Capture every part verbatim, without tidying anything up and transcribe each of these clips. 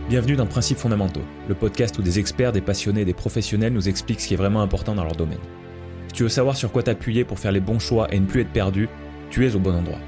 Bienvenue dans Principes fondamentaux, le podcast où des experts, des passionnés et des professionnels nous expliquent ce qui est vraiment important dans leur domaine. Si tu veux savoir sur quoi t'appuyer pour faire les bons choix et ne plus être perdu, tu es au bon endroit.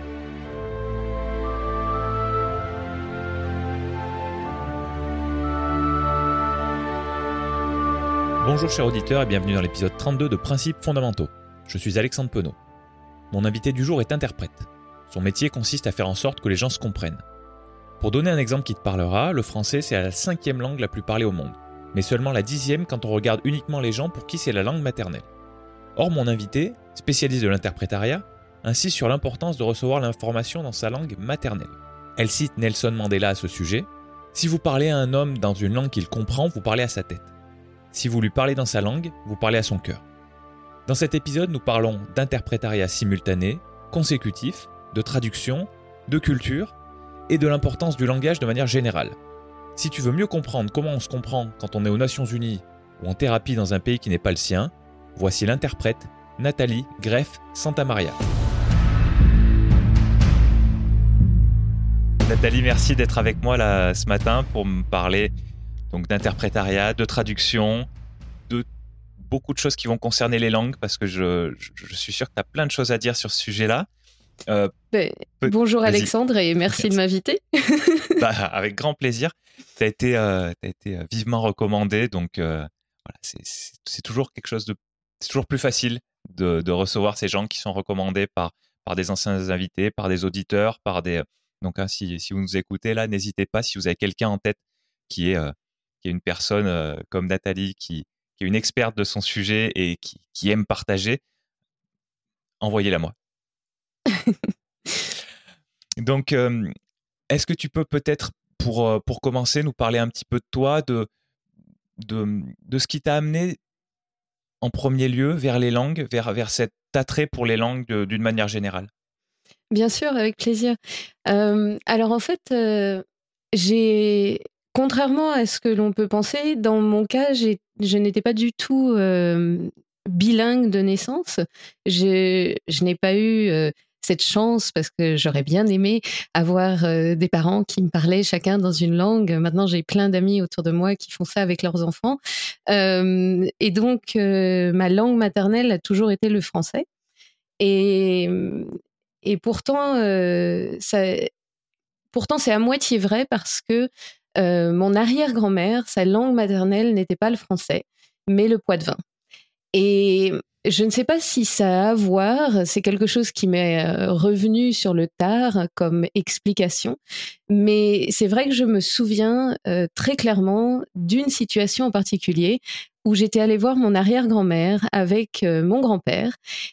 Bonjour chers auditeurs et bienvenue dans l'épisode trente-deux de Principes fondamentaux. Je suis Alexandre Penaud. Mon invité du jour est interprète. Son métier consiste à faire en sorte que les gens se comprennent. Pour donner un exemple qui te parlera, le français c'est la cinquième langue la plus parlée au monde, mais seulement la dixième quand on regarde uniquement les gens pour qui c'est la langue maternelle. Or mon invité, spécialiste de l'interprétariat, insiste sur l'importance de recevoir l'information dans sa langue maternelle. Elle cite Nelson Mandela à ce sujet. Si vous parlez à un homme dans une langue qu'il comprend, vous parlez à sa tête. Si vous lui parlez dans sa langue, vous parlez à son cœur. Dans cet épisode, nous parlons d'interprétariat simultané, consécutif, de traduction, de culture et de l'importance du langage de manière générale. Si tu veux mieux comprendre comment on se comprend quand on est aux Nations Unies ou en thérapie dans un pays qui n'est pas le sien, voici l'interprète Nathalie Greff Santamaria. Nathalie, merci d'être avec moi là, ce matin pour me parler donc, d'interprétariat, de traduction, de beaucoup de choses qui vont concerner les langues parce que je, je, je suis sûr que tu as plein de choses à dire sur ce sujet-là. Euh, ben, peut... Bonjour Vas-y. Alexandre et merci, merci de m'inviter. Bah, avec grand plaisir. Tu as été, euh, t'as été vivement recommandé, donc euh, voilà, c'est, c'est, c'est toujours quelque chose de, c'est toujours plus facile de, de recevoir ces gens qui sont recommandés par, par des anciens invités, par des auditeurs, par des. Donc hein, si, si vous nous écoutez là, n'hésitez pas si vous avez quelqu'un en tête qui est, euh, qui est une personne euh, comme Nathalie qui, qui est une experte de son sujet et qui, qui aime partager, envoyez-la moi. Donc, euh, est-ce que tu peux peut-être, pour, pour commencer, nous parler un petit peu de toi, de, de, de ce qui t'a amené en premier lieu vers les langues, vers, vers cet attrait pour les langues de, d'une manière générale? Bien sûr, avec plaisir. Euh, alors en fait, euh, j'ai, contrairement à ce que l'on peut penser, dans mon cas, j'ai, je n'étais pas du tout euh, bilingue de naissance. Je, je n'ai pas eu... Euh, cette chance parce que j'aurais bien aimé avoir euh, des parents qui me parlaient chacun dans une langue. Maintenant, j'ai plein d'amis autour de moi qui font ça avec leurs enfants. Euh, et donc, euh, ma langue maternelle a toujours été le français. Et, et pourtant, euh, ça, pourtant, c'est à moitié vrai parce que euh, mon arrière-grand-mère, sa langue maternelle n'était pas le français, mais le poitevin. Et je ne sais pas si ça a à voir, c'est quelque chose qui m'est revenu sur le tard comme explication, mais c'est vrai que je me souviens euh, très clairement d'une situation en particulier où j'étais allée voir mon arrière-grand-mère avec euh, mon grand-père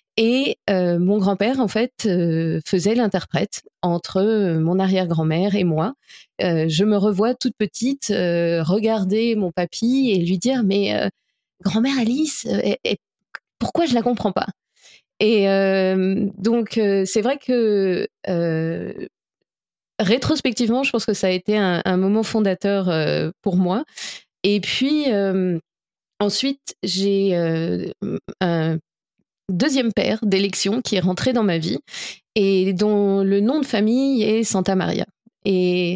et euh, mon grand-père en fait euh, faisait l'interprète entre euh, mon arrière-grand-mère et moi. Euh, je me revois toute petite euh, regarder mon papy et lui dire mais euh, grand-mère Alice, euh, est, pourquoi je la comprends pas? Et euh, donc, euh, c'est vrai que euh, rétrospectivement, je pense que ça a été un, un moment fondateur euh, pour moi. Et puis, euh, ensuite, j'ai euh, un deuxième père d'élection qui est rentré dans ma vie et dont le nom de famille est Santamaria. Et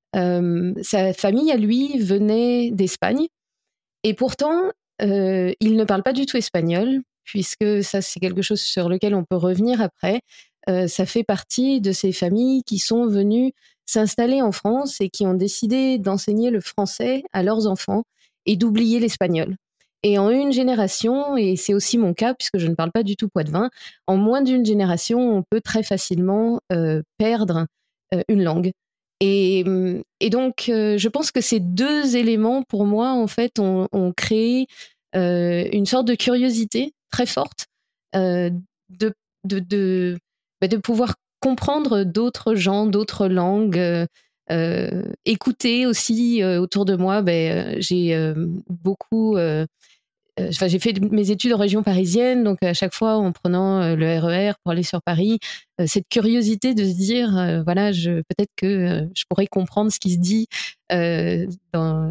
euh, sa famille, à lui, venait d'Espagne. Et pourtant, euh, il ne parle pas du tout espagnol, puisque ça, c'est quelque chose sur lequel on peut revenir après. Euh, ça fait partie de ces familles qui sont venues s'installer en France et qui ont décidé d'enseigner le français à leurs enfants et d'oublier l'espagnol. Et en une génération, et c'est aussi mon cas, puisque je ne parle pas du tout poitevin, en moins d'une génération, on peut très facilement euh, perdre euh, une langue. Et, et donc, euh, je pense que ces deux éléments, pour moi, en fait, ont, ont créé euh, une sorte de curiosité très forte euh, de, de, de, bah, de pouvoir comprendre d'autres gens, d'autres langues, euh, euh, écouter aussi euh, autour de moi. Bah, j'ai euh, beaucoup... Euh, Enfin, j'ai fait mes études en région parisienne, donc à chaque fois en prenant le R E R pour aller sur Paris, cette curiosité de se dire, euh, voilà, je, peut-être que euh, je pourrais comprendre ce qui se dit euh, dans,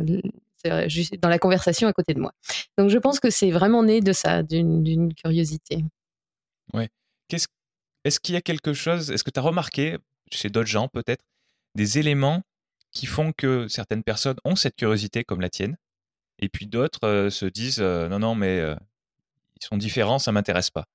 dans la conversation à côté de moi. Donc je pense que c'est vraiment né de ça, d'une, d'une curiosité. Ouais. Qu'est-ce, est-ce qu'il y a quelque chose, est-ce que tu as remarqué, chez d'autres gens peut-être, des éléments qui font que certaines personnes ont cette curiosité comme la tienne, et puis d'autres euh, se disent euh, non, non, mais euh, ils sont différents, ça m'intéresse pas.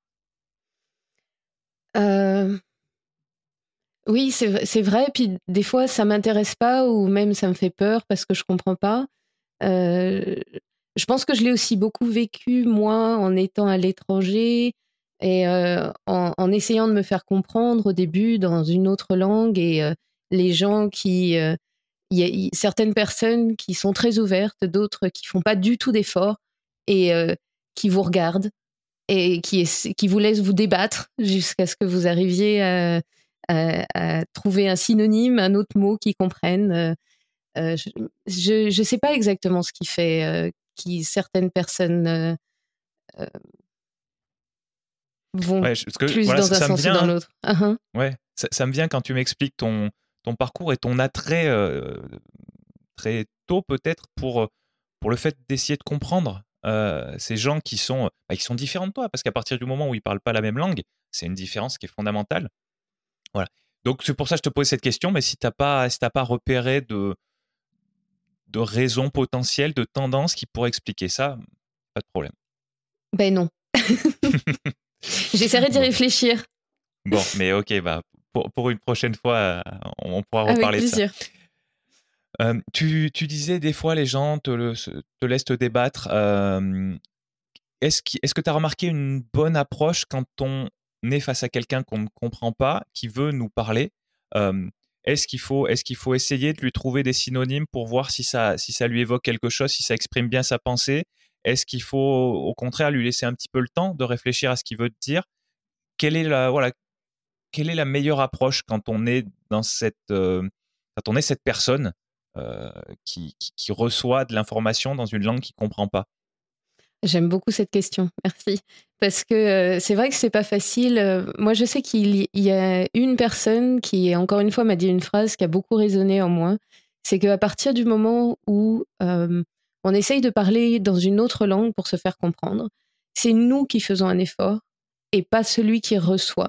Euh, oui, c'est, v- c'est vrai. Puis des fois, ça m'intéresse pas ou même ça me fait peur parce que je comprends pas. Euh, je pense que je l'ai aussi beaucoup vécu, moi, en étant à l'étranger et euh, en, en essayant de me faire comprendre au début dans une autre langue. Et euh, les gens qui... euh, il y a il- certaines personnes qui sont très ouvertes, d'autres qui font pas du tout d'efforts et euh, qui vous regardent et qui, essa- qui vous laissent vous débattre jusqu'à ce que vous arriviez à, à- à trouver un synonyme, un autre mot qu'ils comprennent. Euh, euh, je ne sais pas exactement ce qui fait euh, qui certaines personnes euh, euh, vont Ouais, je- parce que plus voilà, dans ça, un ça me sens ou dans vient, l'autre. Ah, ah. ouais, ça, ça me vient quand tu m'expliques ton, ton parcours et ton attrait euh, très tôt peut-être pour, pour le fait d'essayer de comprendre euh, ces gens qui sont, bah, qui sont différents de toi, parce qu'à partir du moment où ils parlent pas la même langue, c'est une différence qui est fondamentale. Voilà. Donc c'est pour ça que je te pose cette question, mais si tu n'as pas, si t'as pas repéré de, de raisons potentielles, de tendances qui pourraient expliquer ça, pas de problème. Ben non. J'essaierai d'y Bon, réfléchir. bon, mais ok, bah, pour, pour une prochaine fois, euh, on, on pourra Avec reparler de ça. plaisir. Euh, tu, tu disais des fois les gens te, le, te laissent te débattre. Euh, est-ce, qu'- est-ce que tu as remarqué une bonne approche quand on est face à quelqu'un qu'on ne comprend pas, qui veut nous parler? Euh, est-ce qu'il faut, est-ce qu'il faut essayer de lui trouver des synonymes pour voir si ça, si ça lui évoque quelque chose, si ça exprime bien sa pensée? Est-ce qu'il faut au contraire lui laisser un petit peu le temps de réfléchir à ce qu'il veut te dire? Quelle est la, voilà, quelle est la meilleure approche quand on est dans cette, euh, quand on est cette personne euh, qui, qui, qui reçoit de l'information dans une langue qu'il comprend pas? J'aime beaucoup cette question, merci. Parce que euh, c'est vrai que c'est pas facile. Euh, moi, je sais qu'il y, il y a une personne qui, encore une fois, m'a dit une phrase qui a beaucoup résonné en moi. C'est qu'à partir du moment où euh, on essaye de parler dans une autre langue pour se faire comprendre, c'est nous qui faisons un effort et pas celui qui reçoit.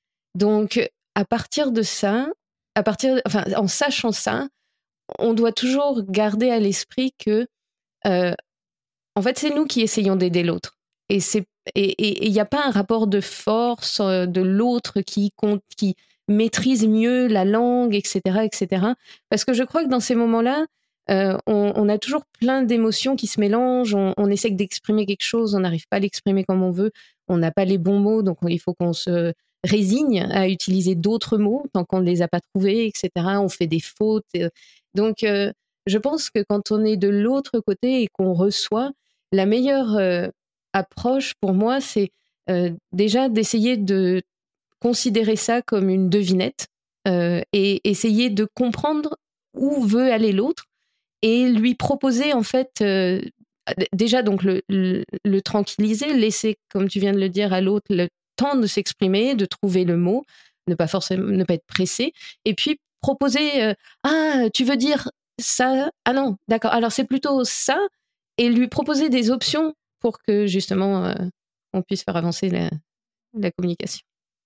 Donc, à partir de ça, à partir, enfin, en sachant ça, on doit toujours garder à l'esprit que euh, en fait, c'est nous qui essayons d'aider l'autre. Et c'est et il n'y a pas un rapport de force euh, de l'autre qui compte, qui maîtrise mieux la langue, et cetera, et cetera. Parce que je crois que dans ces moments-là, euh, on, on a toujours plein d'émotions qui se mélangent. On, on essaie d'exprimer quelque chose, on n'arrive pas à l'exprimer comme on veut. On n'a pas les bons mots, donc il faut qu'on se résigne à utiliser d'autres mots tant qu'on ne les a pas trouvés, et cetera. On fait des fautes. euh. Donc, euh, je pense que quand on est de l'autre côté et qu'on reçoit, la meilleure euh, approche pour moi, c'est euh, déjà d'essayer de considérer ça comme une devinette euh, et essayer de comprendre où veut aller l'autre et lui proposer en fait euh, déjà donc le, le, le tranquilliser, laisser, comme tu viens de le dire, à l'autre le temps de s'exprimer, de trouver le mot, ne pas forcément ne pas être pressé, et puis proposer euh, ah tu veux dire ça, ah non d'accord, alors c'est plutôt ça, et lui proposer des options pour que justement euh, on puisse faire avancer la, la communication.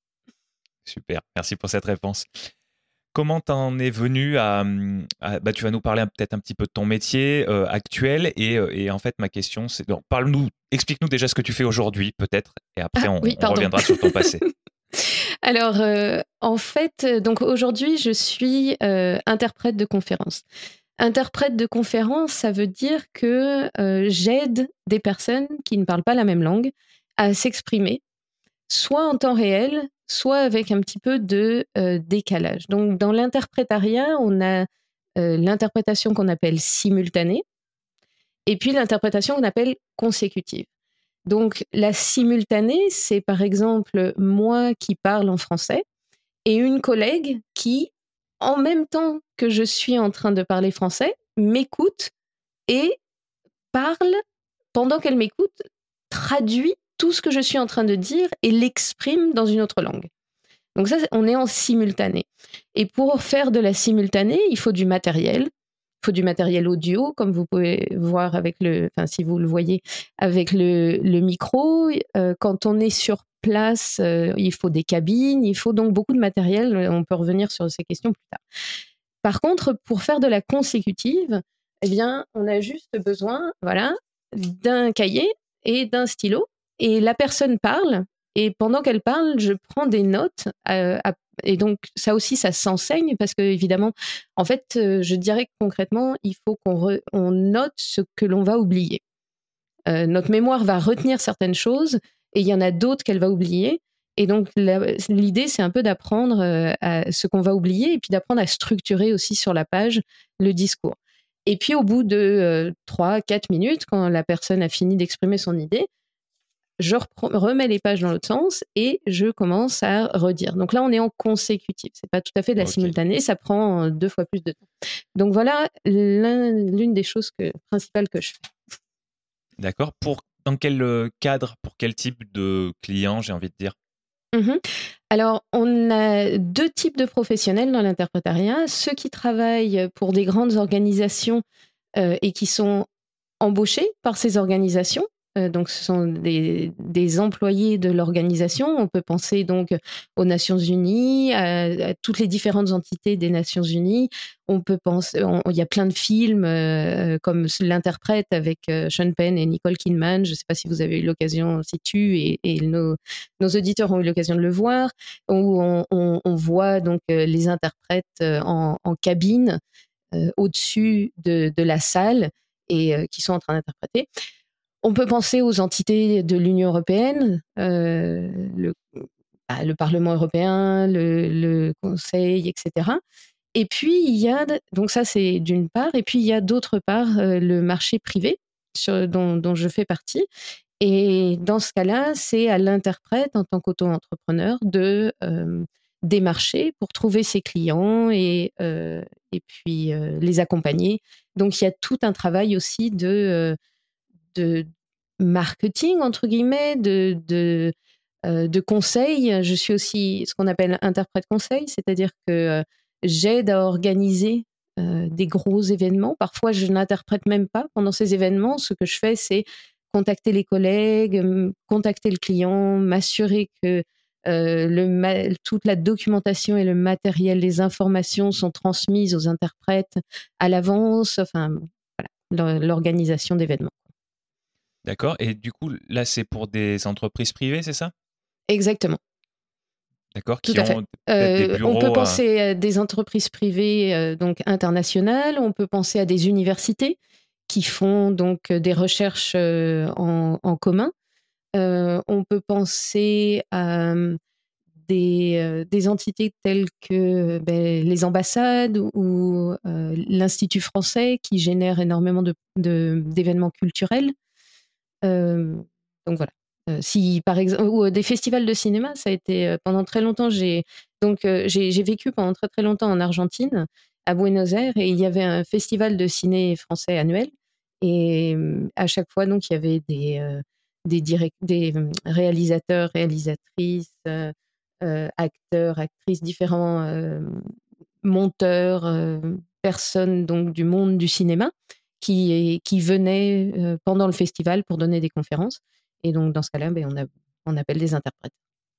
Super, merci pour cette réponse. Comment t'en es venu à, à- bah, tu vas nous parler un- peut-être un petit peu de ton métier euh, actuel et, euh, et en fait ma question c'est donc parle-nous, explique-nous déjà ce que tu fais aujourd'hui peut-être et après Ah on, oui, on pardon. reviendra sur ton passé. Alors, euh, en fait, donc aujourd'hui, je suis euh, interprète de conférence. Interprète de conférence, ça veut dire que euh, j'aide des personnes qui ne parlent pas la même langue à s'exprimer, soit en temps réel, soit avec un petit peu de euh, décalage. Donc, dans l'interprétariat, on a euh, l'interprétation qu'on appelle simultanée et puis l'interprétation qu'on appelle consécutive. Donc, la simultanée, c'est par exemple moi qui parle en français et une collègue qui, en même temps que je suis en train de parler français, m'écoute et parle, pendant qu'elle m'écoute, traduit tout ce que je suis en train de dire et l'exprime dans une autre langue. Donc ça, on est en simultané. Et pour faire de la simultanée, il faut du matériel. Il faut du matériel audio, comme vous pouvez voir avec le, enfin si vous le voyez, avec le, le micro. Euh, quand on est sur place, euh, il faut des cabines, il faut donc beaucoup de matériel. On peut revenir sur ces questions plus tard. Par contre, pour faire de la consécutive, eh bien, on a juste besoin, voilà, d'un cahier et d'un stylo. Et la personne parle. Et pendant qu'elle parle, je prends des notes. Euh, à- et donc, ça aussi, ça s'enseigne parce que, évidemment, en fait, euh, je dirais que concrètement, il faut qu'on re- on note ce que l'on va oublier. Euh, notre mémoire va retenir certaines choses et il y en a d'autres qu'elle va oublier. Et donc, la- l'idée, c'est un peu d'apprendre euh, à ce qu'on va oublier et puis d'apprendre à structurer aussi sur la page le discours. Et puis, au bout de trois quatre minutes, quand la personne a fini d'exprimer son idée, je repre- remets les pages dans l'autre sens et je commence à redire. Donc là, on est en consécutif. C'est pas tout à fait de la Ok. simultanée, ça prend euh, deux fois plus de temps. Donc voilà l'un- l'une des choses que, principales que je fais. D'accord. Pour, dans quel euh, cadre, pour quel type de client, j'ai envie de dire? Mhm. Alors, on a deux types de professionnels dans l'interprétariat. Ceux qui travaillent pour des grandes organisations euh, et qui sont embauchés par ces organisations. Euh, donc, ce sont des, des employés de l'organisation. On peut penser donc aux Nations Unies, à, à toutes les différentes entités des Nations Unies. On peut penser, on- il y a plein de films euh, comme L'interprète avec euh, Sean Penn et Nicole Kidman. Je ne sais pas si vous avez eu l'occasion, si tu et, et nos, nos auditeurs ont eu l'occasion de le voir, où on, on- on voit donc euh, les interprètes euh, en, en cabine euh, au-dessus de, de la salle et euh, qui sont en train d'interpréter. On peut penser aux entités de l'Union européenne, euh, le, bah, le Parlement européen, le, le Conseil, et cetera. Et puis, il y a, donc ça c'est d'une part, et puis il y a d'autre part euh, le marché privé sur, dont, dont je fais partie. Et dans ce cas-là, c'est à l'interprète, en tant qu'auto-entrepreneur, de euh, démarcher pour trouver ses clients et, euh, et puis euh, les accompagner. Donc, il y a tout un travail aussi de, euh, de marketing, entre guillemets, de, de, euh, de conseil. Je suis aussi ce qu'on appelle interprète conseil, c'est-à-dire que euh, j'aide à organiser euh, des gros événements. Parfois, je n'interprète même pas pendant ces événements. Ce que je fais, c'est contacter les collègues, m- contacter le client, m'assurer que euh, le ma- toute la documentation et le matériel, les informations sont transmises aux interprètes à l'avance, enfin, voilà, l'or- l'organisation d'événements. D'accord. Et du coup, là, c'est pour des entreprises privées, c'est ça? Exactement, D'accord. tout Qui à fait. ont peut-être des Euh, on peut bureaux. euh, penser à des entreprises privées euh, donc internationales, on peut penser à des universités qui font donc des recherches euh, en, en commun. Euh, on peut penser à euh, des, euh, des entités telles que ben, les ambassades ou euh, l'Institut français qui génère énormément de, de- d'événements culturels. Euh, donc voilà. Euh, si par exemple ou euh, des festivals de cinéma, ça a été euh, pendant très longtemps. J'ai donc euh, j'ai j'ai vécu pendant très très longtemps en Argentine, à Buenos Aires, et il y avait un festival de ciné français annuel. Et euh, à chaque fois, donc il y avait des euh, des direct, des euh, réalisateurs, réalisatrices, euh, euh, acteurs, actrices, différents euh, monteurs, euh, personnes donc du monde du cinéma qui, qui venaient euh, pendant le festival pour donner des conférences. Et donc, dans ce cas-là, ben, on, a, on appelle des interprètes.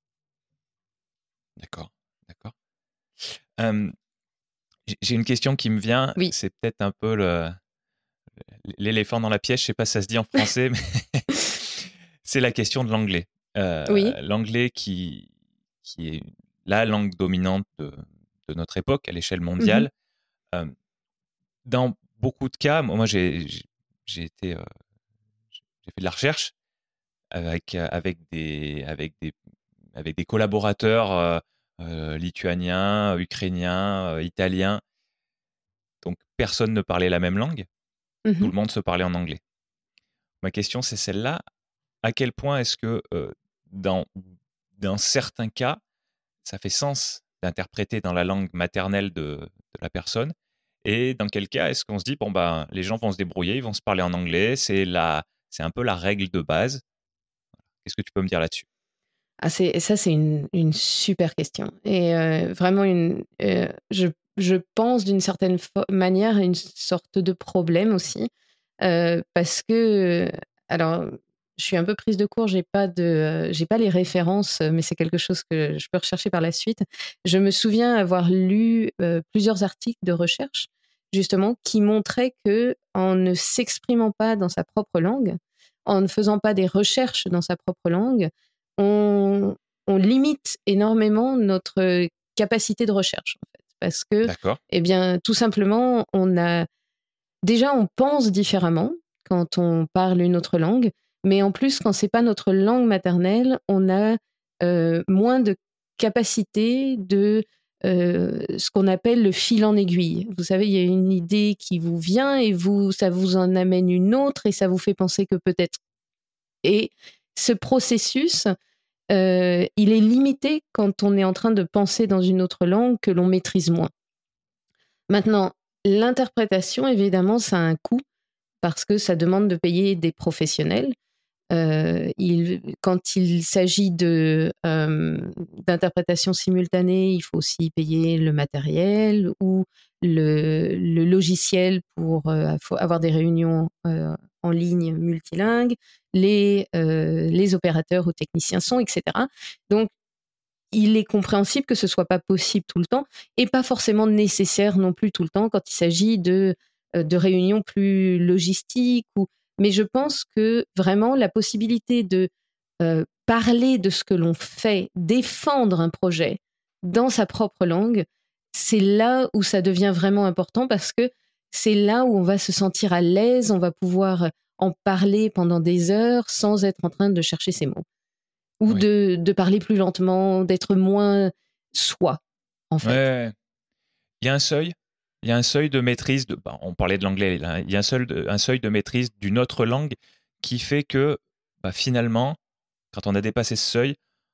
D'accord. D'accord. Euh, j'ai j'ai une question qui me vient. Oui. C'est peut-être un peu le, l'éléphant dans la pièce. Je sais pas si ça se dit en français, mais c'est la question de l'anglais. Euh, Oui. l'anglais qui, qui est la langue dominante de, de notre époque à l'échelle Mhm. mondiale. Euh, dans beaucoup de cas, moi j'ai j'ai été euh, j'ai fait de la recherche avec avec des avec des avec des collaborateurs euh, euh, lituaniens, ukrainiens, euh, italiens. Donc personne ne parlait la même langue, tout Mhm. le monde se parlait en anglais. Ma question c'est celle-là, à quel point est-ce que euh, dans dans certains cas, ça fait sens d'interpréter dans la langue maternelle de, de la personne. Et dans quel cas est-ce qu'on se dit, bon, ben, les gens vont se débrouiller, ils vont se parler en anglais, c'est, la, c'est un peu la règle de base. Qu'est-ce que tu peux me dire là-dessus? Ah, c'est, ça, c'est une, une super question. Et euh, vraiment, une, euh, je, je pense d'une certaine fo- manière à une sorte de problème aussi. Euh, parce que, alors, je suis un peu prise de court, j'ai pas de, euh, j'ai pas les références, mais c'est quelque chose que je peux rechercher par la suite. Je me souviens avoir lu euh, plusieurs articles de recherche, justement, qui montraient que en ne s'exprimant pas dans sa propre langue, en ne faisant pas des recherches dans sa propre langue, on, on limite énormément notre capacité de recherche, en fait. Parce que, D'accord. eh bien, tout simplement, on a déjà, on pense différemment quand on parle une autre langue, mais en plus, quand c'est pas notre langue maternelle, on a euh, moins de capacité de euh, ce qu'on appelle le fil en aiguille. Vous savez, il y a une idée qui vous vient et vous, ça vous en amène une autre et ça vous fait penser que peut-être. Et ce processus, euh, il est limité quand on est en train de penser dans une autre langue que l'on maîtrise moins. Maintenant, l'interprétation, évidemment, ça a un coût parce que ça demande de payer des professionnels. Euh, il, quand il s'agit de, euh, d'interprétation simultanée, il faut aussi payer le matériel ou le, le logiciel pour euh, avoir des réunions euh, en ligne multilingues, les, euh, les opérateurs ou techniciens son, et cetera. Donc, il est compréhensible que ce soit pas possible tout le temps et pas forcément nécessaire non plus tout le temps quand il s'agit de, euh, de réunions plus logistiques. Ou... Mais je pense que vraiment la possibilité de euh, parler de ce que l'on fait, défendre un projet dans sa propre langue, c'est là où ça devient vraiment important parce que c'est là où on va se sentir à l'aise, on va pouvoir en parler pendant des heures sans être en train de chercher ses mots. Ou Oui. de, de parler plus lentement, d'être moins soi, en fait. Ouais. Il y a un seuil. Il y a un seuil de maîtrise. De, bah, on parlait de l'anglais. Là. Il y a un seuil, de, un seuil de maîtrise d'une autre langue qui fait que bah, finalement, quand on a dépassé ce seuil,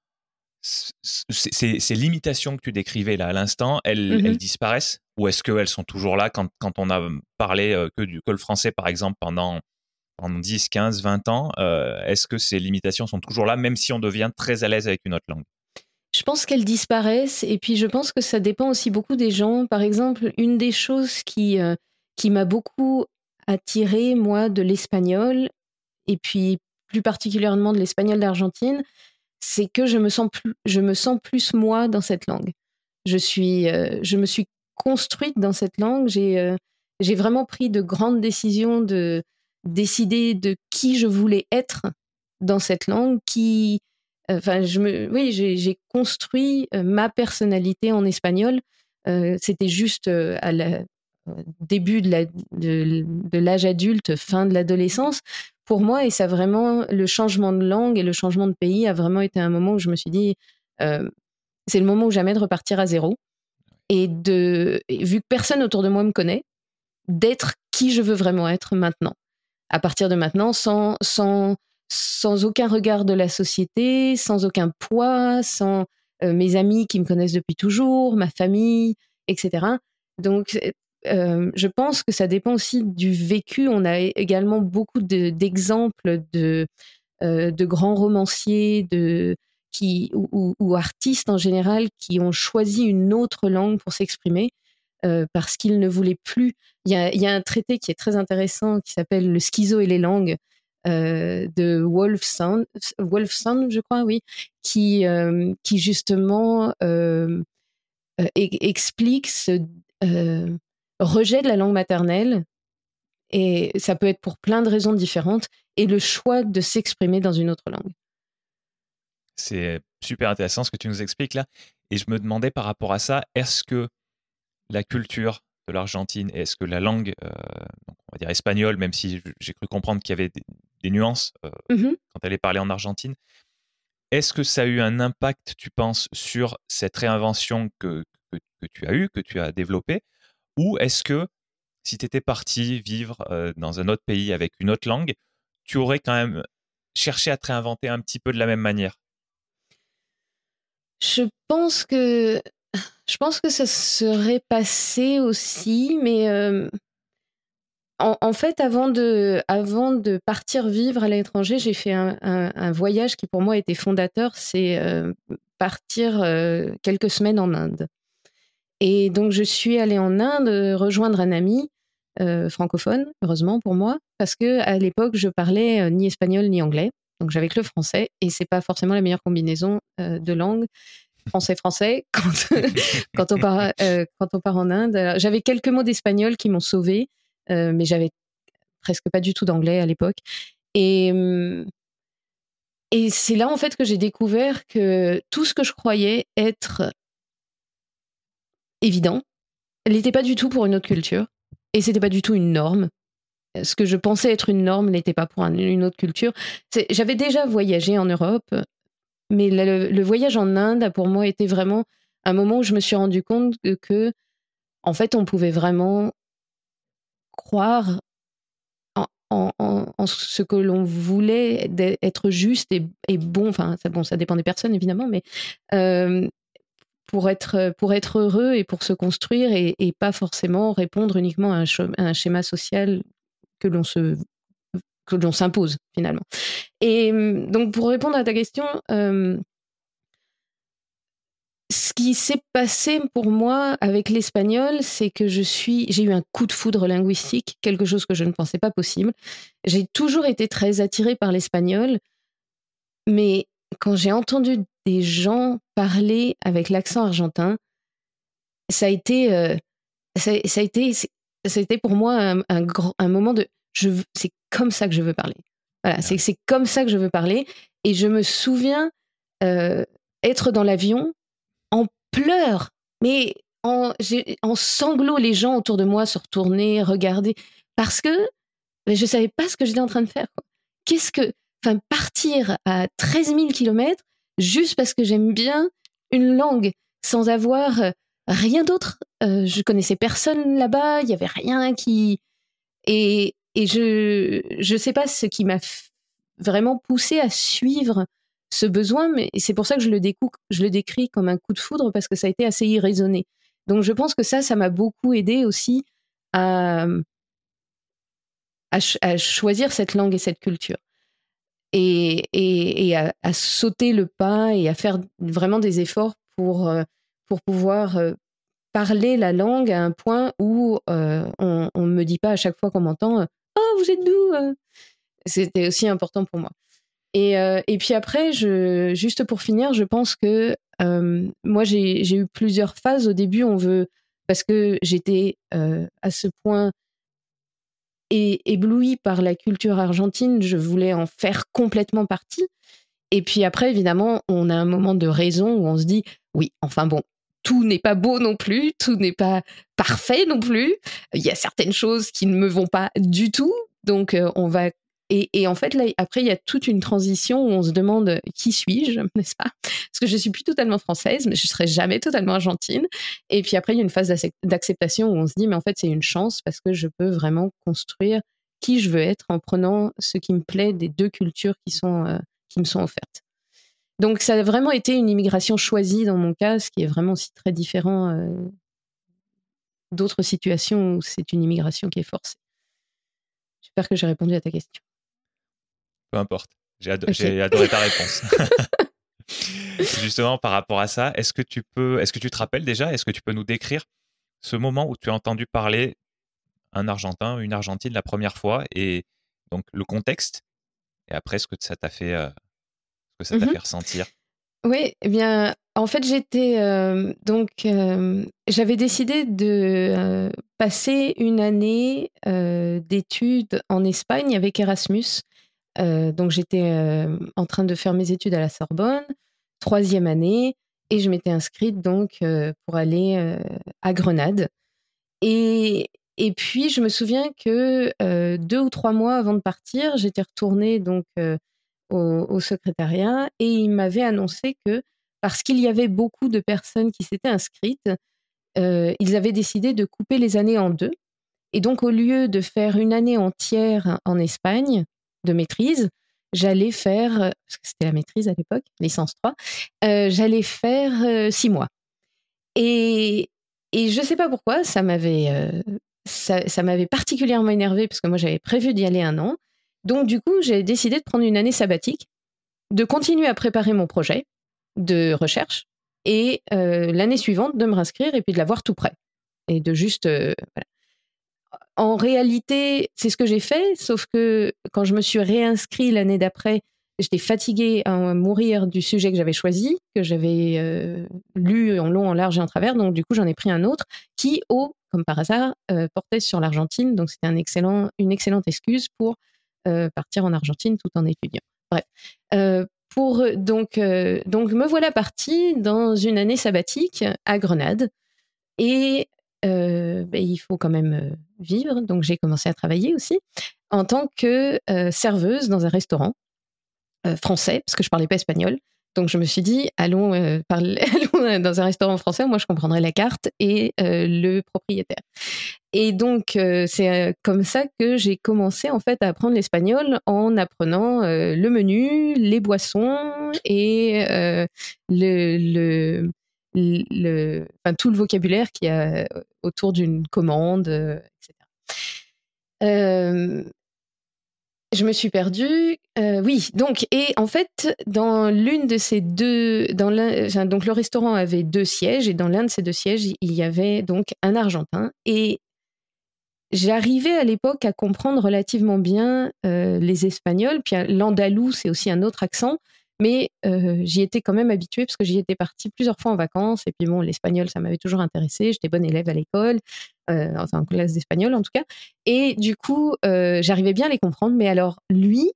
ces, ces limitations que tu décrivais là à l'instant, elles, Mm-hmm. elles disparaissent ou est-ce qu'elles sont toujours là quand, quand on a parlé euh, que, du, que le français, par exemple, pendant, pendant dix, quinze, vingt ans, euh, est-ce que ces limitations sont toujours là, même si on devient très à l'aise avec une autre langue? Je pense qu'elles disparaissent et puis je pense que ça dépend aussi beaucoup des gens. Par exemple, une des choses qui, euh, qui m'a beaucoup attirée, moi, de l'espagnol, et puis plus particulièrement de l'espagnol d'Argentine, c'est que je me sens plus, je me sens plus moi dans cette langue. Je suis, euh, je me suis construite dans cette langue. J'ai, euh, j'ai vraiment pris de grandes décisions de décider de qui je voulais être dans cette langue. Qui, enfin, je me, oui, j'ai, j'ai construit euh, ma personnalité en espagnol. Euh, c'était juste euh, à la début de, la, de, de l'âge adulte, fin de l'adolescence, pour moi, et ça vraiment, le changement de langue et le changement de pays a vraiment été un moment où je me suis dit, euh, c'est le moment ou jamais de repartir à zéro. Et de, et vu que personne autour de moi me connaît, d'être qui je veux vraiment être maintenant. À partir de maintenant, sans, sans, sans aucun regard de la société, sans aucun poids, sans euh, mes amis qui me connaissent depuis toujours, ma famille, et cetera. Donc, euh, je pense que ça dépend aussi du vécu. On a également beaucoup de, d'exemples de, euh, de grands romanciers, de, qui, ou, ou, ou artistes en général, qui ont choisi une autre langue pour s'exprimer euh, parce qu'ils ne voulaient plus. Il y a, il y a un traité qui est très intéressant qui s'appelle Le schizo et les langues euh, de Wolfson, Wolfson, je crois, oui, qui, euh, qui justement euh, euh, explique ce euh, rejet de la langue maternelle. Et ça peut être pour plein de raisons différentes, et le choix de s'exprimer dans une autre langue. C'est super intéressant ce que tu nous expliques là. Et je me demandais par rapport à ça, est-ce que la culture de l'Argentine, est-ce que la langue, euh, donc on va dire espagnole, même si j'ai cru comprendre qu'il y avait des, des nuances euh, mm-hmm. quand elle est parlée en Argentine, est-ce que ça a eu un impact, tu penses, sur cette réinvention que, que, que tu as eue, que tu as développée, ou est-ce que si tu étais parti vivre euh, dans un autre pays avec une autre langue, tu aurais quand même cherché à te réinventer un petit peu de la même manière? Je pense que je pense que ça serait passé aussi, mais euh, en, en fait, avant de, avant de partir vivre à l'étranger, j'ai fait un, un, un voyage qui pour moi était fondateur, c'est euh, partir euh, quelques semaines en Inde. Et donc, je suis allée en Inde rejoindre un ami euh, francophone, heureusement pour moi, parce que à l'époque, je parlais euh, ni espagnol ni anglais. Donc j'avais que le français et c'est pas forcément la meilleure combinaison euh, de langues. Français-français quand, quand, on part, euh, quand on part en Inde. Alors, j'avais quelques mots d'espagnol qui m'ont sauvée, euh, mais j'avais presque pas du tout d'anglais à l'époque. Et, et c'est là en fait que j'ai découvert que tout ce que je croyais être évident n'était pas du tout pour une autre culture et c'était pas du tout une norme. Ce que je pensais être une norme n'était pas pour un, une autre culture. C'est, j'avais déjà voyagé en Europe, mais le, le voyage en Inde a pour moi été vraiment un moment où je me suis rendu compte que, que en fait, on pouvait vraiment croire en, en, en, en ce que l'on voulait être juste et, et bon. Enfin, ça, bon, ça dépend des personnes évidemment, mais euh, pour être pour être heureux et pour se construire et, et pas forcément répondre uniquement à un, ch- à un schéma social que l'on se que l'on s'impose finalement. Et donc pour répondre à ta question. Euh, Ce qui s'est passé pour moi avec l'espagnol, c'est que je suis, j'ai eu un coup de foudre linguistique, quelque chose que je ne pensais pas possible. J'ai toujours été très attirée par l'espagnol, mais quand j'ai entendu des gens parler avec l'accent argentin, ça a été, euh, ça, ça a été, ça a été pour moi un, un, grand, un moment de, je, c'est comme ça que je veux parler. Voilà, c'est, c'est comme ça que je veux parler. Et je me souviens euh, être dans l'avion en pleurs, mais en, j'ai, en sanglots, les gens autour de moi se retournaient, regardaient, parce que je ne savais pas ce que j'étais en train de faire. Quoi. Qu'est-ce que, enfin, partir à treize mille kilomètres juste parce que j'aime bien une langue, sans avoir euh, rien d'autre. Euh, je connaissais personne là-bas, il y avait rien qui, et, et je, je sais pas ce qui m'a f- vraiment poussé à suivre ce besoin, mais c'est pour ça que je le, décou- je le décris comme un coup de foudre parce que ça a été assez irraisonné. Donc je pense que ça, ça m'a beaucoup aidé aussi à, à, ch- à choisir cette langue et cette culture. Et, et, et à, à sauter le pas et à faire vraiment des efforts pour, euh, pour pouvoir euh, parler la langue à un point où euh, on ne me dit pas à chaque fois qu'on m'entend euh, « Oh, vous êtes d'où euh ?» C'était aussi important pour moi. Et, euh, et puis après, je, juste pour finir, je pense que euh, moi, j'ai, j'ai eu plusieurs phases. Au début, on veut, parce que j'étais euh, à ce point é- éblouie par la culture argentine, je voulais en faire complètement partie. Et puis après, évidemment, on a un moment de raison où on se dit, oui, enfin bon, tout n'est pas beau non plus, tout n'est pas parfait non plus. Il y a certaines choses qui ne me vont pas du tout. Donc, euh, on va. Et, et en fait, là, après, il y a toute une transition où on se demande qui suis-je, n'est-ce pas? Parce que je suis plus totalement française, mais je serai jamais totalement argentine. Et puis après, il y a une phase d'acceptation où on se dit, mais en fait, c'est une chance parce que je peux vraiment construire qui je veux être en prenant ce qui me plaît des deux cultures qui sont, euh, qui me sont offertes. Donc, ça a vraiment été une immigration choisie dans mon cas, ce qui est vraiment aussi très différent euh, d'autres situations où c'est une immigration qui est forcée. J'espère que j'ai répondu à ta question. Peu importe. J'ai, ado- Okay. j'ai adoré ta réponse. Justement, par rapport à ça, est-ce que tu peux, est-ce que tu te rappelles déjà, est-ce que tu peux nous décrire ce moment où tu as entendu parler un Argentin, une Argentine la première fois et donc le contexte et après ce que ça t'a fait, euh, ce que ça t'a Mm-hmm. fait ressentir? Oui, eh bien, en fait, j'étais euh, donc euh, j'avais décidé de euh, passer une année euh, d'études en Espagne avec Erasmus. Euh, donc, j'étais euh, en train de faire mes études à la Sorbonne, troisième année, et je m'étais inscrite donc euh, pour aller euh, à Grenade. Et, et puis, je me souviens que euh, deux ou trois mois avant de partir, j'étais retournée donc euh, au, au secrétariat et il m'avait annoncé que parce qu'il y avait beaucoup de personnes qui s'étaient inscrites, euh, ils avaient décidé de couper les années en deux. Et donc, au lieu de faire une année entière en Espagne de maîtrise, j'allais faire, parce que c'était la maîtrise à l'époque, licence trois, euh, j'allais faire euh, six mois. Et, et je ne sais pas pourquoi, ça m'avait, euh, ça, ça m'avait particulièrement énervée parce que moi, j'avais prévu d'y aller un an. Donc, du coup, j'ai décidé de prendre une année sabbatique, de continuer à préparer mon projet de recherche et euh, l'année suivante de me réinscrire et puis de l'avoir tout prêt. Et de juste... euh, voilà. En réalité, c'est ce que j'ai fait, sauf que quand je me suis réinscrit l'année d'après, j'étais fatiguée à mourir du sujet que j'avais choisi, que j'avais euh, lu en long, en large et en travers. Donc, du coup, j'en ai pris un autre qui, au, comme par hasard, euh, portait sur l'Argentine. Donc, c'était un excellent, une excellente excuse pour euh, partir en Argentine tout en étudiant. Bref. Euh, pour, donc, euh, donc, me voilà partie dans une année sabbatique à Grenade. Et euh, ben, il faut quand même euh, vivre. Donc, j'ai commencé à travailler aussi en tant que euh, serveuse dans un restaurant euh, français, parce que je parlais pas espagnol. Donc, je me suis dit, allons, euh, parler, allons dans un restaurant français, moi, je comprendrai la carte et euh, le propriétaire. Et donc, euh, c'est euh, comme ça que j'ai commencé, en fait, à apprendre l'espagnol en apprenant euh, le menu, les boissons et euh, le... le le, enfin, tout le vocabulaire qu'il y a autour d'une commande, euh, et cetera. Euh, je me suis perdue. Euh, oui, donc, et en fait, dans l'une de ces deux, dans l'un, enfin, donc le restaurant avait deux sièges, et dans l'un de ces deux sièges, il y avait donc un Argentin. Et j'arrivais à l'époque à comprendre relativement bien euh, les Espagnols, puis l'andalou, c'est aussi un autre accent. Mais euh, j'y étais quand même habituée parce que j'y étais partie plusieurs fois en vacances. Et puis bon, l'espagnol, ça m'avait toujours intéressée. J'étais bonne élève à l'école, euh, enfin en classe d'espagnol en tout cas. Et du coup, euh, j'arrivais bien à les comprendre. Mais alors, lui,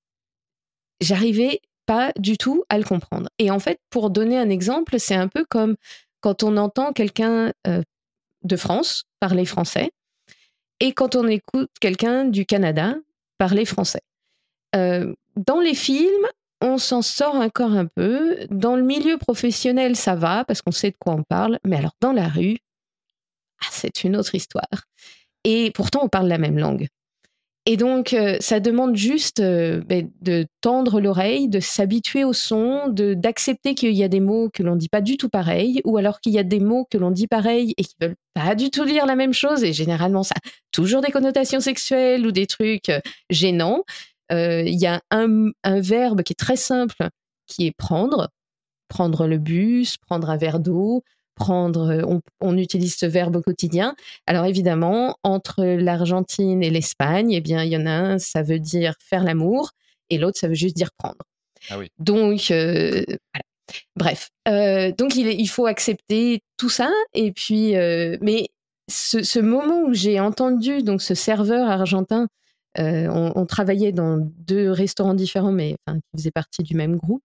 j'arrivais pas du tout à le comprendre. Et en fait, pour donner un exemple, c'est un peu comme quand on entend quelqu'un euh, de France parler français et quand on écoute quelqu'un du Canada parler français. Euh, dans les films, on s'en sort encore un peu. Dans le milieu professionnel, ça va, parce qu'on sait de quoi on parle. Mais alors, dans la rue, ah, c'est une autre histoire. Et pourtant, on parle la même langue. Et donc, euh, ça demande juste euh, ben, de tendre l'oreille, de s'habituer au son, de, d'accepter qu'il y a des mots que l'on ne dit pas du tout pareil, ou alors qu'il y a des mots que l'on dit pareil et qui ne veulent pas du tout dire la même chose. Et généralement, ça a toujours des connotations sexuelles ou des trucs euh, gênants. Il euh, y a un, un verbe qui est très simple, qui est prendre. Prendre le bus, prendre un verre d'eau, prendre, on, on utilise ce verbe au quotidien. Alors évidemment, entre l'Argentine et l'Espagne, eh bien, il y en a un, ça veut dire faire l'amour, et l'autre, ça veut juste dire prendre. Ah oui. Donc, euh, voilà. Bref. Euh, donc, il, il faut accepter tout ça. Et puis, euh, mais ce, ce moment où j'ai entendu donc, ce serveur argentin, euh, on, on travaillait dans deux restaurants différents, mais enfin, qui faisaient partie du même groupe,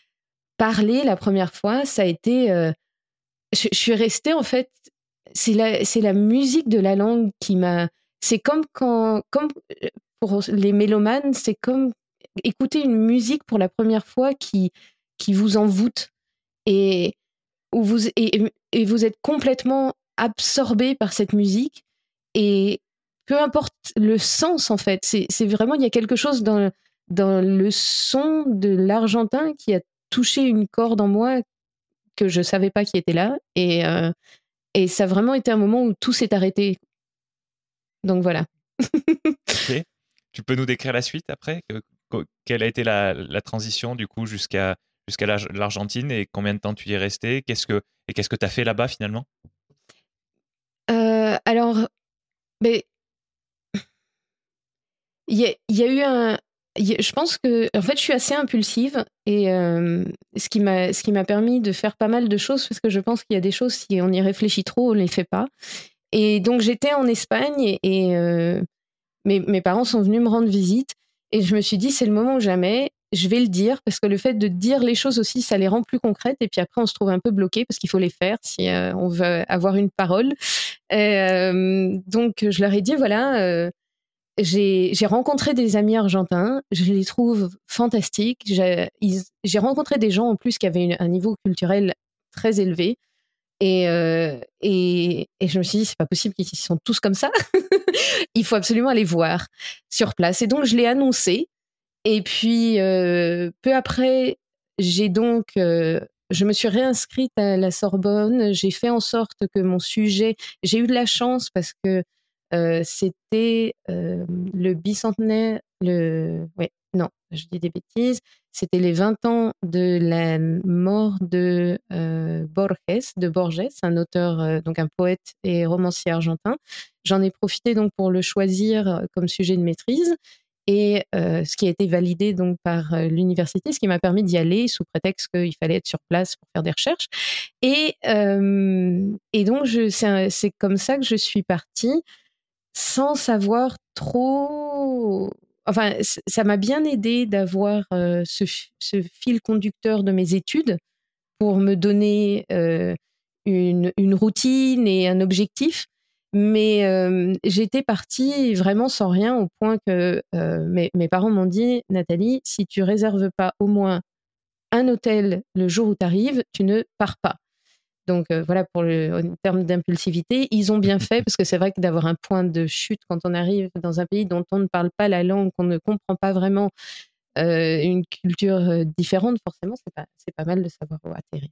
parler la première fois, ça a été... Euh, je, je suis restée, en fait... C'est la, c'est la musique de la langue qui m'a... C'est comme quand... Comme pour les mélomanes, c'est comme écouter une musique pour la première fois qui, qui vous envoûte et, où vous, et, et vous êtes complètement absorbé par cette musique. Et peu importe le sens, en fait, c'est, c'est vraiment... Il y a quelque chose dans, dans le son de l'argentin qui a touché une corde en moi que je savais pas qui était là. Et, euh, et ça a vraiment été un moment où tout s'est arrêté. Donc voilà. Ok. Tu peux nous décrire la suite après? Quelle a été la, la transition du coup jusqu'à, jusqu'à l'Argentine et combien de temps tu y es resté? Qu'est-ce que, et qu'est-ce que tu as fait là-bas finalement? euh, Alors, mais il y, y a eu un... Y a, je pense que, en fait, je suis assez impulsive et euh, ce qui m'a, ce qui m'a permis de faire pas mal de choses parce que je pense qu'il y a des choses, si on y réfléchit trop, on les fait pas. Et donc, j'étais en Espagne et, et euh, mes, mes parents sont venus me rendre visite et je me suis dit, c'est le moment ou jamais, je vais le dire parce que le fait de dire les choses aussi, ça les rend plus concrètes et puis après, on se trouve un peu bloqué parce qu'il faut les faire si euh, on veut avoir une parole. Et, euh, donc, je leur ai dit, voilà... Euh, J'ai, j'ai rencontré des amis argentins, je les trouve fantastiques. J'ai, ils, j'ai rencontré des gens en plus qui avaient une, un niveau culturel très élevé. Et, euh, et, et je me suis dit, c'est pas possible qu'ils sont tous comme ça. Il faut absolument aller voir sur place. Et donc, je l'ai annoncé. Et puis, euh, peu après, j'ai donc, euh, je me suis réinscrite à la Sorbonne. J'ai fait en sorte que mon sujet, j'ai eu de la chance parce que euh, c'était euh, le bicentenaire, le, ouais, non, je dis des bêtises. C'était les vingt ans de la mort de euh, Borges, de Borges, un auteur, euh, donc un poète et romancier argentin. J'en ai profité donc pour le choisir comme sujet de maîtrise. et euh, ce qui a été validé donc par euh, l'université, ce qui m'a permis d'y aller sous prétexte qu'il fallait être sur place pour faire des recherches. Et, euh, et donc, je, c'est, c'est comme ça que je suis partie, sans savoir trop... Enfin, ça m'a bien aidé d'avoir euh, ce, ce fil conducteur de mes études pour me donner euh, une, une routine et un objectif. Mais euh, j'étais partie vraiment sans rien, au point que euh, mes, mes parents m'ont dit, Nathalie, si tu réserves pas au moins un hôtel le jour où tu arrives, tu ne pars pas. Donc euh, voilà, pour le en termes d'impulsivité, ils ont bien fait, parce que c'est vrai que d'avoir un point de chute quand on arrive dans un pays dont on ne parle pas la langue, qu'on ne comprend pas vraiment, euh, une culture euh, différente, forcément, c'est pas, c'est pas mal de savoir où atterrir.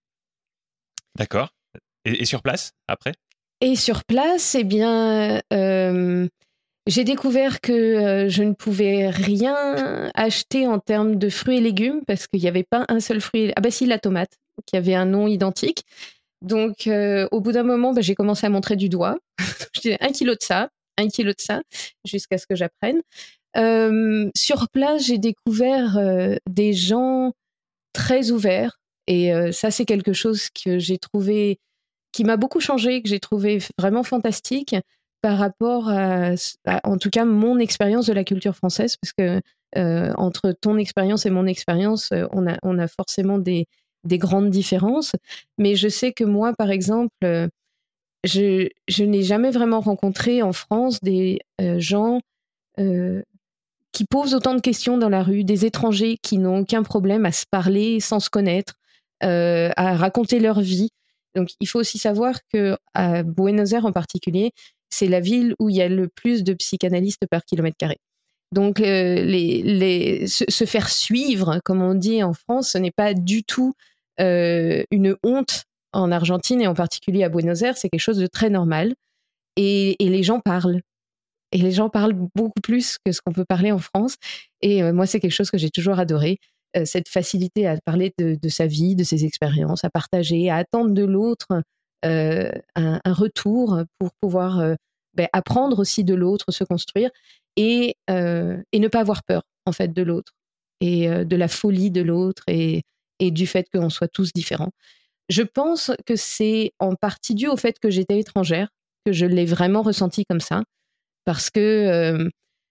D'accord. Et, et sur place, après ? Et sur place, eh bien, euh, j'ai découvert que euh, je ne pouvais rien acheter en termes de fruits et légumes, parce qu'il n'y avait pas un seul fruit. Ah bah si, la tomate, qui avait un nom identique. Donc, euh, au bout d'un moment, bah, j'ai commencé à montrer du doigt. Je disais un kilo de ça, un kilo de ça, jusqu'à ce que j'apprenne. Euh, sur place, j'ai découvert euh, des gens très ouverts. Et euh, ça, c'est quelque chose que j'ai trouvé, qui m'a beaucoup changé, que j'ai trouvé vraiment fantastique par rapport à, à en tout cas, mon expérience de la culture française. Parce que euh, entre ton expérience et mon expérience, on a, on a forcément des, des grandes différences. Mais je sais que moi, par exemple, euh, je, je n'ai jamais vraiment rencontré en France des euh, gens euh, qui posent autant de questions dans la rue, des étrangers qui n'ont aucun problème à se parler sans se connaître, euh, à raconter leur vie. Donc, il faut aussi savoir que à Buenos Aires en particulier, c'est la ville où il y a le plus de psychanalystes par kilomètre carré. Donc, euh, les, les, se, se faire suivre, comme on dit en France, ce n'est pas du tout euh, une honte en Argentine et en particulier à Buenos Aires. C'est quelque chose de très normal. Et, et les gens parlent. Et les gens parlent beaucoup plus que ce qu'on peut parler en France. Et euh, moi, c'est quelque chose que j'ai toujours adoré. Euh, cette facilité à parler de, de sa vie, de ses expériences, à partager, à attendre de l'autre euh, un, un retour pour pouvoir euh, ben, apprendre aussi de l'autre, se construire et, euh, et ne pas avoir peur, en fait, de l'autre et euh, de la folie de l'autre et, et du fait qu'on soit tous différents. Je pense que c'est en partie dû au fait que j'étais étrangère, que je l'ai vraiment ressenti comme ça. Parce que euh,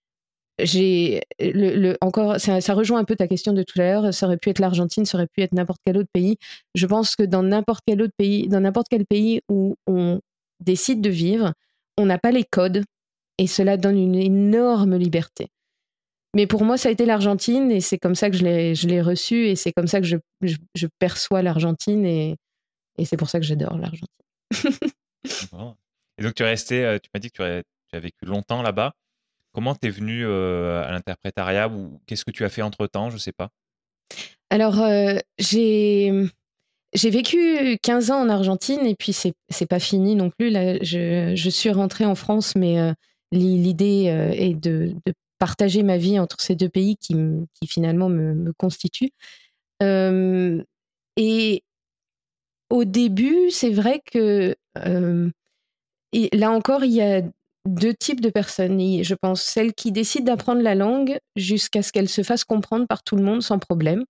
j'ai le, le, encore ça, ça rejoint un peu ta question de tout à l'heure. Ça aurait pu être l'Argentine, ça aurait pu être n'importe quel autre pays. Je pense que dans n'importe quel autre pays, dans n'importe quel pays où on décide de vivre, on n'a pas les codes et cela donne une énorme liberté. Mais pour moi, ça a été l'Argentine et c'est comme ça que je l'ai, je l'ai reçu et c'est comme ça que je, je, je perçois l'Argentine et, et c'est pour ça que j'adore l'Argentine. Bon. Et donc, tu es resté, tu m'as dit que tu as, tu as vécu longtemps là-bas. Comment t'es venu euh, à l'interprétariat ou qu'est-ce que tu as fait entre-temps? Je sais pas. Alors, euh, j'ai, j'ai vécu quinze ans en Argentine et puis c'est, c'est pas fini non plus. Là, je, je suis rentrée en France, mais euh, l'idée euh, est de, de partager ma vie entre ces deux pays qui, m- qui finalement me, me constituent. Euh, et au début, c'est vrai que euh, et là encore, il y a deux types de personnes. Il- Je pense celles qui décident d'apprendre la langue jusqu'à ce qu'elle se fasse comprendre par tout le monde sans problème.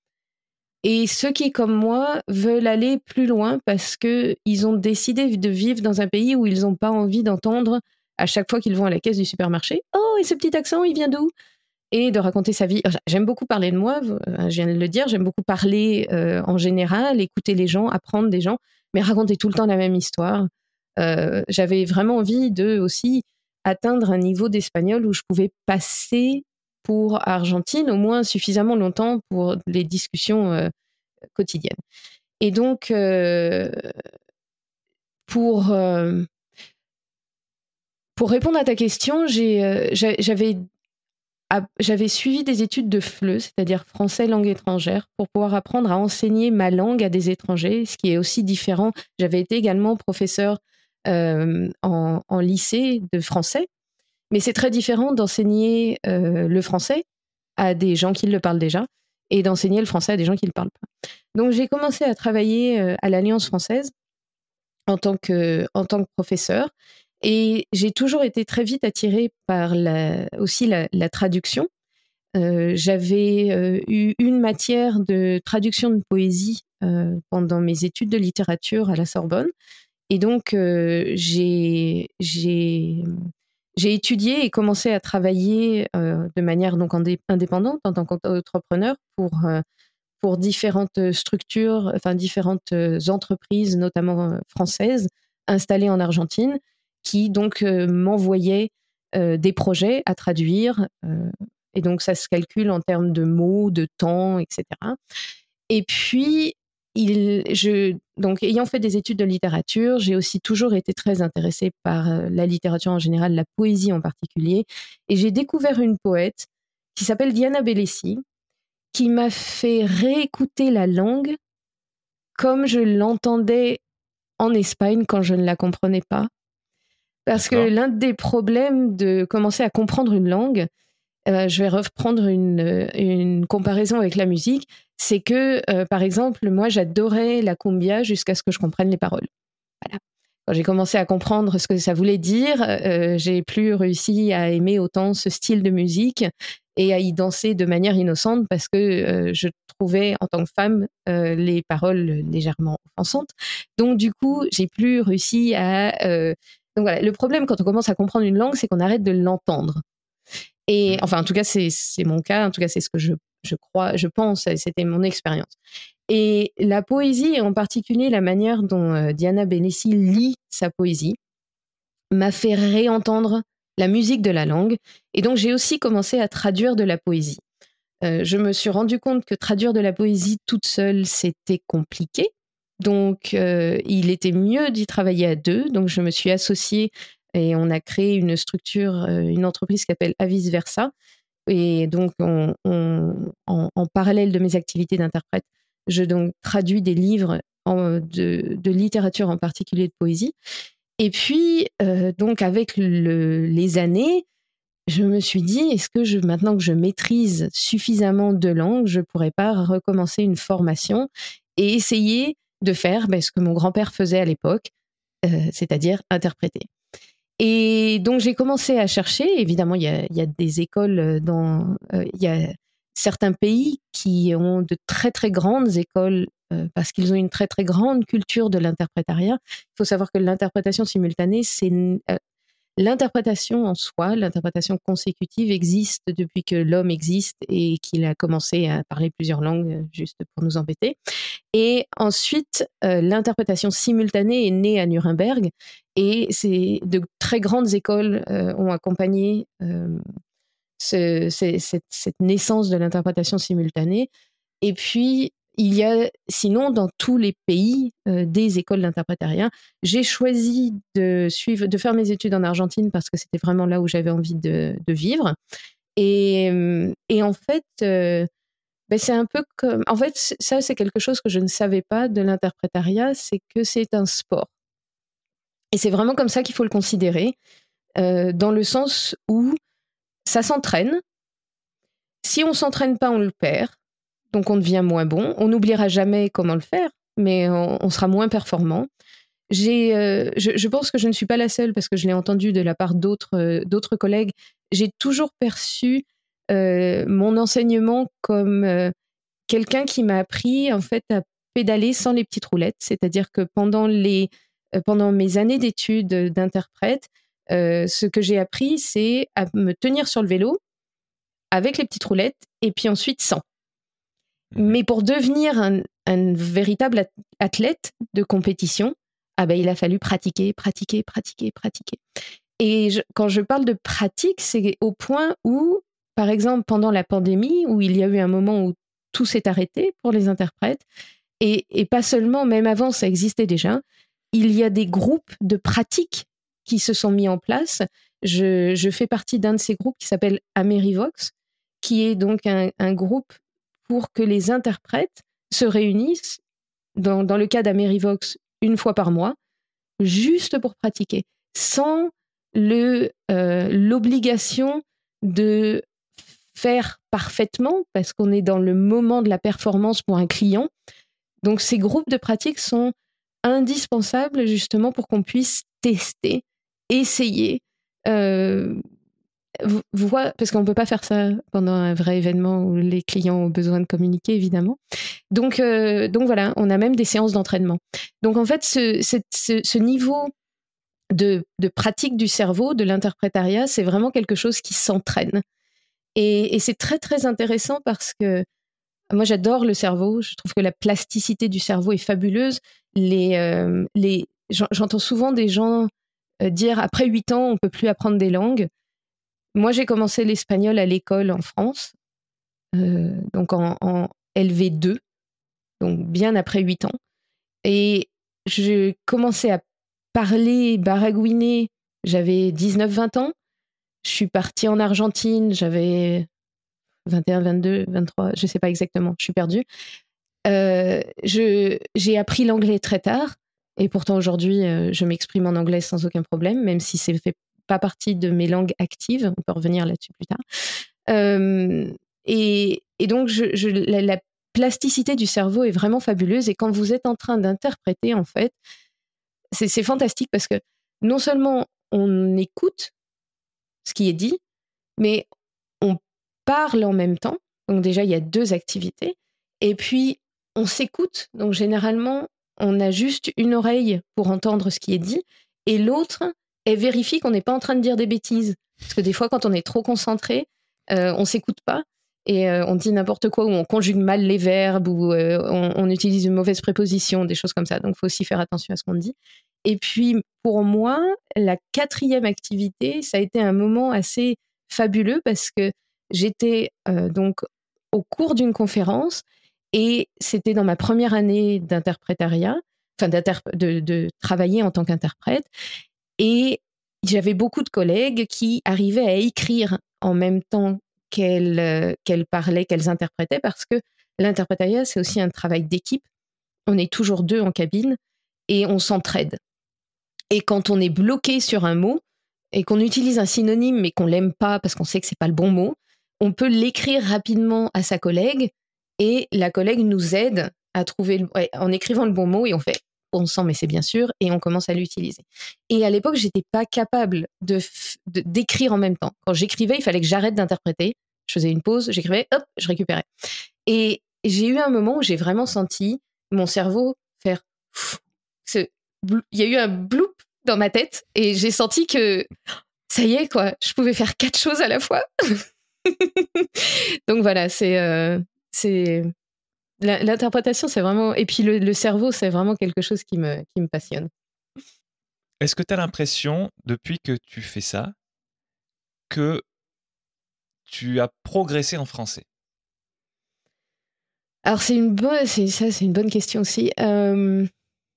Et ceux qui, comme moi, veulent aller plus loin parce qu'ils ont décidé de vivre dans un pays où ils n'ont pas envie d'entendre à chaque fois qu'ils vont à la caisse du supermarché « Oh, et ce petit accent, il vient d'où ?» et de raconter sa vie. J'aime beaucoup parler de moi, je viens de le dire, j'aime beaucoup parler euh, en général, écouter les gens, apprendre des gens, mais raconter tout le temps la même histoire. Euh, j'avais vraiment envie de aussi atteindre un niveau d'espagnol où je pouvais passer pour Argentine au moins suffisamment longtemps pour les discussions euh, quotidiennes. Et donc, euh, pour, euh, pour répondre à ta question, j'ai, euh, j'a- j'avais, à- j'avais suivi des études de F L E, c'est-à-dire français langue étrangère, pour pouvoir apprendre à enseigner ma langue à des étrangers, ce qui est aussi différent. J'avais été également professeur euh, en, en lycée de français, mais c'est très différent d'enseigner euh, le français à des gens qui le parlent déjà et d'enseigner le français à des gens qui ne le parlent pas. Donc j'ai commencé à travailler euh, à l'Alliance française en tant que, en tant que professeur. Et j'ai toujours été très vite attirée par la, aussi la, la traduction. Euh, j'avais euh, eu une matière de traduction de poésie euh, pendant mes études de littérature à la Sorbonne. Et donc, euh, j'ai, j'ai, j'ai étudié et commencé à travailler euh, de manière donc indé- indépendante en tant qu'entrepreneur pour, euh, pour différentes structures, enfin différentes entreprises, notamment euh, françaises, installées en Argentine, qui donc euh, m'envoyaient euh, des projets à traduire. Euh, et donc, ça se calcule en termes de mots, de temps, et cetera. Et puis, il, je, donc, ayant fait des études de littérature, j'ai aussi toujours été très intéressée par euh, la littérature en général, la poésie en particulier. Et j'ai découvert une poète qui s'appelle Diana Bellesi, qui m'a fait réécouter la langue comme je l'entendais en Espagne quand je ne la comprenais pas. Parce que D'accord. l'un des problèmes de commencer à comprendre une langue, euh, je vais reprendre une, une comparaison avec la musique, c'est que, euh, par exemple, moi, j'adorais la cumbia jusqu'à ce que je comprenne les paroles. Voilà. Quand j'ai commencé à comprendre ce que ça voulait dire, euh, j'ai plus réussi à aimer autant ce style de musique et à y danser de manière innocente parce que euh, je trouvais, en tant que femme, euh, les paroles légèrement offensantes. Donc, du coup, j'ai plus réussi à... euh, Donc voilà, le problème quand on commence à comprendre une langue, c'est qu'on arrête de l'entendre. Et Mhm. enfin, en tout cas, c'est, c'est mon cas. En tout cas, c'est ce que je, je crois, je pense. C'était mon expérience. Et la poésie, et en particulier la manière dont euh, Diana Bellesi lit sa poésie, m'a fait réentendre la musique de la langue. Et donc, j'ai aussi commencé à traduire de la poésie. Euh, je me suis rendu compte que traduire de la poésie toute seule, c'était compliqué. Donc, euh, il était mieux d'y travailler à deux. Donc, je me suis associée et on a créé une structure, euh, une entreprise qui s'appelle Avis Versa. Et donc, on, on, en, en parallèle de mes activités d'interprète, je donc traduis des livres en, de, de littérature, en particulier de poésie. Et puis, euh, donc, avec le, les années, je me suis dit, est-ce que je, maintenant que je maîtrise suffisamment de langues, je pourrais pas recommencer une formation et essayer de faire ben, ce que mon grand-père faisait à l'époque, euh, c'est-à-dire interpréter. Et donc, j'ai commencé à chercher. Évidemment, il y a, il y a des écoles dans... euh, il y a certains pays qui ont de très, très grandes écoles euh, parce qu'ils ont une très, très grande culture de l'interprétariat. Il faut savoir que l'interprétation simultanée, c'est... euh, L'interprétation en soi, l'interprétation consécutive existe depuis que l'homme existe et qu'il a commencé à parler plusieurs langues juste pour nous embêter. Et ensuite, euh, l'interprétation simultanée est née à Nuremberg et c'est de très grandes écoles euh, ont accompagné euh, ce, ce, cette, cette naissance de l'interprétation simultanée. Et puis, il y a, sinon, dans tous les pays, euh, des écoles d'interprétariat. J'ai choisi de suivre, de faire mes études en Argentine parce que c'était vraiment là où j'avais envie de, de vivre. Et, et en fait, euh, ben c'est un peu comme, en fait, ça, c'est quelque chose que je ne savais pas de l'interprétariat, c'est que c'est un sport. Et c'est vraiment comme ça qu'il faut le considérer, euh, dans le sens où ça s'entraîne. Si on s'entraîne pas, on le perd. Donc, on devient moins bon. On n'oubliera jamais comment le faire, mais on, on sera moins performant. J'ai, euh, je, je pense que je ne suis pas la seule parce que je l'ai entendu de la part d'autres, euh, d'autres collègues. J'ai toujours perçu euh, mon enseignement comme euh, quelqu'un qui m'a appris en fait à pédaler sans les petites roulettes. C'est-à-dire que pendant, les, euh, pendant mes années d'études d'interprète, euh, ce que j'ai appris, c'est à me tenir sur le vélo avec les petites roulettes et puis ensuite sans. Mhm. Mais pour devenir un, un véritable athlète de compétition, ah ben, il a fallu pratiquer, pratiquer, pratiquer, pratiquer. Et je, quand je parle de pratique, c'est au point où, par exemple, pendant la pandémie, où il y a eu un moment où tout s'est arrêté pour les interprètes, et, et pas seulement, même avant, ça existait déjà, il y a des groupes de pratique qui se sont mis en place. Je, je fais partie d'un de ces groupes qui s'appelle Amerivox, qui est donc un, un groupe pour que les interprètes se réunissent, dans, dans le cas d'Amerivox, une fois par mois, juste pour pratiquer, sans le, euh, l'obligation de faire parfaitement, parce qu'on est dans le moment de la performance pour un client. Donc ces groupes de pratique sont indispensables justement pour qu'on puisse tester essayer, euh, voir, parce qu'on ne peut pas faire ça pendant un vrai événement où les clients ont besoin de communiquer, évidemment. Donc, euh, donc voilà, on a même des séances d'entraînement. Donc en fait, ce, ce, ce, ce niveau de, de pratique du cerveau, de l'interprétariat, c'est vraiment quelque chose qui s'entraîne. Et, et c'est très, très intéressant parce que moi, j'adore le cerveau. Je trouve que la plasticité du cerveau est fabuleuse. Les, euh, les, j'entends souvent des gens dire « après huit ans, on ne peut plus apprendre des langues ». Moi, j'ai commencé l'espagnol à l'école en France, euh, donc en, en L V deux, donc bien après huit ans. Et je commençais à parler, baragouiner, j'avais dix-neuf vingt ans. Je suis partie en Argentine, j'avais vingt et un, vingt-deux, vingt-trois, je ne sais pas exactement, je suis perdue. Euh, je, j'ai appris l'anglais très tard, et pourtant aujourd'hui, euh, je m'exprime en anglais sans aucun problème, même si c'est fait pas partie de mes langues actives. On peut revenir là-dessus plus tard. Euh, et, et donc, je, je, la, la plasticité du cerveau est vraiment fabuleuse. Et quand vous êtes en train d'interpréter, en fait, c'est, c'est fantastique parce que non seulement on écoute ce qui est dit, mais on parle en même temps. Donc déjà, il y a deux activités. Et puis, on s'écoute. Donc généralement, on a juste une oreille pour entendre ce qui est dit. Et l'autre, elle vérifie qu'on n'est pas en train de dire des bêtises. Parce que des fois, quand on est trop concentré, euh, on ne s'écoute pas. Et euh, on dit n'importe quoi, ou on conjugue mal les verbes, ou euh, on, on utilise une mauvaise préposition, des choses comme ça. Donc, il faut aussi faire attention à ce qu'on dit. Et puis, pour moi, la quatrième activité, ça a été un moment assez fabuleux parce que j'étais euh, donc au cours d'une conférence et c'était dans ma première année d'interprétariat, enfin de, de travailler en tant qu'interprète. Et j'avais beaucoup de collègues qui arrivaient à écrire en même temps qu'elles, euh, qu'elles parlaient, qu'elles interprétaient, parce que l'interprétariat, c'est aussi un travail d'équipe. On est toujours deux en cabine et on s'entraide. Et quand on est bloqué sur un mot et qu'on utilise un synonyme mais qu'on l'aime pas parce qu'on sait que c'est pas le bon mot, on peut l'écrire rapidement à sa collègue et la collègue nous aide à trouver le, ouais, en écrivant le bon mot et on fait bon sang mais c'est bien sûr et on commence à l'utiliser. Et à l'époque, j'étais pas capable de, de d'écrire en même temps. Quand j'écrivais, il fallait que j'arrête d'interpréter. Je faisais une pause, j'écrivais, hop, je récupérais. Et j'ai eu un moment où j'ai vraiment senti mon cerveau faire ce, il y a eu un bloop dans ma tête et j'ai senti que ça y est quoi, je pouvais faire quatre choses à la fois. Donc voilà, c'est euh, c'est l'interprétation, c'est vraiment, et puis le, le cerveau, c'est vraiment quelque chose qui me qui me passionne. Est-ce que tu as l'impression, depuis que tu fais ça, que tu as progressé en français? Alors c'est une bonne, c'est ça, c'est une bonne question aussi. Euh,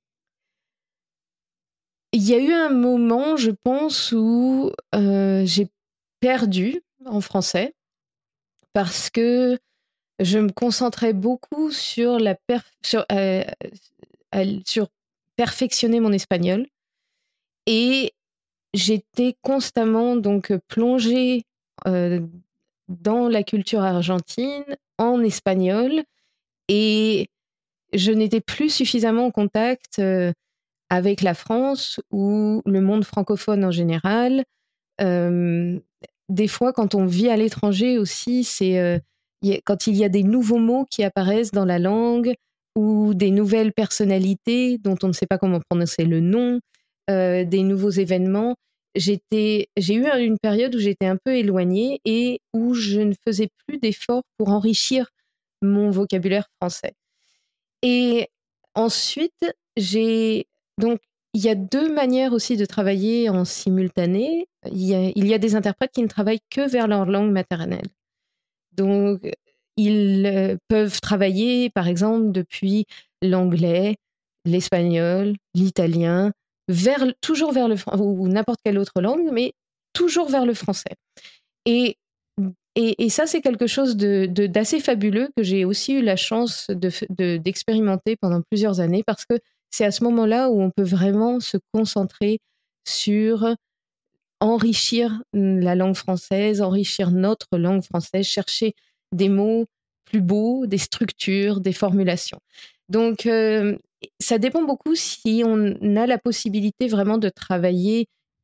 il y a eu un moment, je pense, où euh, j'ai perdu en français parce que je me concentrais beaucoup sur la perf- sur, euh, euh, sur perfectionner mon espagnol et j'étais constamment donc plongée euh, dans la culture argentine en espagnol et je n'étais plus suffisamment en contact euh, avec la France ou le monde francophone en général. Euh, des fois, quand on vit à l'étranger aussi, c'est euh, y a, quand il y a des nouveaux mots qui apparaissent dans la langue ou des nouvelles personnalités dont on ne sait pas comment prononcer le nom, euh, des nouveaux événements. J'étais, j'ai eu une période où j'étais un peu éloignée et où je ne faisais plus d'efforts pour enrichir mon vocabulaire français. Et ensuite, j'ai donc il y a deux manières aussi de travailler en simultané. Il y a, il y a des interprètes qui ne travaillent que vers leur langue maternelle. Donc, ils euh, peuvent travailler, par exemple, depuis l'anglais, l'espagnol, l'italien, vers, toujours vers le français, ou n'importe quelle autre langue, mais toujours vers le français. Et, et, et ça, c'est quelque chose de, de, d'assez fabuleux que j'ai aussi eu la chance de, de, d'expérimenter pendant plusieurs années parce que c'est à ce moment-là où on peut vraiment se concentrer sur enrichir la langue française, enrichir notre langue française, chercher des mots plus beaux, des structures, des formulations. Donc, euh, ça dépend beaucoup si on a la possibilité vraiment de travailler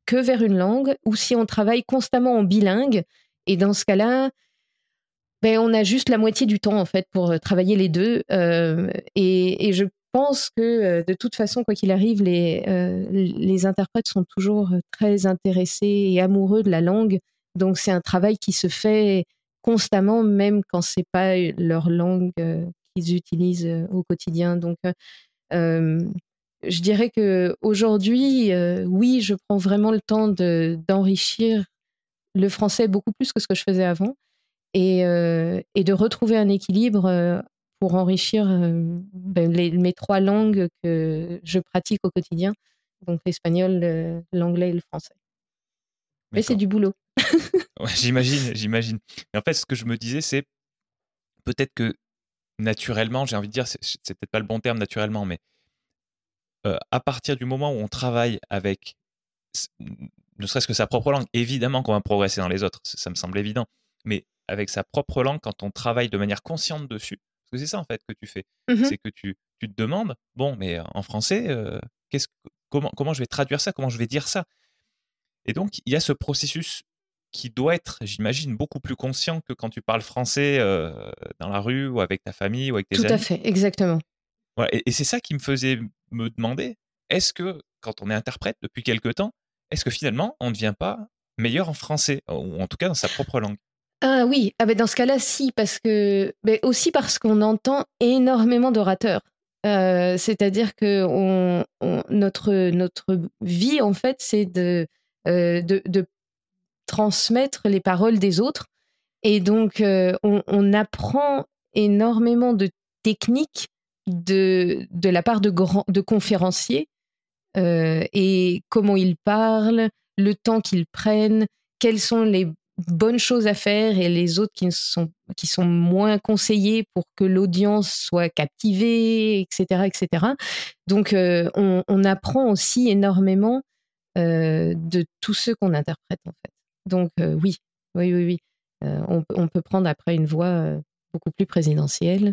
que vers une langue ou si on travaille constamment en bilingue. Et dans ce cas-là, ben, on a juste la moitié du temps en fait pour travailler les deux. Euh, et, et je pense que euh, de toute façon, quoi qu'il arrive, les, euh, les interprètes sont toujours très intéressés et amoureux de la langue. Donc c'est un travail qui se fait constamment, même quand c'est pas leur langue euh, qu'ils utilisent euh, au quotidien. Donc euh, je dirais que aujourd'hui, euh, oui, je prends vraiment le temps de, d'enrichir le français beaucoup plus que ce que je faisais avant. Et, euh, et de retrouver un équilibre euh, pour enrichir euh, ben, les, mes trois langues que je pratique au quotidien, donc l'espagnol, le, l'anglais et le français. Mais D'accord. c'est du boulot. Ouais, j'imagine, j'imagine. Mais en fait, ce que je me disais, c'est peut-être que naturellement, j'ai envie de dire, c'est, c'est peut-être pas le bon terme naturellement, mais euh, à partir du moment où on travaille avec ne serait-ce que sa propre langue, évidemment qu'on va progresser dans les autres, ça, ça me semble évident, mais avec sa propre langue, quand on travaille de manière consciente dessus, parce que c'est ça en fait que tu fais, Mm-hmm. c'est que tu, tu te demandes, bon, mais en français, euh, qu'est-ce, comment, comment je vais traduire ça, comment je vais dire ça. Et donc, il y a ce processus qui doit être, j'imagine, beaucoup plus conscient que quand tu parles français euh, dans la rue ou avec ta famille ou avec tes Tout amis. à fait, exactement. Voilà, et, et c'est ça qui me faisait me demander, est-ce que quand on est interprète depuis quelque temps, est-ce que finalement on ne devient pas meilleur en français, ou en tout cas dans sa propre langue? Ah oui, ah ben dans ce cas-là, si, parce que, ben aussi parce qu'on entend énormément d'orateurs. Euh, c'est-à-dire que on, on- notre, notre vie, en fait, c'est de, euh, de, de transmettre les paroles des autres. Et donc, euh, on, on apprend énormément de techniques de, de la part de, grands, de conférenciers euh, et comment ils parlent, le temps qu'ils prennent, quelles sont les bonnes choses à faire et les autres qui sont, qui sont moins conseillées pour que l'audience soit captivée, et cetera, et cetera. Donc, euh, on, on apprend aussi énormément euh, de tous ceux qu'on interprète, en fait. Donc, euh, oui, oui, oui, oui. Euh, on, on peut prendre après une voix euh, beaucoup plus présidentielle.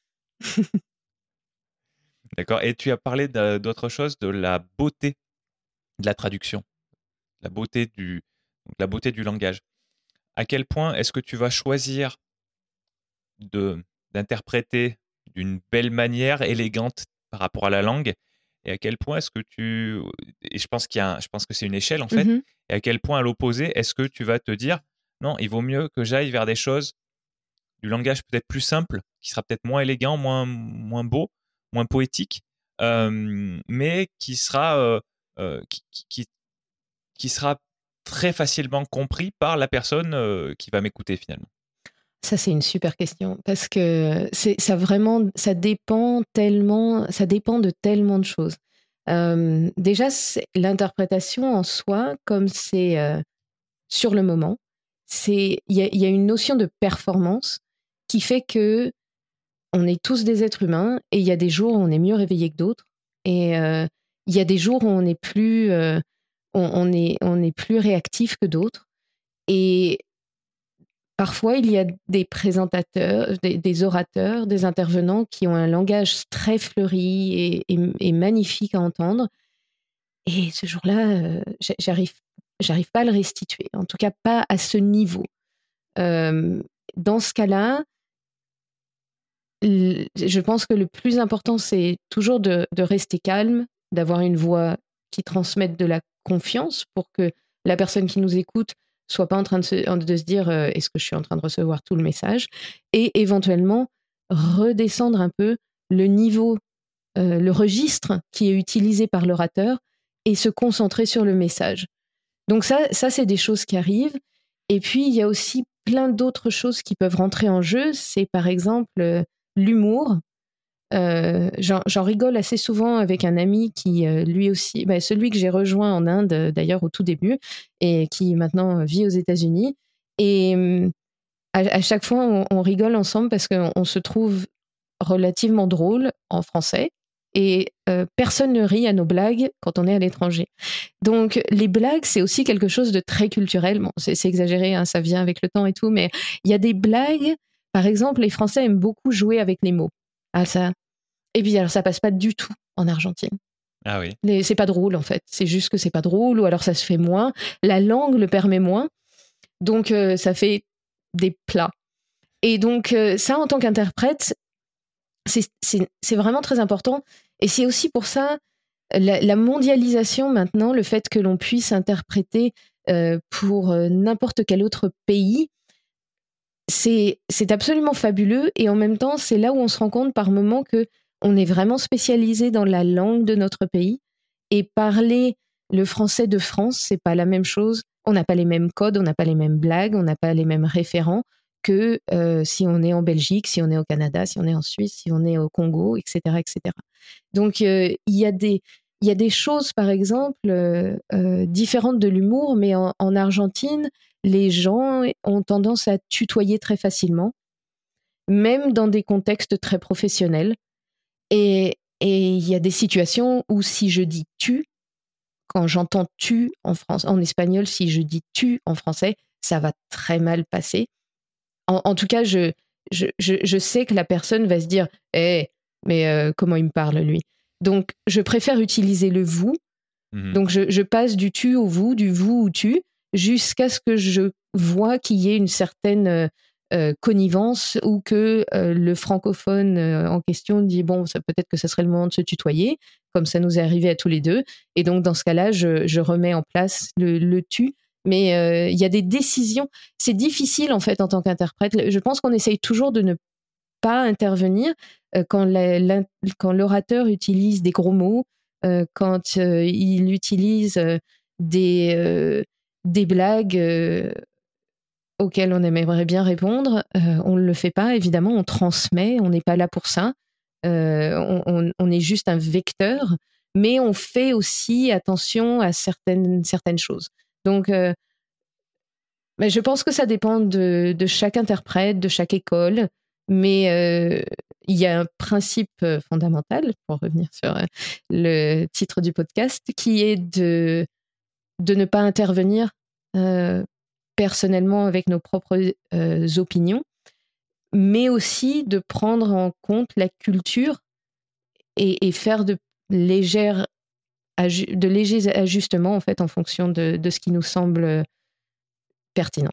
D'accord. Et tu as parlé de- d'autre chose, de la beauté de la traduction, la beauté du, donc la beauté du langage. À quel point est-ce que tu vas choisir de d'interpréter d'une belle manière, élégante par rapport à la langue, et à quel point est-ce que tu et je pense qu'il y a un- je pense que c'est une échelle en fait, Mm-hmm. et à quel point à l'opposé est-ce que tu vas te dire non, il vaut mieux que j'aille vers des choses du langage peut-être plus simple, qui sera peut-être moins élégant, moins moins beau, moins poétique, euh, mais qui sera euh, euh, qui, qui, qui sera très facilement compris par la personne euh, qui va m'écouter finalement. Ça, c'est une super question parce que c'est, ça vraiment, ça dépend tellement, ça dépend de tellement de choses. Euh, déjà, c'est, l'interprétation en soi, comme c'est euh, sur le moment, c'est, il y a, y a une notion de performance qui fait que on est tous des êtres humains et il y a des jours où on est mieux réveillé que d'autres et euh, il y a des jours où on est plus, euh, on, on est, on est plus réactif que d'autres et parfois, il y a des présentateurs, des, des orateurs, des intervenants qui ont un langage très fleuri et, et, et magnifique à entendre. Et ce jour-là, euh, j'arrive, j'arrive pas à le restituer. En tout cas, pas à ce niveau. Euh, dans ce cas-là, l- je pense que le plus important, c'est toujours de, de rester calme, d'avoir une voix qui transmette de la confiance pour que la personne qui nous écoute soit pas en train de se, de se dire euh, est-ce que je suis en train de recevoir tout le message et éventuellement redescendre un peu le niveau, euh, le registre qui est utilisé par l'orateur et se concentrer sur le message. Donc ça, ça c'est des choses qui arrivent. Et puis il y a aussi plein d'autres choses qui peuvent rentrer en jeu. C'est par exemple euh, l'humour. Euh, j'en, j'en rigole assez souvent avec un ami qui, euh, lui aussi, bah, celui que j'ai rejoint en Inde, euh, d'ailleurs, au tout début, et qui maintenant vit aux États-Unis. Et euh, à, à chaque fois, on, on rigole ensemble parce qu'on on se trouve relativement drôle en français. Et euh, personne ne rit à nos blagues quand on est à l'étranger. Donc, les blagues, c'est aussi quelque chose de très culturel. Bon, c'est, c'est exagéré, hein, ça vient avec le temps et tout, mais il y a des blagues. Par exemple, les Français aiment beaucoup jouer avec les mots. Ah, ça. Et puis, alors, ça passe pas du tout en Argentine. Ah oui. Mais c'est pas drôle en fait. C'est juste que c'est pas drôle, ou alors ça se fait moins. La langue le permet moins. Donc euh, ça fait des plats. Et donc euh, ça, en tant qu'interprète, c'est, c'est, c'est vraiment très important. Et c'est aussi pour ça la, la mondialisation maintenant, le fait que l'on puisse interpréter euh, pour euh, n'importe quel autre pays, c'est, c'est absolument fabuleux. Et en même temps, c'est là où on se rend compte par moments que on est vraiment spécialisé dans la langue de notre pays. Et parler le français de France, c'est pas la même chose. On n'a pas les mêmes codes, on n'a pas les mêmes blagues, on n'a pas les mêmes référents que euh, si on est en Belgique, si on est au Canada, si on est en Suisse, si on est au Congo, et cetera, et cetera. Donc euh, il y a des il y a des choses, par exemple, euh, euh, différentes de l'humour, mais en, en Argentine, les gens ont tendance à tutoyer très facilement, même dans des contextes très professionnels. Et et il y a des situations où si je dis tu, quand j'entends tu en France, en espagnol, si je dis tu en français, ça va très mal passer. En, en tout cas, je, je, je, je sais que la personne va se dire hé, hey, mais euh, comment il me parle, lui? Donc, je préfère utiliser le vous. Mmh. Donc, je, je passe du tu au vous, du vous au tu, jusqu'à ce que je vois qu'il y ait une certaine euh, euh, connivence, ou que euh, le francophone euh, en question dit bon, ça, peut-être que ce serait le moment de se tutoyer, comme ça nous est arrivé à tous les deux. Et donc, dans ce cas-là, je, je remets en place le, le tu. Mais il euh, y a des décisions. C'est difficile, en fait, en tant qu'interprète. Je pense qu'on essaye toujours de ne pas intervenir euh, quand, la, la, quand l'orateur utilise des gros mots, euh, quand euh, il utilise euh, des, euh, des blagues euh, auxquelles on aimerait bien répondre. Euh, on ne le fait pas, évidemment. On transmet. On n'est pas là pour ça. Euh, on, on, on est juste un vecteur. Mais on fait aussi attention à certaines, certaines choses. Donc, euh, mais je pense que ça dépend de, de chaque interprète, de chaque école. Mais euh, il y a un principe fondamental, pour revenir sur le titre du podcast, qui est de, de ne pas intervenir euh, personnellement avec nos propres euh, opinions, mais aussi de prendre en compte la culture et, et faire de légères, de légers ajustements en fait, en fonction de, de ce qui nous semble pertinent.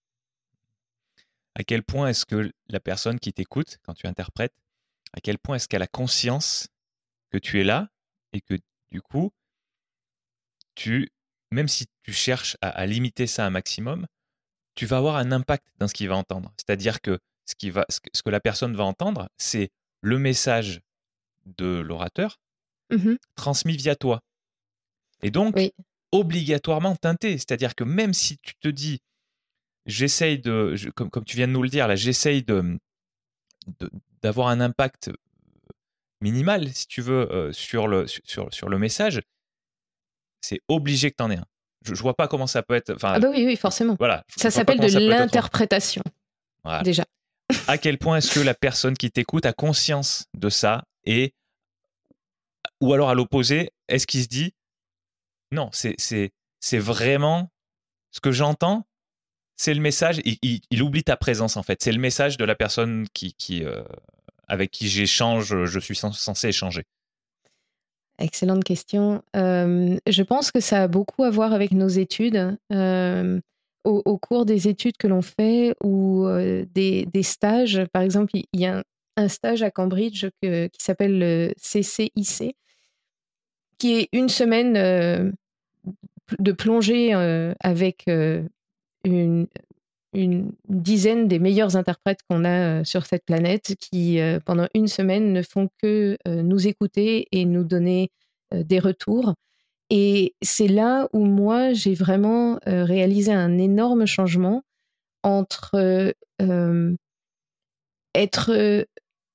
À quel point est-ce que la personne qui t'écoute, quand tu interprètes, à quel point est-ce qu'elle a conscience que tu es là et que du coup, tu, même si tu cherches à, à limiter ça un maximum, tu vas avoir un impact dans ce qu'il va entendre. C'est-à-dire que ce, qui va, ce, que, ce que la personne va entendre, c'est le message de l'orateur mmh. transmis via toi. Et donc, oui. obligatoirement teinté. C'est-à-dire que même si tu te dis, j'essaye de, je, comme, comme tu viens de nous le dire, là, j'essaye de, de, d'avoir un impact minimal, si tu veux, euh, sur, le, sur, sur le message, c'est obligé que tu en aies un. Je ne vois pas comment ça peut être... Ah bah oui, oui, forcément. Voilà, ça s'appelle de l'interprétation, voilà. Déjà. À quel point est-ce que la personne qui t'écoute a conscience de ça, et ou alors à l'opposé, est-ce qu'il se dit non, c'est, c'est, c'est vraiment ce que j'entends, c'est le message, il, il, il oublie ta présence en fait, c'est le message de la personne qui, qui, euh, avec qui j'échange, je suis censé échanger. Excellente question. Euh, je pense que ça a beaucoup à voir avec nos études. Euh, au, au cours des études que l'on fait, ou euh, des, des stages, par exemple, il y a un, un stage à Cambridge que, qui s'appelle le C C I C, qui est une semaine euh, de plongée euh, avec euh, une, une dizaine des meilleurs interprètes qu'on a euh, sur cette planète, qui euh, pendant une semaine ne font que euh, nous écouter et nous donner euh, des retours. Et c'est là où moi j'ai vraiment euh, réalisé un énorme changement entre euh, être euh,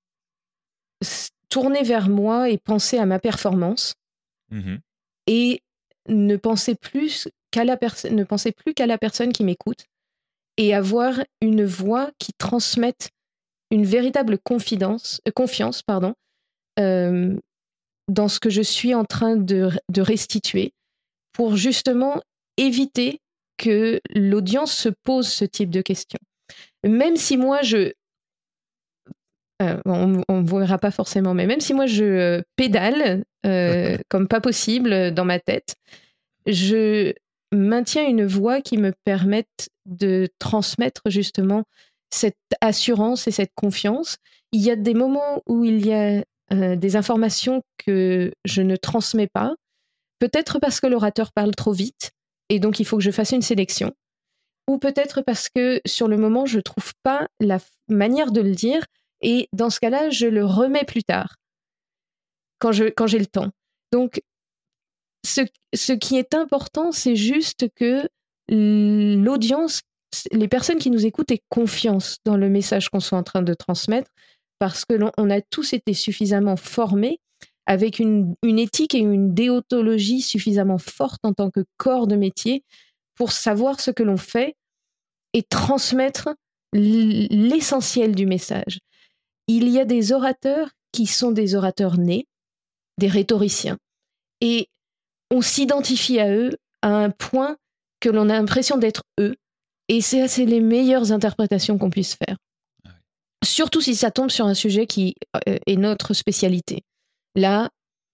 tourné vers moi et penser à ma performance, mmh. et ne penser plus qu'à la personne, ne penser plus qu'à la personne qui m'écoute, et avoir une voix qui transmette une véritable confidence, euh, confiance pardon, euh, dans ce que je suis en train de, de restituer, pour justement éviter que l'audience se pose ce type de questions. Même si moi, je, Euh, on ne me verra pas forcément, mais même si moi je pédale euh, comme pas possible dans ma tête, je maintiens une voix qui me permette de transmettre justement cette assurance et cette confiance. Il y a des moments où il y a euh, des informations que je ne transmets pas, peut-être parce que l'orateur parle trop vite et donc il faut que je fasse une sélection, ou peut-être parce que sur le moment je trouve pas la f- manière de le dire, et dans ce cas-là je le remets plus tard quand je quand j'ai le temps. Donc ce, ce qui est important, c'est juste que l'audience, les personnes qui nous écoutent aient confiance dans le message qu'on soit en train de transmettre, parce que l'on on a tous été suffisamment formés avec une, une éthique et une déontologie suffisamment forte en tant que corps de métier pour savoir ce que l'on fait et transmettre l'essentiel du message. Il y a des orateurs qui sont des orateurs nés, des rhétoriciens. Et on s'identifie à eux à un point que l'on a l'impression d'être eux. Et c'est, c'est les meilleures interprétations qu'on puisse faire. Ah oui. Surtout si ça tombe sur un sujet qui euh, est notre spécialité. Là,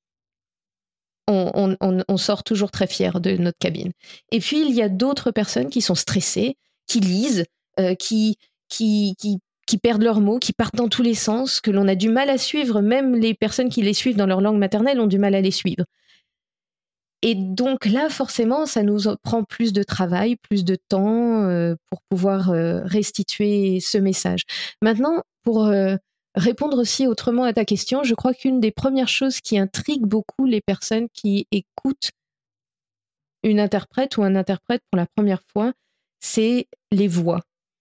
on, on, on, on sort toujours très fiers de notre cabine. Et puis, il y a d'autres personnes qui sont stressées, qui lisent, euh, qui, qui, qui, qui perdent leurs mots, qui partent dans tous les sens, que l'on a du mal à suivre. Même les personnes qui les suivent dans leur langue maternelle ont du mal à les suivre. Et donc là, forcément, ça nous prend plus de travail, plus de temps euh, pour pouvoir euh, restituer ce message. Maintenant, pour euh, répondre aussi autrement à ta question, je crois qu'une des premières choses qui intrigue beaucoup les personnes qui écoutent une interprète ou un interprète pour la première fois, c'est les voix.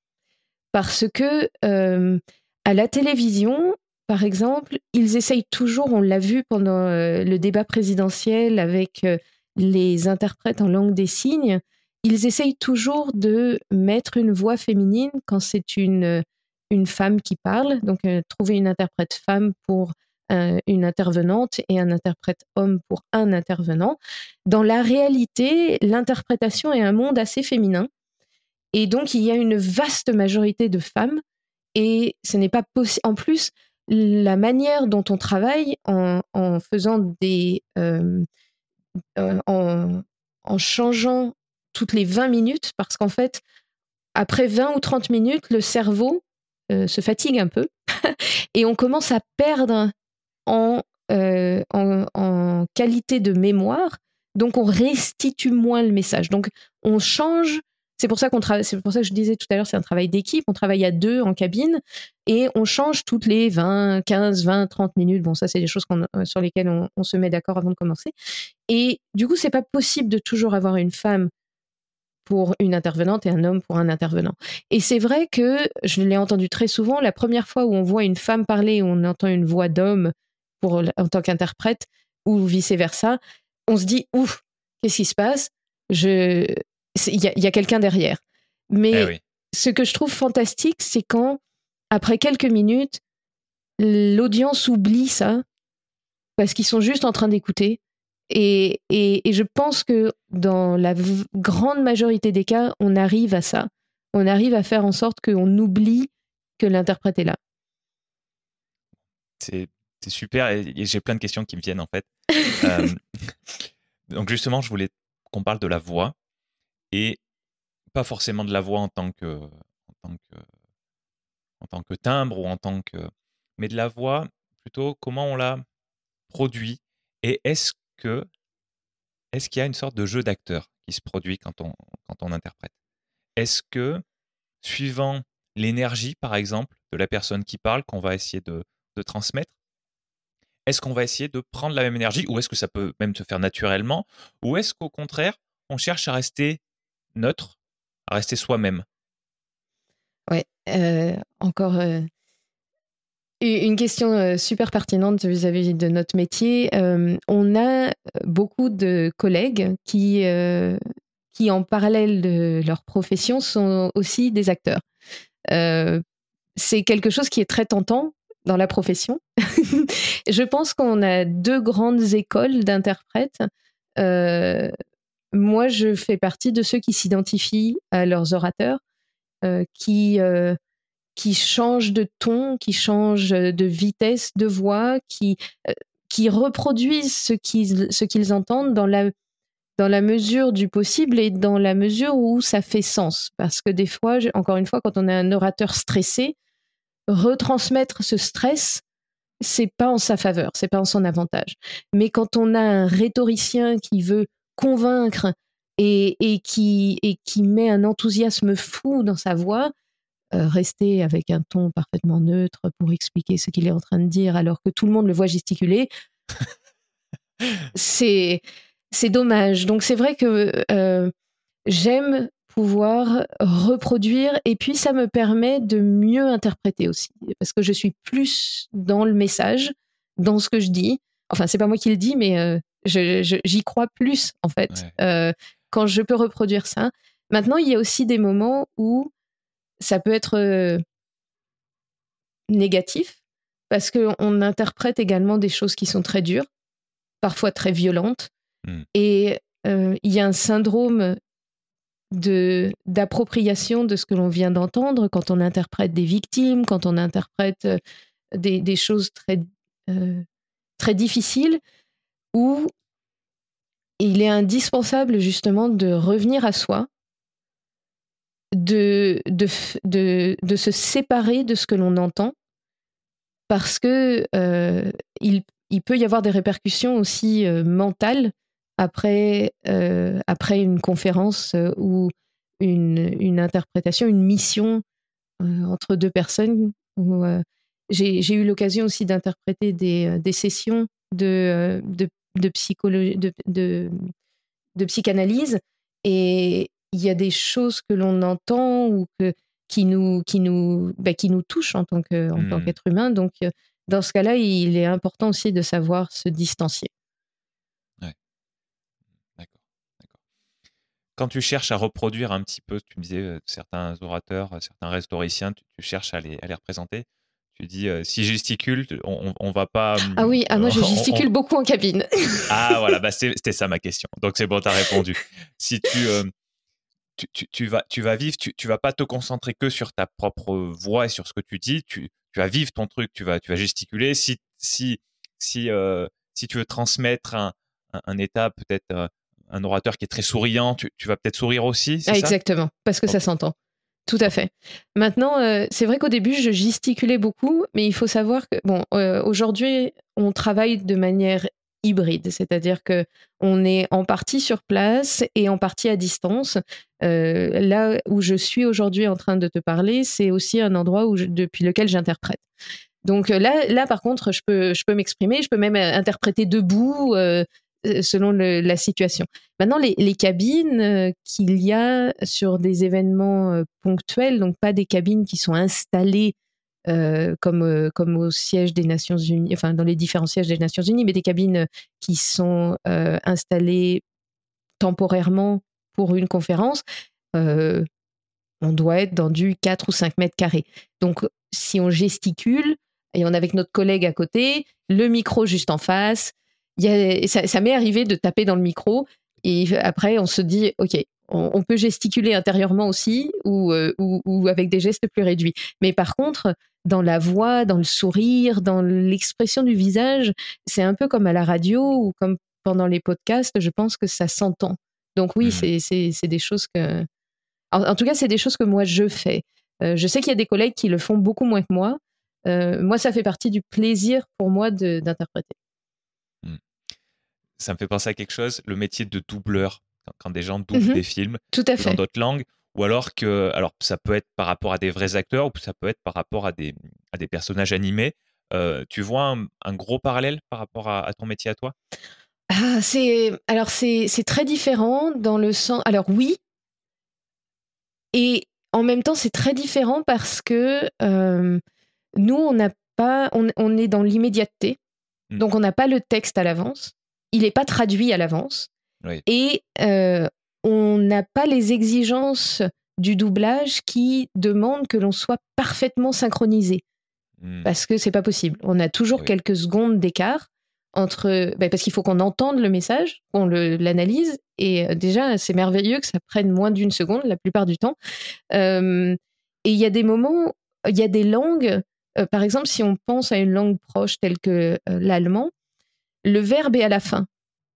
Parce que euh, à la télévision, par exemple, ils essayent toujours, on l'a vu pendant euh, le débat présidentiel avec euh, les interprètes en langue des signes, ils essayent toujours de mettre une voix féminine quand c'est une, une femme qui parle, donc euh, trouver une interprète femme pour euh, une intervenante et un interprète homme pour un intervenant. Dans la réalité, l'interprétation est un monde assez féminin, et donc il y a une vaste majorité de femmes, et ce n'est pas possible. En plus, la manière dont on travaille en, en faisant des... Euh, euh, en, en changeant toutes les vingt minutes, parce qu'en fait, après vingt ou trente minutes, le cerveau euh, se fatigue un peu et on commence à perdre en, euh, en, en qualité de mémoire, donc on restitue moins le message. Donc on change. C'est pour ça qu'on travaille. C'est pour ça que je disais tout à l'heure, c'est un travail d'équipe. On travaille à deux en cabine et on change toutes les vingt, quinze, vingt, trente minutes. Bon, ça, c'est des choses qu'on, sur lesquelles on, on se met d'accord avant de commencer. Et du coup, c'est pas possible de toujours avoir une femme pour une intervenante et un homme pour un intervenant. Et c'est vrai que, je l'ai entendu très souvent, la première fois où on voit une femme parler, où on entend une voix d'homme pour, en tant qu'interprète, ou vice-versa, on se dit, ouf, qu'est-ce qui se passe? Je... Il y a, y a quelqu'un derrière. Mais Eh oui. ce que je trouve fantastique, c'est quand, après quelques minutes, l'audience oublie ça, parce qu'ils sont juste en train d'écouter. Et, et, et je pense que dans la v- grande majorité des cas, on arrive à ça. On arrive à faire en sorte qu'on oublie que l'interprète est là. C'est, c'est super et, et j'ai plein de questions qui me viennent en fait. Euh, donc justement, je voulais qu'on parle de la voix et pas forcément de la voix en tant que, en tant que, en tant que timbre ou en tant que, mais de la voix plutôt comment on la produit et est-ce que, est-ce qu'il y a une sorte de jeu d'acteur qui se produit quand on, quand on interprète? Est-ce que suivant l'énergie, par exemple, de la personne qui parle, qu'on va essayer de, de transmettre, est-ce qu'on va essayer de prendre la même énergie ou est-ce que ça peut même se faire naturellement ou est-ce qu'au contraire, on cherche à rester neutre, à rester soi-même? Ouais, euh, encore euh, une question euh, super pertinente vis-à-vis de notre métier. Euh, on a beaucoup de collègues qui, euh, qui, en parallèle de leur profession, sont aussi des acteurs. Euh, c'est quelque chose qui est très tentant dans la profession. Je pense qu'on a deux grandes écoles d'interprètes. Euh, moi, je fais partie de ceux qui s'identifient à leurs orateurs, euh, qui, euh, qui changent de ton, qui changent de vitesse de voix, qui, euh, qui reproduisent ce qu'ils, ce qu'ils entendent dans la, dans la mesure du possible et dans la mesure où ça fait sens. Parce que des fois, encore une fois, quand on a un orateur stressé, retransmettre ce stress, c'est pas en sa faveur, c'est pas en son avantage. Mais quand on a un rhétoricien qui veut convaincre et, et, qui, et qui met un enthousiasme fou dans sa voix, euh, rester avec un ton parfaitement neutre pour expliquer ce qu'il est en train de dire alors que tout le monde le voit gesticuler, c'est, c'est dommage. Donc c'est vrai que euh, j'aime pouvoir reproduire et puis ça me permet de mieux interpréter aussi parce que je suis plus dans le message, dans ce que je dis. Enfin, c'est pas moi qui le dis, mais euh, je, je, j'y crois plus en fait ouais. euh, quand je peux reproduire ça. Maintenant, il y a aussi des moments où ça peut être euh, négatif parce qu'on interprète également des choses qui sont très dures, parfois très violentes. Mm. Et euh, il y a un syndrome de, d'appropriation de ce que l'on vient d'entendre quand on interprète des victimes, quand on interprète des, des choses très, euh, très difficiles, où il est indispensable justement de revenir à soi, de, de, de, de se séparer de ce que l'on entend, parce que euh, il, il peut y avoir des répercussions aussi euh, mentales après, euh, après une conférence euh, ou une, une interprétation, une mission euh, entre deux personnes. Où, euh, j'ai, j'ai eu l'occasion aussi d'interpréter des, des sessions de, de, de, psychologie, de, de, de psychanalyse, et il y a des choses que l'on entend ou que, qui, nous, qui, nous, bah, qui nous touchent en tant, que, en mmh. tant qu'être humain. Donc, dans ce cas-là, il est important aussi de savoir se distancier. Ouais. D'accord. D'accord. Quand tu cherches à reproduire un petit peu, tu me disais, euh, certains orateurs, certains rhétoriciens, tu, tu cherches à les, à les représenter. Tu dis, euh, si gesticule, on, on, on va pas... Ah oui, ah, moi je gesticule on, on... beaucoup en cabine. Ah voilà, bah c'est, c'était ça ma question. Donc c'est bon, tu as répondu. Si tu, euh, tu, tu, tu, vas, tu vas vivre, tu, tu vas pas te concentrer que sur ta propre voix et sur ce que tu dis, tu, tu vas vivre ton truc, tu vas, tu vas gesticuler. Si, si, si, euh, si tu veux transmettre un, un, un état, peut-être euh, un orateur qui est très souriant, tu, tu vas peut-être sourire aussi, c'est ah, ça ? Exactement, parce que okay. ça s'entend. Tout à fait. Maintenant, euh, c'est vrai qu'au début, je gesticulais beaucoup, mais il faut savoir que, bon, euh, aujourd'hui, on travaille de manière hybride, c'est-à-dire que on est en partie sur place et en partie à distance. Euh, là où je suis aujourd'hui en train de te parler, c'est aussi un endroit où je, depuis lequel j'interprète. Donc là, là, par contre, je peux, je peux m'exprimer, je peux même interpréter debout. Euh, selon le, la situation. Maintenant, les, les cabines euh, qu'il y a sur des événements euh, ponctuels, donc pas des cabines qui sont installées euh, comme, euh, comme au siège des Nations Unies, enfin dans les différents sièges des Nations Unies, mais des cabines qui sont euh, installées temporairement pour une conférence, euh, on doit être dans du quatre ou cinq mètres carrés. Donc, si on gesticule, et on est avec notre collègue à côté, le micro juste en face, il y a, ça, ça m'est arrivé de taper dans le micro et après on se dit ok, on, on peut gesticuler intérieurement aussi ou, euh, ou, ou avec des gestes plus réduits. Mais par contre, dans la voix, dans le sourire, dans l'expression du visage, c'est un peu comme à la radio ou comme pendant les podcasts, je pense que ça s'entend. Donc oui, mmh. c'est, c'est, c'est des choses que... En, en tout cas, c'est des choses que moi je fais. Euh, je sais qu'il y a des collègues qui le font beaucoup moins que moi. Euh, moi, ça fait partie du plaisir pour moi de, d'interpréter. Ça me fait penser à quelque chose, le métier de doubleur, quand, quand des gens doublent mmh. des films Tout à fait. dans d'autres langues, ou alors que, alors ça peut être par rapport à des vrais acteurs, ou ça peut être par rapport à des, à des personnages animés. Euh, tu vois un, un gros parallèle par rapport à, à ton métier à toi ? Ah, c'est, alors c'est, c'est très différent dans le sens... Alors oui, et en même temps c'est très différent parce que euh, nous, on n'a pas, on, on est dans l'immédiateté, mmh. donc on n'a pas le texte à l'avance. Il n'est pas traduit à l'avance. Oui. Et euh, on n'a pas les exigences du doublage qui demandent que l'on soit parfaitement synchronisé. Mmh. Parce que c'est pas possible. On a toujours oui. quelques secondes d'écart entre... Ben parce qu'il faut qu'on entende le message, qu'on le, l'analyse. Et euh, déjà, c'est merveilleux que ça prenne moins d'une seconde la plupart du temps. Euh, et il y a des moments il y a des langues, euh, par exemple, si on pense à une langue proche telle que euh, l'allemand, le verbe est à la fin.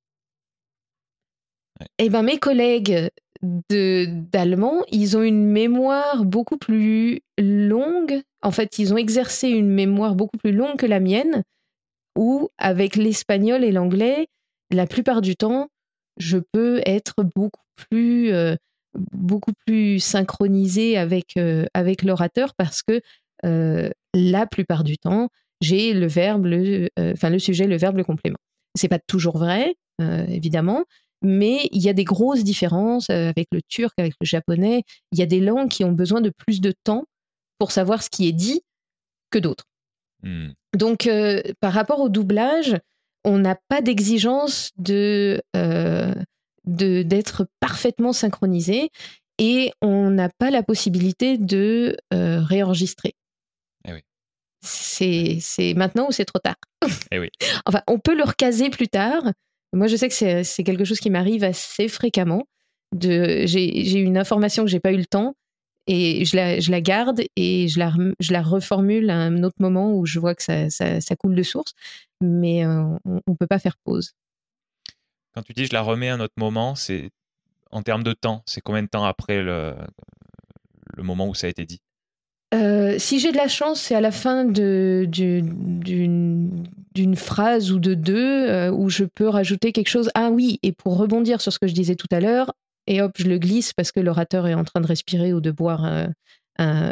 Ouais. Eh ben, mes collègues de, d'allemand, ils ont une mémoire beaucoup plus longue. En fait, ils ont exercé une mémoire beaucoup plus longue que la mienne, où, avec l'espagnol et l'anglais, la plupart du temps, je peux être beaucoup plus, euh, beaucoup plus synchronisée avec, euh, avec l'orateur parce que euh, la plupart du temps, j'ai le verbe, le, euh, enfin le sujet, le verbe, le complément. C'est pas toujours vrai, euh, évidemment, mais il y a des grosses différences euh, avec le turc, avec le japonais. Il y a des langues qui ont besoin de plus de temps pour savoir ce qui est dit que d'autres. Hmm. Donc, euh, par rapport au doublage, on n'a pas d'exigence de, euh, de, d'être parfaitement synchronisé et on n'a pas la possibilité de euh, réenregistrer. Eh oui. C'est, c'est maintenant ou c'est trop tard. Eh oui. Enfin, on peut le recaser plus tard. Moi, je sais que c'est, c'est quelque chose qui m'arrive assez fréquemment. De, j'ai, j'ai une information que j'ai pas eu le temps et je la, je la garde et je la, je la reformule à un autre moment où je vois que ça, ça, ça coule de source, mais euh, on ne peut pas faire pause. Quand tu dis je la remets à un autre moment, c'est en termes de temps, c'est combien de temps après le, le moment où ça a été dit? Euh, si j'ai de la chance, c'est à la fin de, du- d'une, d'une phrase ou de deux euh, où je peux rajouter quelque chose. Ah oui, et pour rebondir sur ce que je disais tout à l'heure, et hop, je le glisse parce que l'orateur est en train de respirer ou de boire un, un,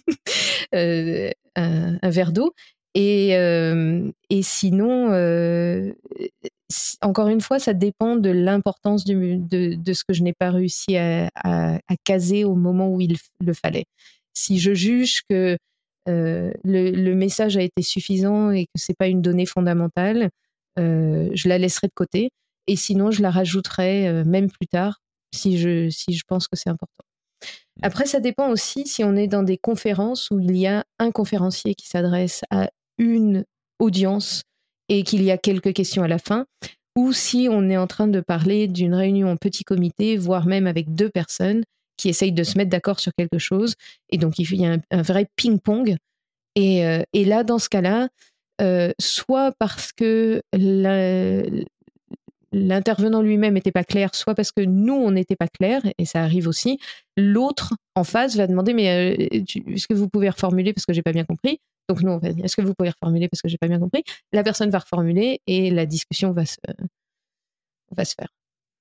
euh, un- un verre d'eau. Et, euh, et sinon, euh, c- encore une fois, ça dépend de l'importance du- de, de ce que je n'ai pas réussi à, à- à caser au moment où il f- le fallait. Si je juge que euh, le, le message a été suffisant et que c'est pas une donnée fondamentale, euh, je la laisserai de côté. Et sinon, je la rajouterai euh, même plus tard si je, si je pense que c'est important. Après, ça dépend aussi si on est dans des conférences où il y a un conférencier qui s'adresse à une audience et qu'il y a quelques questions à la fin, ou si on est en train de parler d'une réunion en petit comité, voire même avec deux personnes qui essayent de se mettre d'accord sur quelque chose. Et donc, il y a un, un vrai ping-pong. Et, euh, et là, dans ce cas-là, euh, soit parce que la, l'intervenant lui-même n'était pas clair, soit parce que nous, on n'était pas clair, et ça arrive aussi, l'autre en face va demander, mais euh, tu, est-ce que vous pouvez reformuler parce que j'ai pas bien compris? Donc nous, on va dire, est-ce que vous pouvez reformuler parce que j'ai pas bien compris? La personne va reformuler et la discussion va se, va se faire.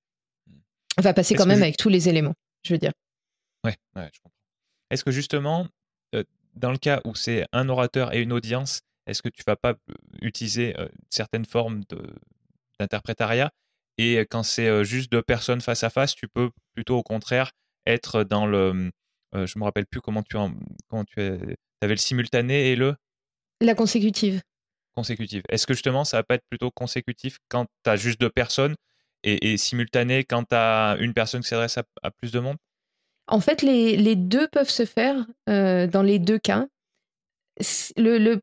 Va passer Est-ce quand que même ju- avec tous les éléments, je veux dire. Ouais, ouais, je comprends. Est-ce que justement, euh, dans le cas où c'est un orateur et une audience, est-ce que tu vas pas euh, utiliser euh, certaines formes de- d'interprétariat et euh, quand c'est euh, juste deux personnes face à face, tu peux plutôt au contraire être dans le, euh, je me rappelle plus comment tu en, comment tu avais le simultané et le La consécutive. consécutif. Est-ce que justement ça va pas être plutôt consécutif quand tu as juste deux personnes et, et simultané quand tu as une personne qui s'adresse à, à plus de monde? En fait, les, les deux peuvent se faire euh, dans les deux cas. Le, le,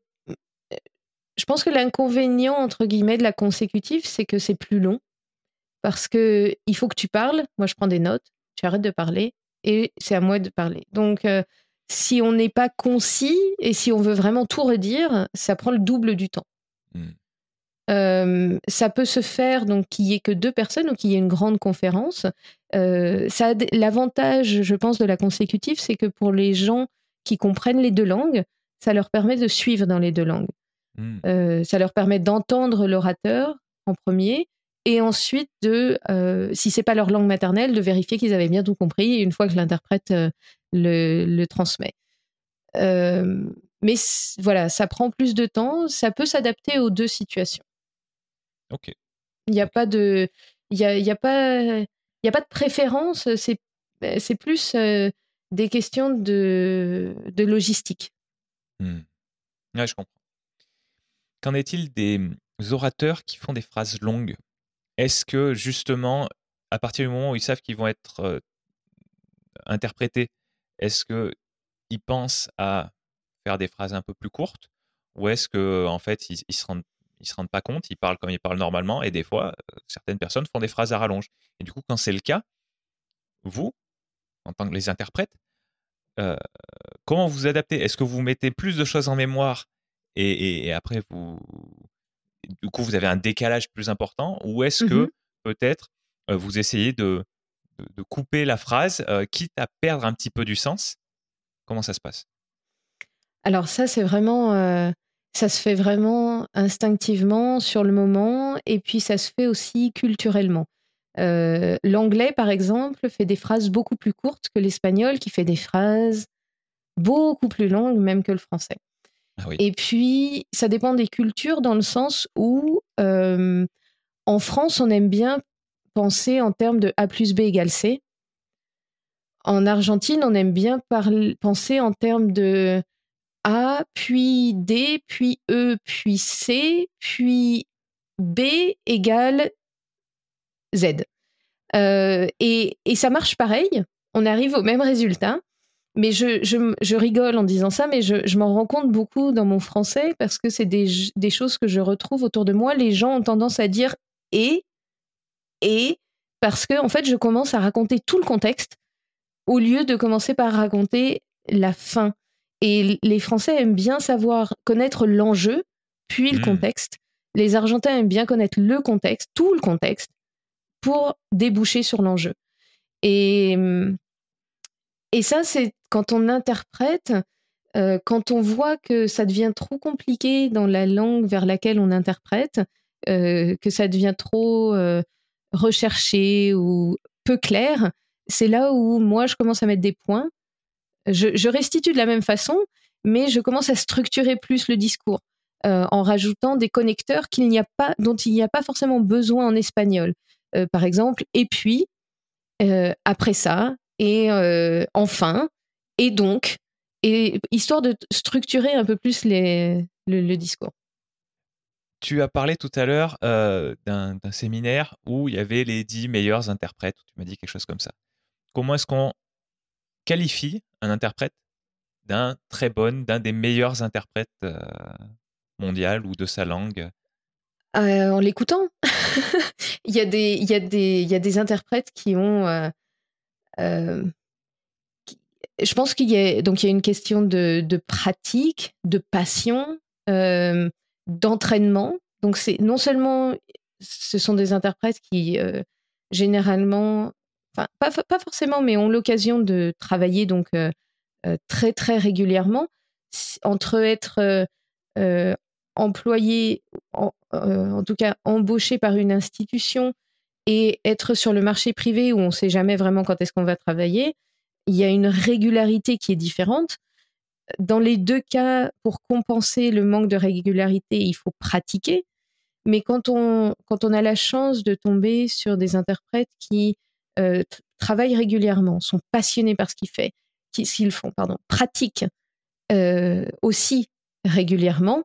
je pense que l'inconvénient, entre guillemets, de la consécutive, c'est que c'est plus long. Parce que il faut que tu parles. Moi, je prends des notes. Tu arrêtes de parler et c'est à moi de parler. Donc, euh, si on n'est pas concis et si on veut vraiment tout redire, ça prend le double du temps. Hmm. Euh, ça peut se faire donc qu'il y ait que deux personnes ou qu'il y ait une grande conférence. Euh, ça a d- l'avantage, je pense, de la consécutive, c'est que pour les gens qui comprennent les deux langues, ça leur permet de suivre dans les deux langues. Hmm. Euh, ça leur permet d'entendre l'orateur en premier et ensuite de, euh, si c'est pas leur langue maternelle, de vérifier qu'ils avaient bien tout compris une fois que l'interprète euh, le, le transmet. Euh, mais c- voilà, ça prend plus de temps, ça peut s'adapter aux deux situations. Ok. Il n'y a Ok. pas de, il y a, il y a pas, il y a pas de préférence. C'est, c'est plus euh, des questions de, de logistique. Hmm. Ouais, je comprends. Qu'en est-il des orateurs qui font des phrases longues? Est-ce que justement, à partir du moment où ils savent qu'ils vont être euh, interprétés, est-ce qu'ils pensent à faire des phrases un peu plus courtes ou est-ce que en fait ils, ils se rendent ils se rendent pas compte, ils parlent comme ils parlent normalement et des fois euh, certaines personnes font des phrases à rallonge. Et du coup, quand c'est le cas, vous, en tant que les interprètes, euh, comment vous adaptez? Est-ce que vous mettez plus de choses en mémoire et, et, et après, vous, du coup, vous avez un décalage plus important? Ou est-ce Mmh. que peut-être euh, vous essayez de, de, de couper la phrase, euh, quitte à perdre un petit peu du sens? Comment ça se passe? Alors ça, c'est vraiment, heu, ça se fait vraiment instinctivement sur le moment et puis ça se fait aussi culturellement. Heu, l'anglais, par exemple, fait des phrases beaucoup plus courtes que l'espagnol qui fait des phrases beaucoup plus longues même que le français. Ah oui. Et puis ça dépend des cultures dans le sens où, hem, en France, on aime bien penser en termes de A plus B égale C. En Argentine, on aime bien parl penser en termes de A, puis D, puis E, puis C, puis B égale Z. Heu et et ça marche pareil, on arrive au même résultat, mais je je m je rigole en disant ça, mais je je m'en rends compte beaucoup dans mon français parce que c'est des j des choses que je retrouve autour de moi. Les gens ont tendance à dire «et» «et» parce qu'en fait, je commence à raconter tout le contexte au lieu de commencer par raconter la fin. Et l les Français aiment bien savoir connaître l'enjeu, puis le Hmm. contexte. Les Argentins aiment bien connaître le contexte, tout le contexte, pour déboucher sur l'enjeu. Et, mmh et ça, c'est quand on interprète, heu, quand on voit que ça devient trop compliqué dans la langue vers laquelle on interprète, heu, que ça devient trop, heu, recherché ou peu clair, c'est là où moi je commence à mettre des points. Je je restitue de la même façon, mais je commence à structurer plus le discours, heu, en rajoutant des connecteurs qu'il n'y a pas dont il n'y a pas forcément besoin en espagnol. Heu, par exemple: «Et puis, heu, après ça et heu, enfin et donc» et histoire de t structurer un peu plus les le le discours. Tu as parlé tout à l'heure euh, d'un d'un séminaire où il y avait les dix meilleurs interprètes. Tu m'as dit quelque chose comme ça. Comment est-ce qu'on qualifie un interprète d'un très bon, d'un des meilleurs interprètes euh, mondial ou de sa langue? Heu, en l'écoutant. Il y a des il y a des il y a des interprètes qui ont, heu, hem je pense qu'il y a donc il y a une question de de pratique, de passion, hem, d'entraînement. Donc c'est non seulement ce sont des interprètes qui, heu, généralement enfin pas pas forcément, mais ont l'occasion de travailler donc heu heu, très, très régulièrement. S entre être, heu heu, employé en heu, en tout cas embauché par une institution et être sur le marché privé où on ne sait jamais vraiment quand est-ce qu'on va travailler, il y a une régularité qui est différente. Dans les deux cas, pour compenser le manque de régularité, il faut pratiquer. Mais quand on quand on a la chance de tomber sur des interprètes qui, heu, t travaillent régulièrement, sont passionnés par ce qu'ils fait qui ce qu'ils font, pardon, pratiquent, heu, aussi régulièrement,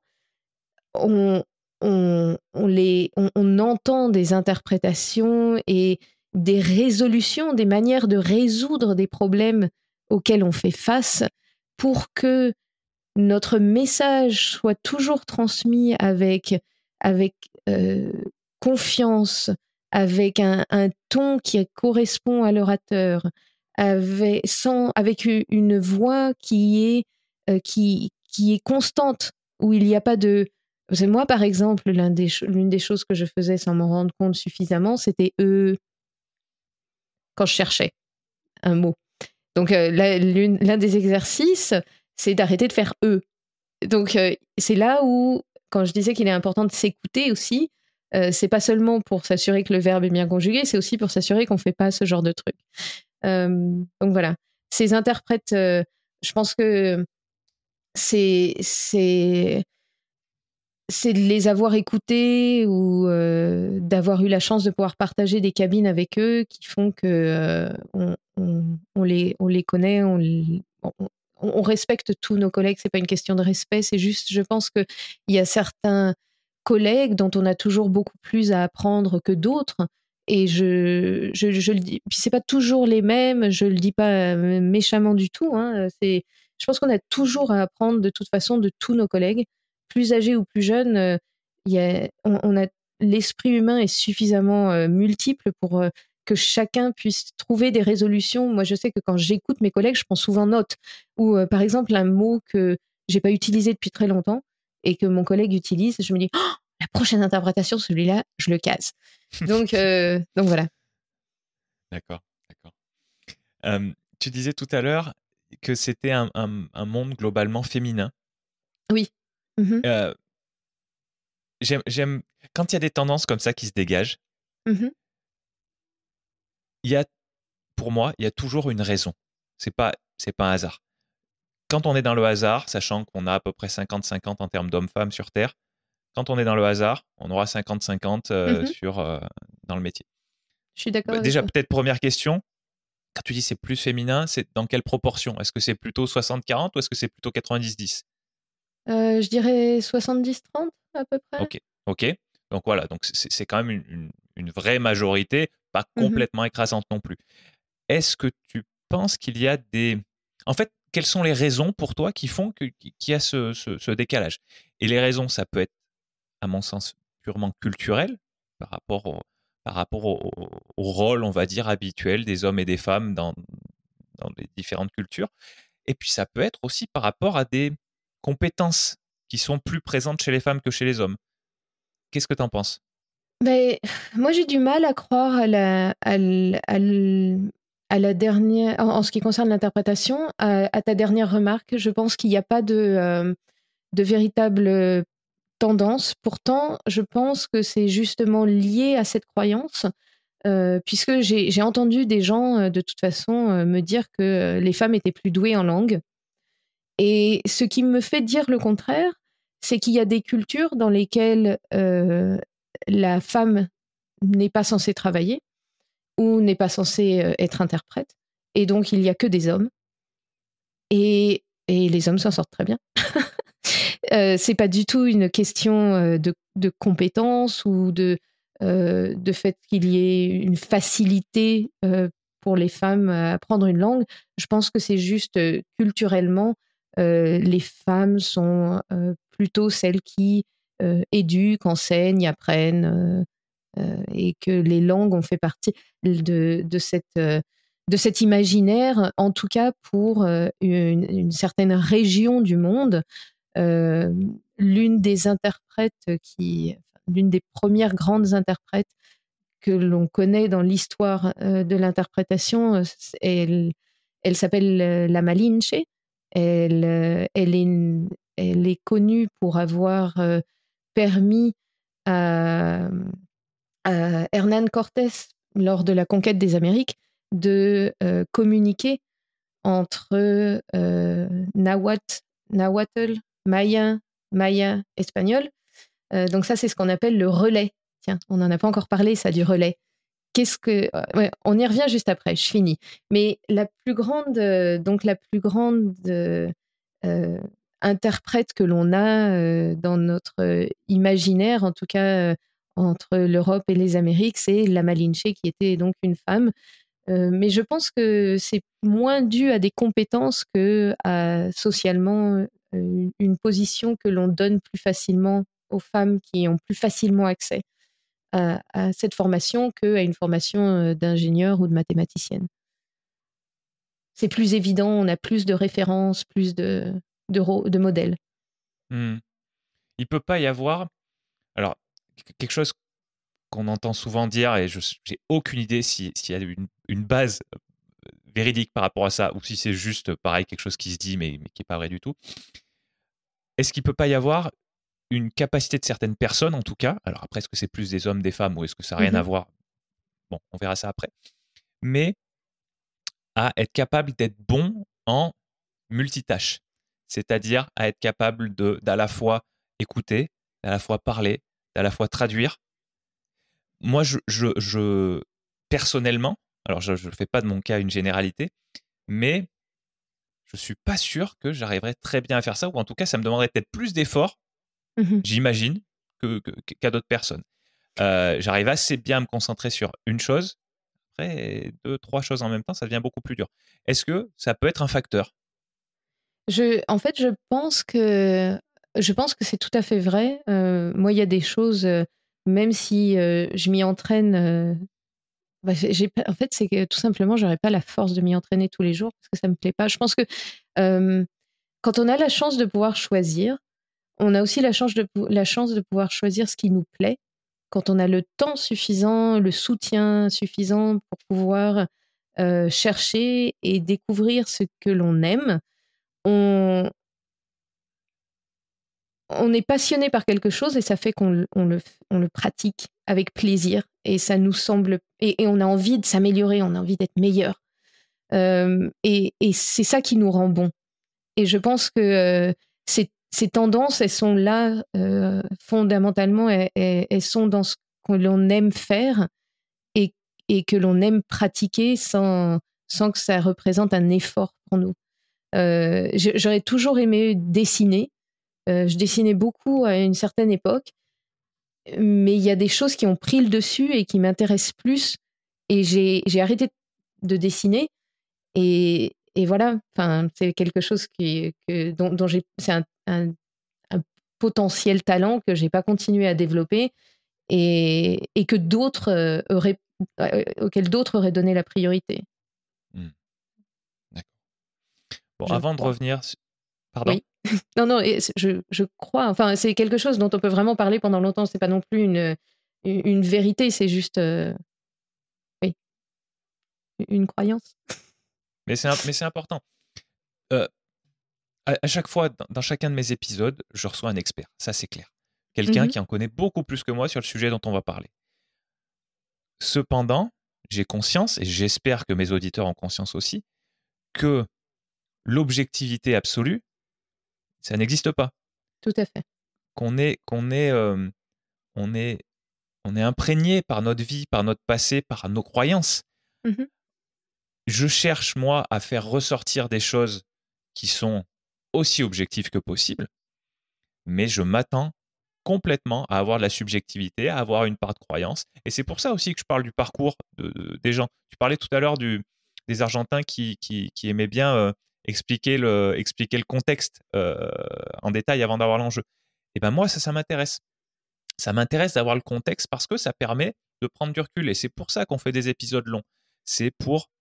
on on on les on on entend des interprétations et des résolutions, des manières de résoudre des problèmes auxquels on fait face pour que notre message soit toujours transmis avec avec, heu, confiance, avec un un ton qui correspond à l'orateur, avec sans avec u une voix qui est, heu, qui qui est constante, où il y a pas de parce que moi, par exemple, l'un des ch l'une des choses que je faisais sans m'en rendre compte suffisamment, c'était «heu» quand je cherchais un mot. Donc, heu, la l'une l'un des exercices, c'est d'arrêter de faire «heu». Donc, heu, c'est là où, quand je disais qu'il est important de s'écouter aussi, heu, c'est pas seulement pour s'assurer que le verbe est bien conjugué, c'est aussi pour s'assurer qu'on fait pas ce genre de truc. Hem, donc voilà. Ces interprètes, heu, je pense que c'est c'est c'est de les avoir écoutés ou, heu, d'avoir eu la chance de pouvoir partager des cabines avec eux qui font que, heu, on on on les on les connaît, on l on on on respecte tous nos collègues. C'est pas une question de respect, c'est juste, je pense qu'il y a certains collègues dont on a toujours beaucoup plus à apprendre que d'autres et je je je le dis puis c'est pas toujours les mêmes, je le dis pas, heu, méchamment du tout, hein, c'est je pense qu'on a toujours à apprendre de toute façon de tous nos collègues. Plus âgés ou plus jeunes, heu, il y a on on a l'esprit humain est suffisamment, heu, multiple pour, heu, que chacun puisse trouver des résolutions. Moi, je sais que quand j'écoute mes collègues, je prends souvent note. Ou euh, par exemple, un mot que j'ai pas utilisé depuis très longtemps et que mon collègue utilise, je me dis oh, la prochaine interprétation, celui-là, je le casse. Donc, euh, donc voilà. D'accord, d'accord. Euh, tu disais tout à l'heure que c'était un, un, un monde globalement féminin. Oui. Mm-hmm. Euh, j'aime, j'aime quand il y a des tendances comme ça qui se dégagent. Mm-hmm. Il y a, pour moi, il y a toujours une raison. C'est pas, c'est pas un hasard. Quand on est dans le hasard, sachant qu'on a à peu près cinquante cinquante en termes d'hommes-femmes sur Terre, quand on est dans le hasard, on aura cinquante cinquante euh, Mm-hmm. sur, euh, dans le métier. Je suis d'accord Bah, avec déjà, toi. peut-être première question, quand tu dis c'est plus féminin, c'est dans quelle proportion? Est-ce que c'est plutôt soixante quarante ou est-ce que c'est plutôt quatre-vingt-dix dix? Euh, je dirais soixante-dix trente à peu près. Ok, ok. Donc voilà, donc c'est, c'est quand même une, une, une vraie majorité, pas Mm-hmm. complètement écrasante non plus. Est-ce que tu penses qu'il y a des... En fait, quelles sont les raisons pour toi qui font que, qu'il y a ce, ce, ce décalage? Et les raisons, ça peut être, à mon sens, purement culturel, par rapport au, par rapport au, au rôle, on va dire, habituel des hommes et des femmes dans, dans les différentes cultures. Et puis, ça peut être aussi par rapport à des compétences qui sont plus présentes chez les femmes que chez les hommes. Qu'est-ce que tu en penses? Ben, moi, j'ai du mal à croire à la, à, l- à l- à la dernière, en, en ce qui concerne l'interprétation, à, à ta dernière remarque. Je pense qu'il n'y a pas de, euh, de véritable tendance. Pourtant, je pense que c'est justement lié à cette croyance, euh, puisque j'ai, j'ai entendu des gens, euh, de toute façon, euh, me dire que euh, les femmes étaient plus douées en langue. Et ce qui me fait dire le contraire, c'est qu'il y a des cultures dans lesquelles euh, la femme n'est pas censée travailler ou n'est pas censée euh, être interprète. Et donc, il n'y a que des hommes. Et, et les hommes s'en sortent très bien. euh, c'est pas du tout une question euh, de, de compétence ou de, euh, de fait qu'il y ait une facilité euh, pour les femmes à apprendre une langue. Je pense que c'est juste euh, culturellement, euh, les femmes sont euh, plutôt celles qui euh, éduquent, enseignent, apprennent, euh, euh, et que les langues ont fait partie de, de cette... Euh, de cet imaginaire, en tout cas pour euh, une, une certaine région du monde. Euh, l'une des interprètes qui, l'une des premières grandes interprètes que l'on connaît dans l'histoire euh, de l'interprétation, euh, elle, elle s'appelle euh, la Malinche. Elle, euh, elle, est, elle est connue pour avoir euh, permis à, à Hernán Cortés, lors de la conquête des Amériques, de euh, communiquer entre euh, Nahuatl, Nahuatl, Maya, Maya, espagnol. Euh, donc ça, c'est ce qu'on appelle le relais. Tiens, on n'en a pas encore parlé, ça, du relais. Qu'est-ce que... Ouais, on y revient juste après, je finis. Mais la plus grande, euh, donc la plus grande euh, euh, interprète que l'on a euh, dans notre euh, imaginaire, en tout cas euh, entre l'Europe et les Amériques, c'est la Malinche, qui était donc une femme. Euh, mais je pense que c'est moins dû à des compétences que à socialement euh, une position que l'on donne plus facilement aux femmes qui ont plus facilement accès à, à cette formation qu'à une formation euh, d'ingénieur ou de mathématicienne. C'est plus évident, on a plus de références, plus de, de, ro- de modèles. Hmm. Il peut pas y avoir... Alors, quelque chose qu'on entend souvent dire, et je j'ai aucune idée si- s'il y a une, une base euh, véridique par rapport à ça, ou si c'est juste pareil, quelque chose qui se dit, mais, mais qui n'est pas vrai du tout. Est-ce qu'il ne peut pas y avoir une capacité de certaines personnes, en tout cas, alors après, est-ce que c'est plus des hommes, des femmes, ou est-ce que ça n'a rien à Mhm. voir? Bon, on verra ça après. Mais à être capable d'être bon en multitâche, c'est-à-dire à être capable de d'à la fois écouter, d'à la fois parler, d'à la fois traduire. Moi, je, je, je personnellement, alors je ne fais pas de mon cas une généralité, mais je suis pas sûr que j'arriverais très bien à faire ça, ou en tout cas, ça me demanderait peut-être plus d'efforts, Mhm. j'imagine, que, que, qu'à d'autres personnes. Euh, j'arrive assez bien à me concentrer sur une chose. Après, deux, trois choses en même temps, ça devient beaucoup plus dur. Est-ce que ça peut être un facteur? Je, en fait, je pense que, je pense que c'est tout à fait vrai. Euh, moi, il y a des choses, euh, même si euh, je m'y entraîne euh, Bah, j'ai, j'ai pas- en fait, c'est que tout simplement, j'aurais pas la force de m'y entraîner tous les jours parce que ça me plaît pas. Je pense que euh, quand on a la chance de pouvoir choisir, on a aussi la chance de, pou- la chance de pouvoir choisir ce qui nous plaît. Quand on a le temps suffisant, le soutien suffisant pour pouvoir euh, chercher et découvrir ce que l'on aime, on, on est passionné par quelque chose et ça fait qu'on le, on le, on le pratique avec plaisir et ça nous semble et, et on a envie de s'améliorer, on a envie d'être meilleur. Euh, et, et c'est ça qui nous rend bon. Et je pense que euh, ces, ces tendances, elles sont là euh, fondamentalement, elles, elles, elles sont dans ce que l'on aime faire et, et que l'on aime pratiquer sans, sans que ça représente un effort pour nous. Euh, j'aurais toujours aimé dessiner. Euh, je dessinais beaucoup à une certaine époque, mais il y a des choses qui ont pris le dessus et qui m'intéressent plus. Et j'ai, j'ai arrêté de dessiner. Et, et voilà, enfin, c'est quelque chose qui, que, dont, dont j'ai, c'est un, un, un potentiel talent que j'ai pas continué à développer et, et que d'autres euh, auraient, euh, auquel d'autres auraient donné la priorité. Hmm. D'accord. Bon, Je avant de crois. revenir... su- Pardon? Oui. Non, non, et c'est- je, je crois. Enfin, c'est quelque chose dont on peut vraiment parler pendant longtemps. C'est pas non plus une, une, une vérité, c'est juste, euh, oui, une croyance. Mais c'est, mais c'est important. Euh, à, à chaque fois, dans, dans chacun de mes épisodes, je reçois un expert. Ça, c'est clair. Quelqu'un Mhm. qui en connaît beaucoup plus que moi sur le sujet dont on va parler. Cependant, j'ai conscience, et j'espère que mes auditeurs ont conscience aussi, que l'objectivité absolue, ça n'existe pas. Tout à fait. Qu'on est, qu'on est, euh, on est, on est imprégné par notre vie, par notre passé, par nos croyances. Mhm. Je cherche, moi, à faire ressortir des choses qui sont aussi objectives que possible, mais je m'attends complètement à avoir de la subjectivité, à avoir une part de croyance. Et c'est pour ça aussi que je parle du parcours de, de, des gens. Tu parlais tout à l'heure du, des Argentins qui, qui, qui aimaient bien euh, expliquer, le, expliquer le contexte euh, en détail avant d'avoir l'enjeu. Et ben moi, ça, ça m'intéresse. Ça m'intéresse d'avoir le contexte parce que ça permet de prendre du recul. Et c'est pour ça qu'on fait des épisodes longs. C'est pour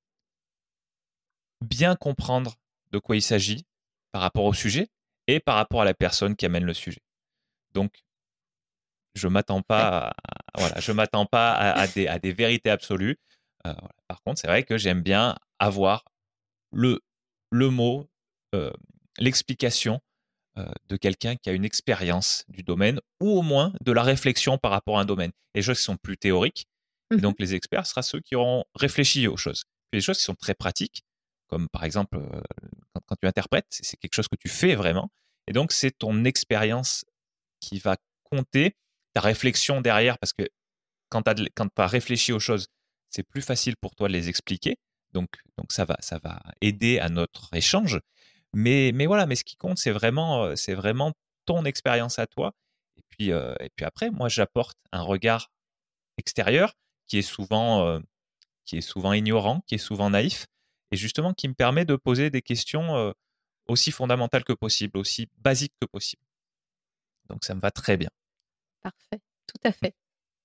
bien comprendre de quoi il s'agit par rapport au sujet et par rapport à la personne qui amène le sujet. Donc, je m'attends Ouais. pas, à, voilà, je m'attends pas à, à, des, à des vérités absolues. Euh, voilà. Par contre, c'est vrai que j'aime bien avoir le, le mot, euh, l'explication euh, de quelqu'un qui a une expérience du domaine ou au moins de la réflexion par rapport à un domaine. Les choses qui sont plus théoriques, et Mhm. donc les experts sera ceux qui auront réfléchi aux choses. Puis les choses qui sont très pratiques, comme par exemple euh, quand, quand tu interprètes, c'est, c'est quelque chose que tu fais vraiment, et donc c'est ton expérience qui va compter, ta réflexion derrière, parce que quand tu as réfléchi aux choses, c'est plus facile pour toi de les expliquer. Donc, donc ça, va, ça va aider à notre échange. Mais, mais voilà, mais ce qui compte, c'est vraiment, euh, c'est vraiment ton expérience à toi. Et puis, euh, et puis après, moi, j'apporte un regard extérieur qui est souvent, euh, qui est souvent ignorant, qui est souvent naïf, et justement qui me permet de poser des questions euh, aussi fondamentales que possible, aussi basiques que possible. Donc ça me va très bien. Parfait. Tout à fait.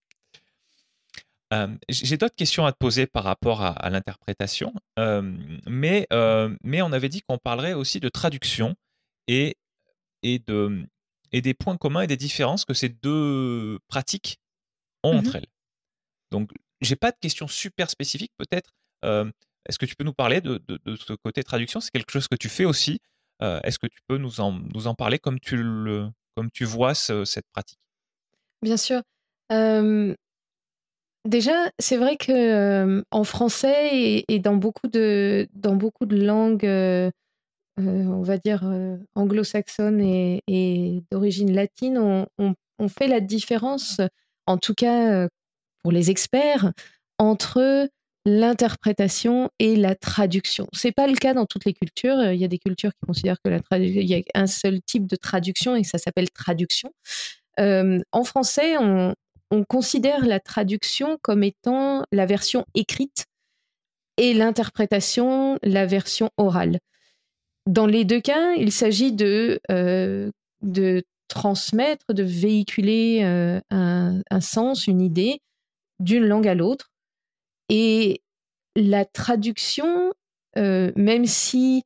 Euh, j'ai d'autres questions à te poser par rapport à, à l'interprétation, euh, mais, euh, mais on avait dit qu'on parlerait aussi de traduction et, et, de, et des points communs et des différences que ces deux pratiques ont Mhm. entre elles. Donc, j'ai pas de questions super spécifiques, peut-être. Euh, est-ce que tu peux nous parler de, de, de ce côté traduction? C'est quelque chose que tu fais aussi. Euh, est-ce que tu peux nous en, nous en parler comme tu, le, comme tu vois ce, cette pratique? Bien sûr. Euh, déjà, c'est vrai que euh, en français et, et dans beaucoup de dans beaucoup de langues, euh, euh, on va dire euh, anglo-saxonnes et, et d'origine latine, on, on- on fait la différence, en tout cas euh, pour les experts, entre l'interprétation et la traduction. C'est pas le cas dans toutes les cultures. Il y a des cultures qui considèrent que la tradu- il y a un seul type de traduction et ça s'appelle traduction. Euh, en français, on, on considère la traduction comme étant la version écrite et l'interprétation la version orale. Dans les deux cas, il s'agit de, euh, de transmettre, de véhiculer euh, un, un sens, une idée d'une langue à l'autre. Et la traduction, euh, même si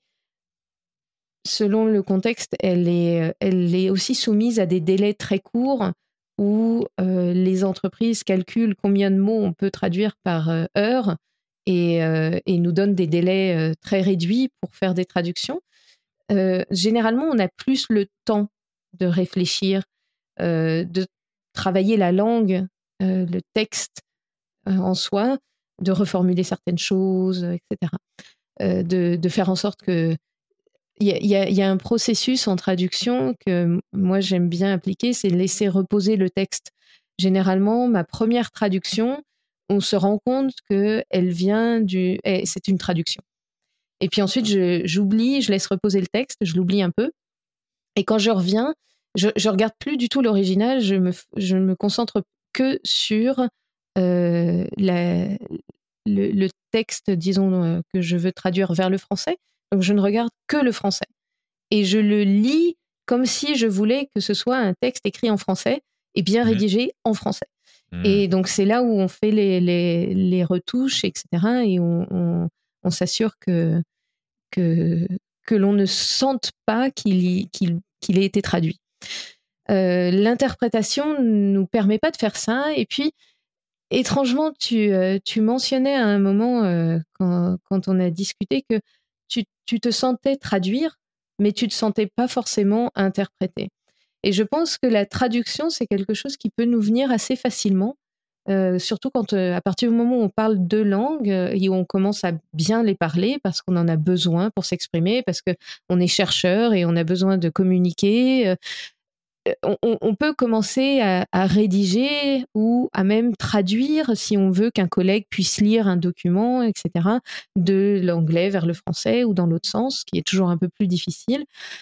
selon le contexte, elle est, elle est aussi soumise à des délais très courts où euh, les entreprises calculent combien de mots on peut traduire par euh, heure et, euh, et nous donnent des délais euh, très réduits pour faire des traductions. Euh, généralement, on a plus le temps de réfléchir, euh, de travailler la langue, euh, le texte euh, en soi, de reformuler certaines choses, et cetera. Euh, de, de faire en sorte que il y a, y, a, y a un processus en traduction que moi j'aime bien appliquer, c'est laisser reposer le texte. Généralement, ma première traduction, on se rend compte qu'elle vient du... Eh, c'est une traduction. Et puis ensuite, je, j'oublie, je laisse reposer le texte, je l'oublie un peu. Et quand je reviens, je ne regarde plus du tout l'original, je me, je me concentre que sur euh, la, le, le texte, disons, euh, que je veux traduire vers le français. Donc, je ne regarde que le français. Et je le lis comme si je voulais que ce soit un texte écrit en français et bien Mmh. rédigé en français. Mmh. Et donc, c'est là où on fait les, les, les retouches, et cetera. Et on, on, on s'assure que, que, que l'on ne sente pas qu'il, qu'il, qu'il ait été traduit. Euh, l'interprétation ne nous permet pas de faire ça. Et puis, étrangement, tu, euh, tu mentionnais à un moment, euh, quand, quand on a discuté, que tu, tu te sentais traduire, mais tu ne te sentais pas forcément interpréter. Et je pense que la traduction, c'est quelque chose qui peut nous venir assez facilement, euh, surtout quand, euh, à partir du moment où on parle deux langues euh, et où on commence à bien les parler, parce qu'on en a besoin pour s'exprimer, parce qu'on est chercheur et on a besoin de communiquer. Euh, On, on peut commencer à, à rédiger ou à même traduire, si on veut qu'un collègue puisse lire un document, et cetera, de l'anglais vers le français ou dans l'autre sens, qui est toujours un peu plus difficile.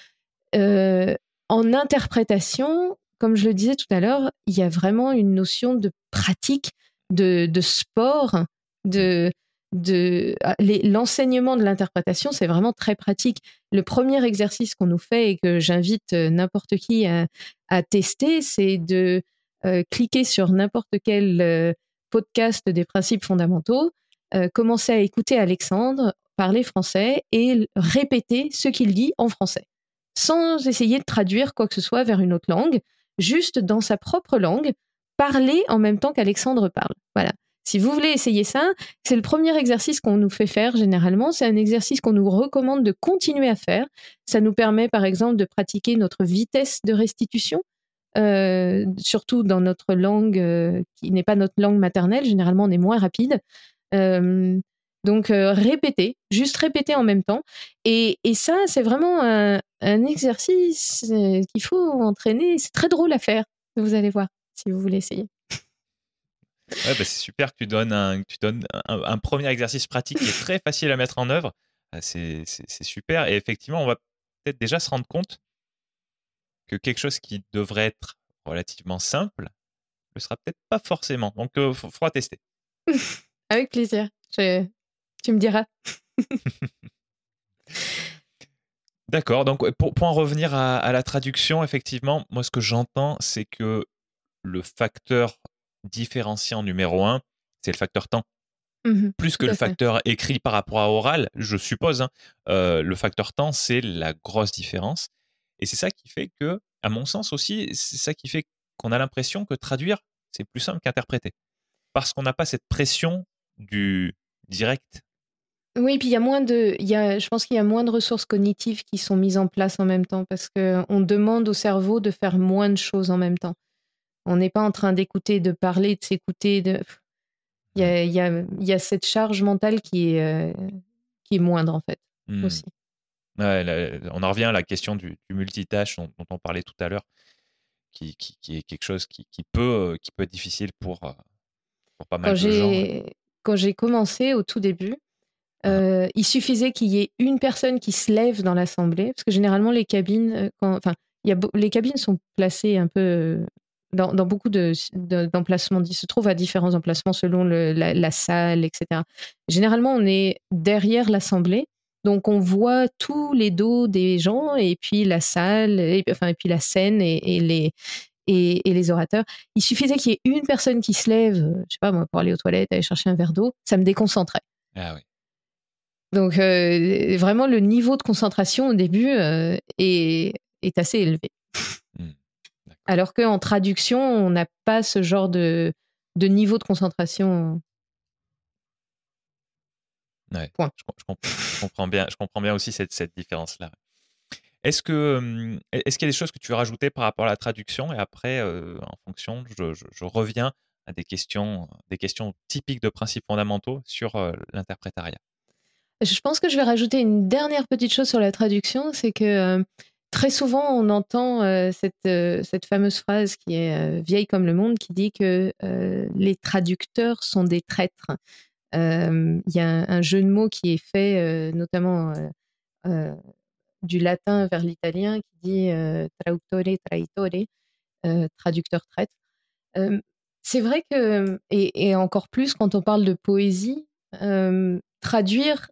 Euh, en interprétation, comme je le disais tout à l'heure, il y a vraiment une notion de pratique, de, de sport, de, de les, l'enseignement de l'interprétation, c'est vraiment très pratique. Le premier exercice qu'on nous fait et que j'invite n'importe qui à, à tester, c'est de euh, cliquer sur n'importe quel euh, podcast des principes fondamentaux, euh, commencer à écouter Alexandre parler français et répéter ce qu'il dit en français, sans essayer de traduire quoi que ce soit vers une autre langue, juste dans sa propre langue, parler en même temps qu'Alexandre parle. Voilà. Si vous voulez essayer ça, c'est le premier exercice qu'on nous fait faire généralement. C'est un exercice qu'on nous recommande de continuer à faire. Ça nous permet, par exemple, de pratiquer notre vitesse de restitution, euh, surtout dans notre langue euh, qui n'est pas notre langue maternelle. Généralement, on est moins rapide. Euh, donc, euh, répéter, juste répéter en même temps. Et, et ça, c'est vraiment un, un exercice euh, qu'il faut entraîner. C'est très drôle à faire, vous allez voir, si vous voulez essayer. Ouais, bah c'est super que tu donnes, un, que tu donnes un, un premier exercice pratique qui est très facile à mettre en œuvre. C'est, c'est, c'est super. Et effectivement, on va peut-être déjà se rendre compte que quelque chose qui devrait être relativement simple ne sera peut-être pas forcément. Donc, il euh, faudra tester. Avec plaisir. Je... Tu me diras. D'accord. Donc, pour, pour en revenir à, à la traduction, effectivement, moi, ce que j'entends, c'est que le facteur différenciant numéro un, c'est le facteur temps. Mmh, plus que le facteur fait. Écrit par rapport à oral, je suppose, hein, euh, le facteur temps, c'est la grosse différence. Et c'est ça qui fait que, à mon sens aussi, c'est ça qui fait qu'on a l'impression que traduire, c'est plus simple qu'interpréter. Parce qu'on n'a pas cette pression du direct. Oui, puis il y a moins de, il y a, je pense qu'il y a moins de ressources cognitives qui sont mises en place en même temps parce qu'on demande au cerveau de faire moins de choses en même temps. On n'est pas en train d'écouter, de parler, de s'écouter. De... Il, y a, il, y a, il y a cette charge mentale qui est, euh, qui est moindre en fait mmh. aussi. Ouais, là, on en revient à la question du, du multitâche dont, dont on parlait tout à l'heure, qui, qui, qui est quelque chose qui, qui, peut, qui peut être difficile pour, pour pas mal quand de gens. Quand j'ai commencé au tout début, Euh, il suffisait qu'il y ait une personne qui se lève dans l'assemblée, parce que généralement les cabines, quand, enfin, il y a, les cabines sont placées un peu dans, dans beaucoup de, de, d'emplacements, ils se trouvent à différents emplacements selon le, la, la salle, et cetera. Généralement, on est derrière l'assemblée, donc on voit tous les dos des gens et puis la salle, et, enfin et puis la scène et, et les et, et les orateurs. Il suffisait qu'il y ait une personne qui se lève, euh, je sais pas moi, pour aller aux toilettes, aller chercher un verre d'eau, ça me déconcentrait. Ah oui. Donc euh, vraiment, le niveau de concentration au début euh, est, est assez élevé. Mmh. Alors qu'en traduction, on n'a pas ce genre de, de niveau de concentration. Ouais. Point. Je, je comprends, je comprends bien, je comprends bien aussi cette, cette différence-là. Est-ce que hum, est-ce qu'il y a des choses que tu veux rajouter par rapport à la traduction et après, euh, en fonction, je, je- je reviens à des questions, des questions typiques de principes fondamentaux sur euh, l'interprétariat. Je pense que je vais rajouter une dernière petite chose sur la traduction, c'est que euh, très souvent on entend euh, cette, euh, cette fameuse phrase qui est euh, vieille comme le monde, qui dit que euh, les traducteurs sont des traîtres. Euh, Il y a un, un jeu de mots qui est fait, euh, notamment euh, euh, du latin vers l'italien, qui dit euh, traduttore traitore, euh, traducteur traître. Euh, c'est vrai que, et, et encore plus quand on parle de poésie, euh, traduire,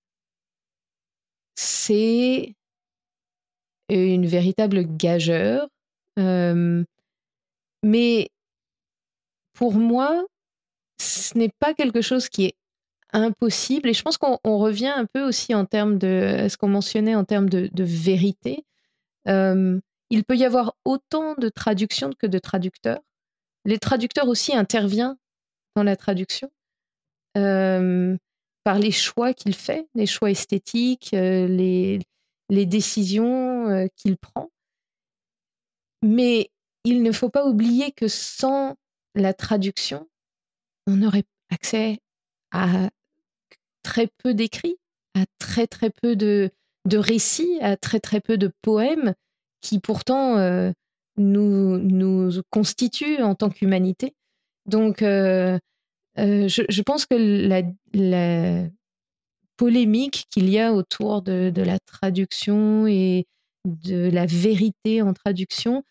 c'est une véritable gageure. Euh, mais pour moi, ce n'est pas quelque chose qui est impossible. Et je pense qu'on on revient un peu aussi en termes de ce qu'on mentionnait en termes de, de vérité. Euh, il peut y avoir autant de traductions que de traducteurs. Les traducteurs aussi interviennent dans la traduction euh, par les choix qu'il fait, les choix esthétiques, euh, les, les décisions euh, qu'il prend. Mais il ne faut pas oublier que sans la traduction, on aurait accès à très peu d'écrits, à très très peu de, de récits, à très très peu de poèmes qui pourtant euh, nous, nous constituent en tant qu'humanité. Donc, euh, euh, je, je pense que la, la polémique qu'il y a autour de, de la traduction et de la vérité en traduction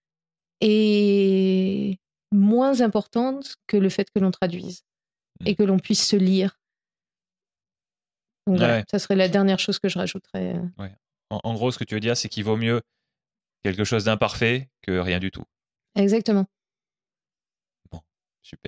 est moins importante que le fait que l'on traduise Mm. et que l'on puisse se lire. Donc voilà, Ouais, ça serait la dernière chose que je rajouterais. ouais. En, en gros, ce que tu veux dire, c'est qu'il vaut mieux quelque chose d'imparfait que rien du tout. Exactement. Bon, super.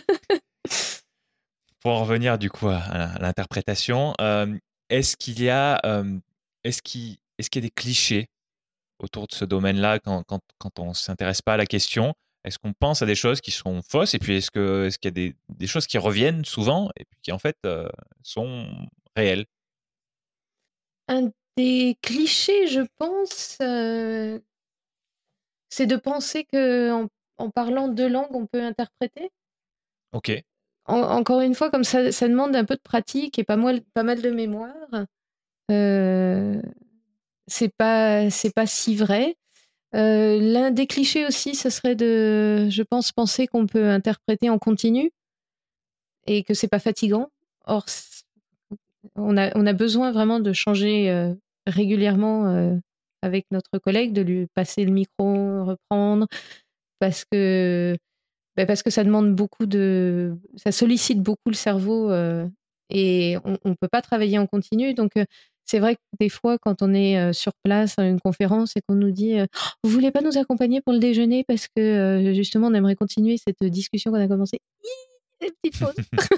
Pour en revenir du coup à, à l'interprétation, euh, est-ce qu'il y a, euh, est-ce qu'il, est-ce qu'il y a des clichés autour de ce domaine-là quand, quand, quand on ne s'intéresse pas à la question? Est-ce qu'on pense à des choses qui sont fausses et puis est-ce que, est-ce qu'il y a des, des choses qui reviennent souvent et puis qui en fait euh, sont réelles? Un des clichés, je pense, euh, c'est de penser que en, en parlant deux langues, on peut interpréter. Ok. En- encore une fois, comme ça, ça demande un peu de pratique et pas, mal, pas mal de mémoire. Euh, c'est pas, c'est pas si vrai. Euh, l'un des clichés aussi, ce serait de, je pense, penser qu'on peut interpréter en continu et que c'est pas fatigant. Or, on a, on a besoin vraiment de changer euh, régulièrement euh, avec notre collègue, de lui passer le micro, reprendre, parce que, bah, parce que ça demande beaucoup de, ça sollicite beaucoup le cerveau euh, et on ne peut pas travailler en continu. Donc, euh, c'est vrai que des fois, quand on est euh, sur place à une conférence et qu'on nous dit euh, vous voulez pas nous accompagner pour le déjeuner parce que euh, justement on aimerait continuer cette discussion qu'on a commencée. Des petites choses.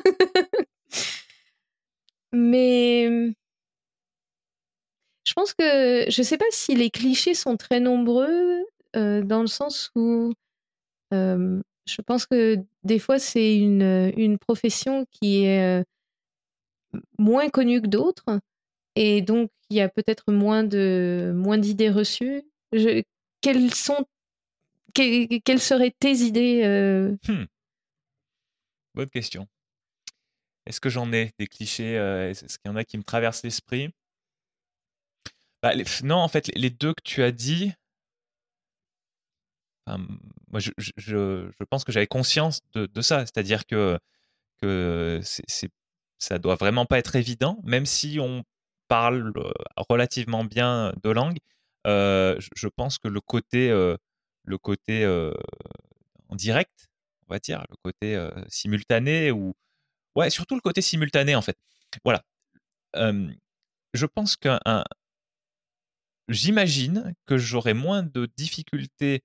Mais je pense que je sais pas si les clichés sont très nombreux euh, dans le sens où euh, je pense que des fois c'est une, une profession qui est euh, moins connue que d'autres et donc il y a peut-être moins de moins d'idées reçues. Je- quelles sont que- quelles seraient tes idées euh, Hmm, bonne question. Est-ce que j'en ai des clichés euh, Est-ce qu'il y en a qui me traversent l'esprit? Bah, les- non, en fait, les les deux que tu as dit, enfin, moi, je, je, je- je pense que j'avais conscience de, de ça. C'est-à-dire que, que c'est, c'est- ça doit vraiment pas être évident, même si on parle euh, relativement bien deux langues. Euh, je, je pense que le côté, euh, le côté euh, en direct, on va dire, le côté euh, simultané, ou ouais, surtout le côté simultané, en fait. Voilà. Euh, je pense qu'un, un- j'imagine que j'aurais moins de difficultés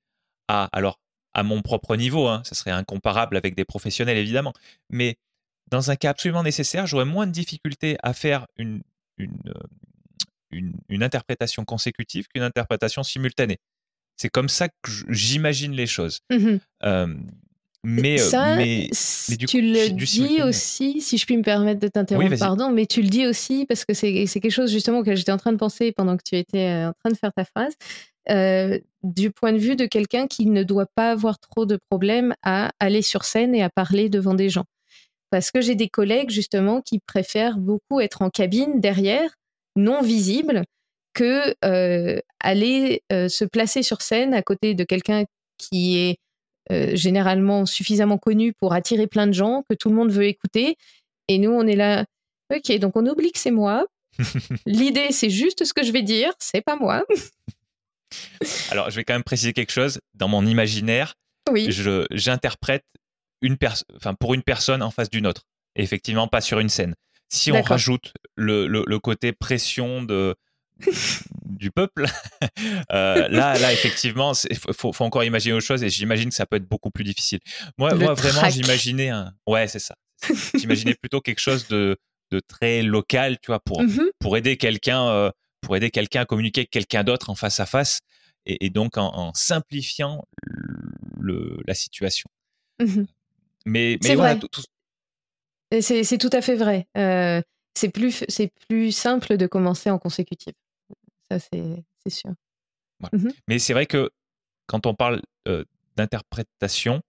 à, alors, à mon propre niveau, hein, ça serait incomparable avec des professionnels évidemment, mais dans un cas absolument nécessaire, j'aurais moins de difficultés à faire une, une, euh, une, une interprétation consécutive qu'une interprétation simultanée. C'est comme ça que j'imagine les choses. Mmh. Euh, mais, euh, Ça, mais, mais du coup, tu le du dis simultané. aussi, si je puis me permettre de Oui, t'interrompre, vas-y. pardon, mais tu le dis aussi parce que c'est c'est quelque chose justement que j'étais en train de penser pendant que tu étais euh, en train de faire ta phrase, euh, du point de vue de quelqu'un qui ne doit pas avoir trop de problèmes à aller sur scène et à parler devant des gens. Parce que j'ai des collègues justement qui préfèrent beaucoup être en cabine derrière, non visible, que euh, aller euh, se placer sur scène à côté de quelqu'un qui est euh, généralement suffisamment connu pour attirer plein de gens, que tout le monde veut écouter. Et nous, on est là, ok, donc on oublie que c'est moi. L'idée, c'est juste ce que je vais dire, c'est pas moi. Alors, je vais quand même préciser quelque chose. Dans mon imaginaire, Oui, je, j'interprète une pers- enfin, pour une personne en face d'une autre. Et effectivement, pas sur une scène. Si on d'accord. rajoute le, le, le côté pression de, du peuple, euh, là, là, effectivement, il faut, faut encore imaginer autre chose et j'imagine que ça peut être beaucoup plus difficile. Moi, Le moi vraiment, trac. j'imaginais un. Ouais, c'est ça. c'est ça. J'imaginais plutôt quelque chose de, de très local, tu vois, pour, Mhm, pour aider quelqu'un euh, pour aider quelqu'un à communiquer avec quelqu'un d'autre en face à face et, et donc en, en simplifiant le, la situation. mhm. Mais, C'est mais voilà, vrai. tout, tout- Et C'est c'est tout à fait vrai. Euh, c'est plus, c'est plus simple de commencer en consécutif. Ça, c'est c'est sûr. voilà. Mhm. Mais c'est vrai que quand on parle euh, d'interprétation,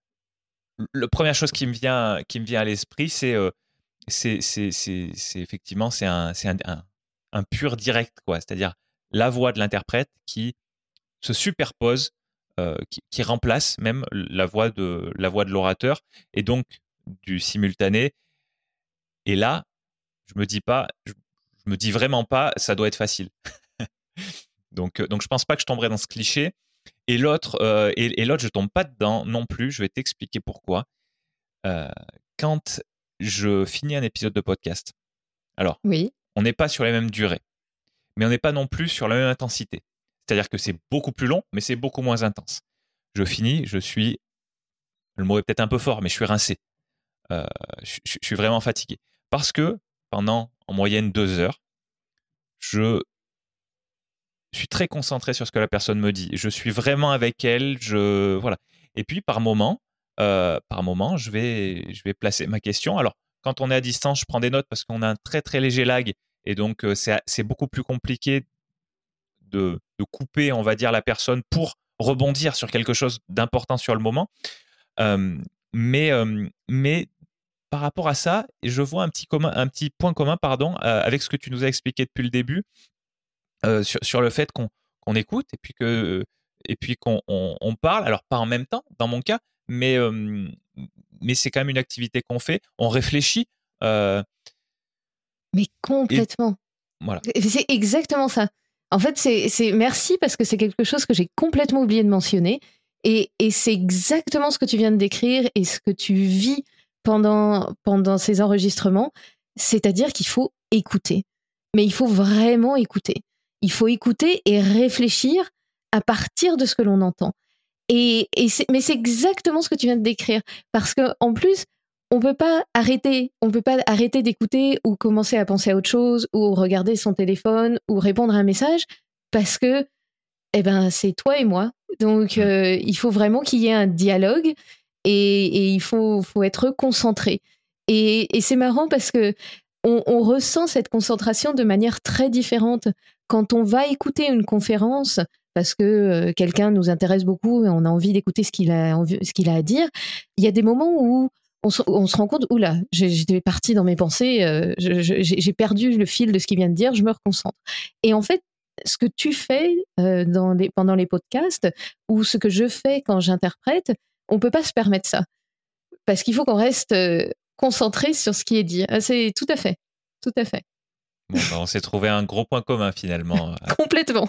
la première chose qui me vient, qui me vient à l'esprit, c'est euh, c'est c'est c'est c'est effectivement c'est un c'est un, un, un pur direct quoi, c'est-à-dire la voix de l'interprète qui se superpose, euh, qui, qui remplace même la voix de la voix de l'orateur et donc du simultané. Et là, je me dis pas, je, je me dis vraiment pas, ça doit être facile. Donc euh, donc je pense pas que je tomberai dans ce cliché. Et l'autre euh, et, et l'autre je tombe pas dedans non plus. Je vais t'expliquer pourquoi. Euh, quand je finis un épisode de podcast, alors Oui. on n'est pas sur les mêmes durées, mais on n'est pas non plus sur la même intensité. C'est-à-dire que c'est beaucoup plus long, mais c'est beaucoup moins intense. Je finis, je suis, le mot est peut-être un peu fort, mais je suis rincé. Euh, je, je, je suis vraiment fatigué. Parce que pendant en moyenne deux heures, je suis très concentré sur ce que la personne me dit. Je suis vraiment avec elle. Je voilà. Et puis par moment, euh, par moment, je vais, je vais placer ma question. Alors quand on est à distance, je prends des notes parce qu'on a un très très léger lag et donc euh, c'est c'est beaucoup plus compliqué de, de couper, on va dire, la personne pour rebondir sur quelque chose d'important sur le moment. Euh, mais, euh, mais par rapport à ça, je vois un petit, commun, un petit point commun pardon, euh, avec ce que tu nous as expliqué depuis le début, euh, sur, sur le fait qu'on qu'on écoute et puis que et puis qu'on on, on parle, alors pas en même temps dans mon cas, mais, euh, mais c'est quand même une activité qu'on fait, on réfléchit euh, Mais et complètement. voilà. C'est exactement ça. En fait, c'est c'est- merci parce que c'est quelque chose que j'ai complètement oublié de mentionner. Et, et c'est exactement ce que tu viens de décrire et ce que tu vis pendant, pendant ces enregistrements. C'est-à-dire qu'il faut écouter. Mais il faut vraiment écouter. Il faut écouter et réfléchir à partir de ce que l'on entend. Et, et c'est- mais c'est exactement ce que tu viens de décrire. Parce que en plus, on peut pas arrêter, on peut pas arrêter d'écouter ou commencer à penser à autre chose ou regarder son téléphone ou répondre à un message parce que, eh ben, c'est toi et moi. Donc, Mm. euh, il faut vraiment qu'il y ait un dialogue et, et il faut, faut être concentré. Et, et c'est marrant parce que on, on ressent cette concentration de manière très différente quand on va écouter une conférence parce que euh, quelqu'un nous intéresse beaucoup et on a envie d'écouter ce qu'il a, envie- ce qu'il a à dire. Il y a des moments où on se, on se rend compte, oula, j'ai- j'étais partie dans mes pensées, euh, je- je- j'ai j'ai perdu le fil de ce qu'il vient de dire, je me reconcentre. Et en fait, ce que tu fais euh, dans les, pendant les podcasts ou ce que je fais quand j'interprète, on peut pas se permettre ça parce qu'il faut qu'on reste euh, concentré sur ce qui est dit. Ah, c'est tout à fait, tout à fait, Bon, bah, on s'est trouvé un gros point commun finalement. complètement.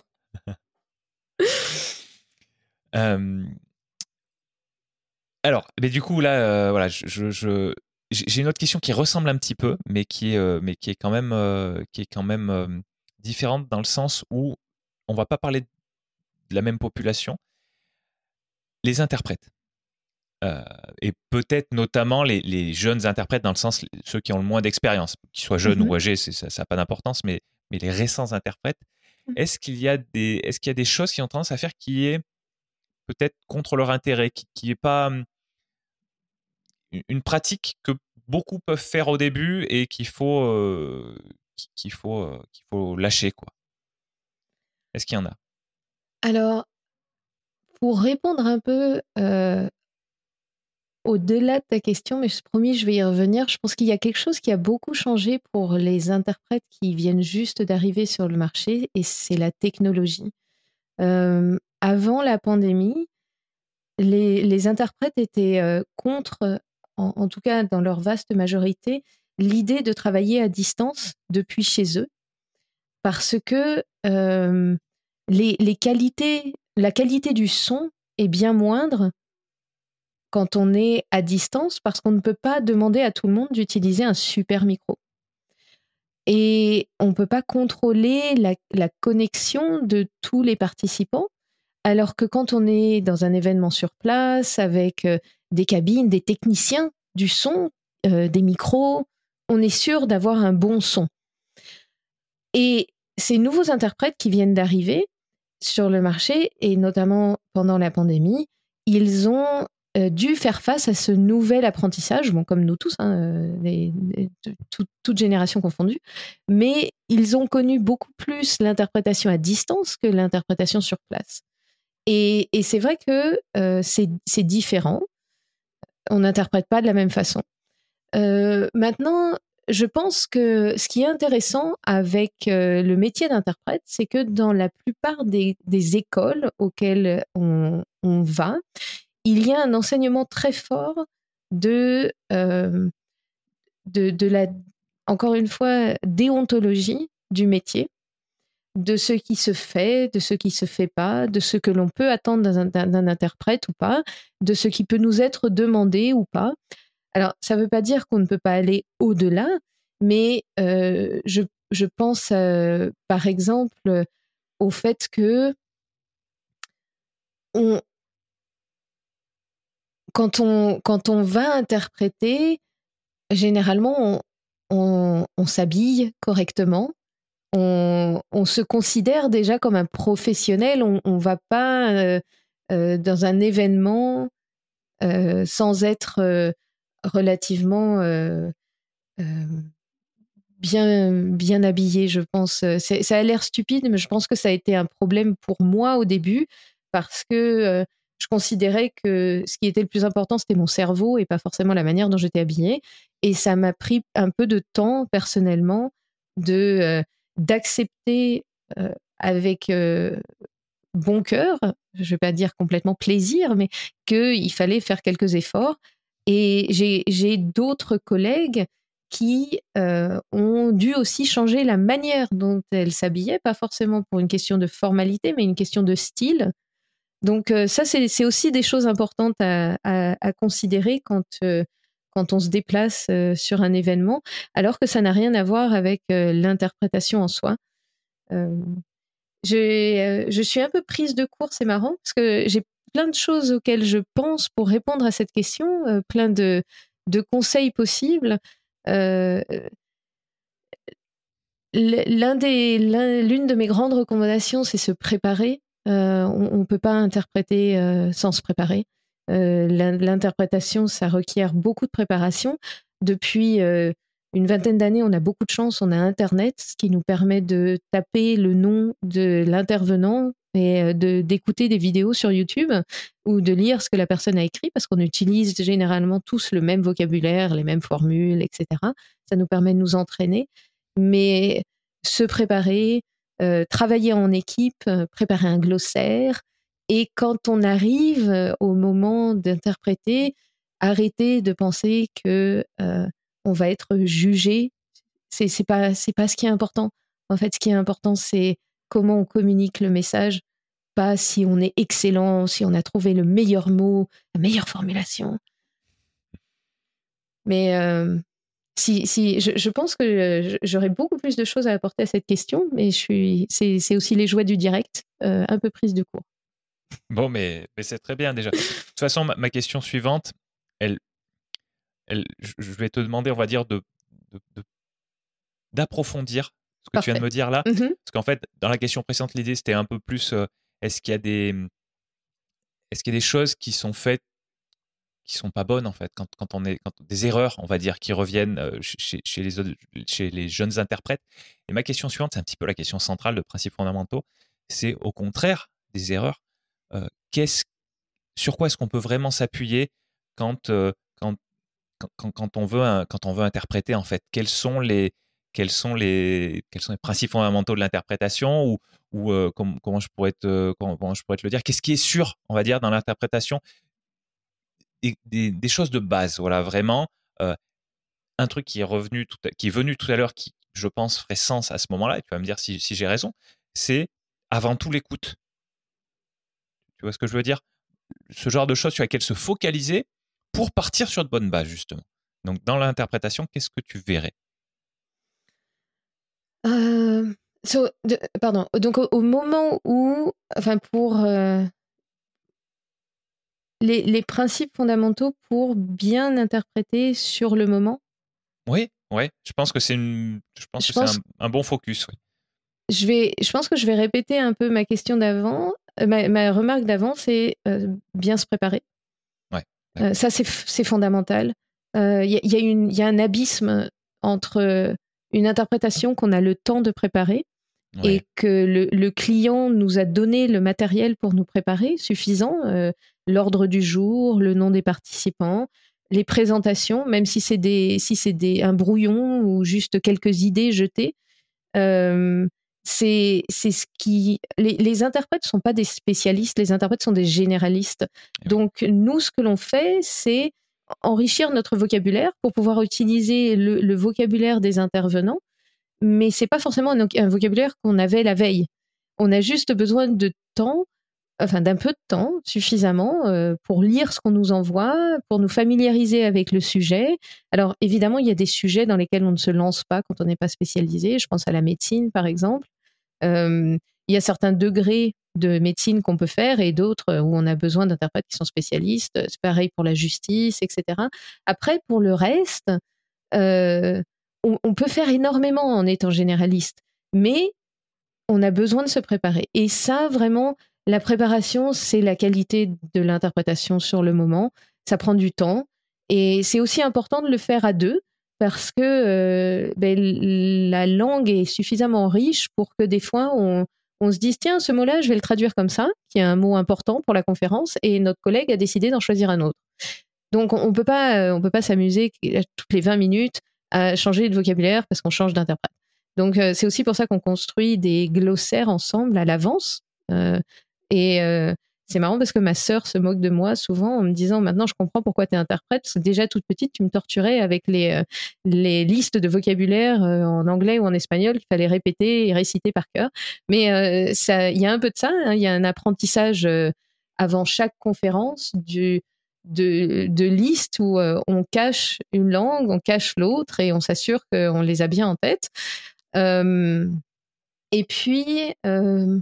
Euh, alors, mais du coup là, euh, voilà, je, je, je- j'ai une autre question qui ressemble un petit peu, mais qui est, euh, mais qui est quand même, euh, qui est quand même euh, différente dans le sens où on va pas parler de la même population. les interprètes. Euh, et peut-être notamment les, les jeunes interprètes, dans le sens ceux qui ont le moins d'expérience, qu'ils soient jeunes Mhm. ou âgés, c'est, ça n'a pas d'importance, mais, mais les récents interprètes, est-ce qu'il y a des, est-ce qu'il y a des choses qui ont tendance à faire qui est peut-être contre leur intérêt, qui, qui est pas hum, une pratique que beaucoup peuvent faire au début et qu'il faut, euh, qu'il faut, euh, qu'il faut lâcher, quoi. Est-ce qu'il y en a? Alors, pour répondre un peu euh, au-delà de ta question, mais je promis, je vais y revenir, je pense qu'il y a quelque chose qui a beaucoup changé pour les interprètes qui viennent juste d'arriver sur le marché, et c'est la technologie. Euh, avant la pandémie, les, les interprètes étaient euh, contre, en, en tout cas dans leur vaste majorité, l'idée de travailler à distance depuis chez eux, parce que euh, les, les qualités, la qualité du son est bien moindre quand on est à distance, parce qu'on ne peut pas demander à tout le monde d'utiliser un super micro. Et on ne peut pas contrôler la, la connexion de tous les participants, alors que quand on est dans un événement sur place, avec euh, des cabines, des techniciens du son, euh, des micros, on est sûr d'avoir un bon son. Et ces nouveaux interprètes qui viennent d'arriver sur le marché, et notamment pendant la pandémie, ils ont euh, dû faire face à ce nouvel apprentissage, bon, comme nous tous, hein, euh, les, les, tout, toute génération confondue, mais ils ont connu beaucoup plus l'interprétation à distance que l'interprétation sur place. Et, et c'est vrai que euh, c'est, c'est différent, on n'interprète pas de la même façon. Euh, maintenant, je pense que ce qui est intéressant avec euh, le métier d'interprète, c'est que dans la plupart des, des écoles auxquelles on, on va, il y a un enseignement très fort de, euh, de, de la, encore une fois, déontologie du métier, de ce qui se fait, de ce qui se fait pas, de ce que l'on peut attendre d'un, d'un, d'un interprète ou pas, de ce qui peut nous être demandé ou pas. Alors, ça ne veut pas dire qu'on ne peut pas aller au-delà, mais euh, je, je pense, euh, par exemple, au fait que on, quand, on, quand on va interpréter, généralement, on, on, on s'habille correctement, on, on se considère déjà comme un professionnel, on ne va pas euh, euh, dans un événement euh, sans être euh, relativement... Euh, euh, bien, bien habillé, je pense. C'est, ça a l'air stupide, mais je pense que ça a été un problème pour moi au début, parce que euh, je considérais que ce qui était le plus important, c'était mon cerveau et pas forcément la manière dont j'étais habillée. Et ça m'a pris un peu de temps, personnellement, de, euh, d'accepter euh, avec euh, bon cœur, je ne vais pas dire complètement plaisir, mais qu'il fallait faire quelques efforts. Et j'ai, j'ai d'autres collègues qui euh, ont dû aussi changer la manière dont elles s'habillaient, pas forcément pour une question de formalité, mais une question de style. Donc euh, ça, c'est, c'est aussi des choses importantes à, à, à considérer quand, euh, quand on se déplace euh, sur un événement, alors que ça n'a rien à voir avec euh, l'interprétation en soi. Euh, j'ai, euh, je suis un peu prise de court, c'est marrant, parce que j'ai plein de choses auxquelles je pense pour répondre à cette question, euh, plein de, de conseils possibles. Euh, l'un des, l'un, l'une de mes grandes recommandations, c'est se préparer. Euh, on ne peut pas interpréter euh, sans se préparer. Euh, l'interprétation, ça requiert beaucoup de préparation. Depuis euh, une vingtaine d'années, on a beaucoup de chance, on a Internet, ce qui nous permet de taper le nom de l'intervenant et de, d'écouter des vidéos sur YouTube ou de lire ce que la personne a écrit, parce qu'on utilise généralement tous le même vocabulaire, les mêmes formules, et cetera. Ça nous permet de nous entraîner. Mais se préparer, euh, travailler en équipe, euh, préparer un glossaire, et quand on arrive euh, au moment d'interpréter, arrêter de penser que euh, on va être jugé. C'est, c'est pas, c'est pas ce qui est important. En fait, ce qui est important, c'est comment on communique le message, pas si on est excellent, si on a trouvé le meilleur mot, la meilleure formulation. Mais euh, Si, si, je, je pense que j'aurais beaucoup plus de choses à apporter à cette question, mais je suis, c'est, c'est aussi les joies du direct, euh, un peu prise de court. Bon, mais, mais c'est très bien déjà. De toute façon, ma, ma question suivante, elle, elle, je je vais te demander, on va dire, de, de- de- d'approfondir ce que tu viens de Parfait. me dire là. Mhm. Parce qu'en fait, dans la question précédente, l'idée, c'était un peu plus, euh, est-ce qu'il y a des, est-ce qu'il y a des choses qui sont faites qui sont pas bonnes en fait, quand, quand on est quand, des erreurs, on va dire, qui reviennent euh, chez, chez les, autres- chez les jeunes interprètes. Et ma question suivante, c'est un petit peu la question centrale de principes fondamentaux, c'est au contraire des erreurs. Euh, qu'est-ce, sur quoi est-ce qu'on peut vraiment s'appuyer quand, euh, quand, quand, quand on veut un- quand on veut interpréter en fait? Quels sont les quels sont les quels sont les principes fondamentaux de l'interprétation, ou ou euh, com- comment je pourrais te comment, comment je pourrais te le dire? Qu'est-ce qui est sûr, on va dire, dans l'interprétation? Des, des- des choses de base, voilà, vraiment. euh, un truc qui est revenu tout à- qui est venu tout à l'heure, qui, je pense, ferait sens à ce moment-là, et tu vas me dire si, si j'ai raison, c'est avant tout l'écoute. Tu vois ce que je veux dire? Ce genre de choses sur lesquelles se focaliser pour partir sur de bonnes bases, justement. Donc, dans l'interprétation, qu'est-ce que tu verrais? Euh, so, de- pardon. Donc au, au moment où, enfin pour euh, les, les principes fondamentaux pour bien interpréter sur le moment, Oui, ouais, je pense que c'est une, je pense je que c'est un, pense, un bon focus, oui. je vais, je pense que je vais répéter un peu ma question d'avant. Euh, Ma, ma remarque d'avant, c'est euh, bien se préparer. Ouais, Euh, d'accord. ça, c'est f- c'est fondamental. Il euh, y, a- y a une- y a un abysme entre une interprétation qu'on a le temps de préparer Ouais, et que le, le client nous a donné le matériel pour nous préparer suffisant, euh, l'ordre du jour, le nom des participants, les présentations, même si c'est des, si c'est des, un brouillon ou juste quelques idées jetées. Euh, c'est, c'est ce qui. Les, les interprètes ne sont pas des spécialistes, les interprètes sont des généralistes. et oui, Donc, nous, ce que l'on fait, c'est enrichir notre vocabulaire pour pouvoir utiliser le, le vocabulaire des intervenants, mais c'est pas forcément un, un vocabulaire qu'on avait la veille. On a juste besoin de temps, enfin d'un peu de temps suffisamment euh, pour lire ce qu'on nous envoie, pour nous familiariser avec le sujet. Alors évidemment, il y a des sujets dans lesquels on ne se lance pas quand on n'est pas spécialisé. Je pense à la médecine, par exemple. Euh, il y a certains degrés de médecine qu'on peut faire et d'autres où on a besoin d'interprètes qui sont spécialistes. C'est pareil pour la justice, et cetera. Après, pour le reste, euh, on, on peut faire énormément en étant généraliste, mais on a besoin de se préparer. Et ça, vraiment, la préparation, c'est la qualité de l'interprétation sur le moment. Ça prend du temps. Et c'est aussi important de le faire à deux parce que euh, ben, la langue est suffisamment riche pour que des fois, on, on se dise, tiens, ce mot-là, je vais le traduire comme ça, qui est un mot important pour la conférence, et notre collègue a décidé d'en choisir un autre. Donc, on ne peut pas, euh, on peut pas s'amuser toutes les vingt minutes à changer de vocabulaire parce qu'on change d'interprète. Donc, euh, c'est aussi pour ça qu'on construit des glossaires ensemble à l'avance. Euh, et euh, c'est marrant parce que ma sœur se moque de moi souvent en me disant maintenant je comprends pourquoi tu es interprète, parce que déjà toute petite tu me torturais avec les, euh, les listes de vocabulaire euh, en anglais ou en espagnol qu'il fallait répéter et réciter par cœur. Mais euh, ça, il y a un peu de ça, hein, il y a un apprentissage euh, avant chaque conférence du, de, de listes où euh, on cache une langue, on cache l'autre et on s'assure qu'on les a bien en tête. Euh, et puis, euh,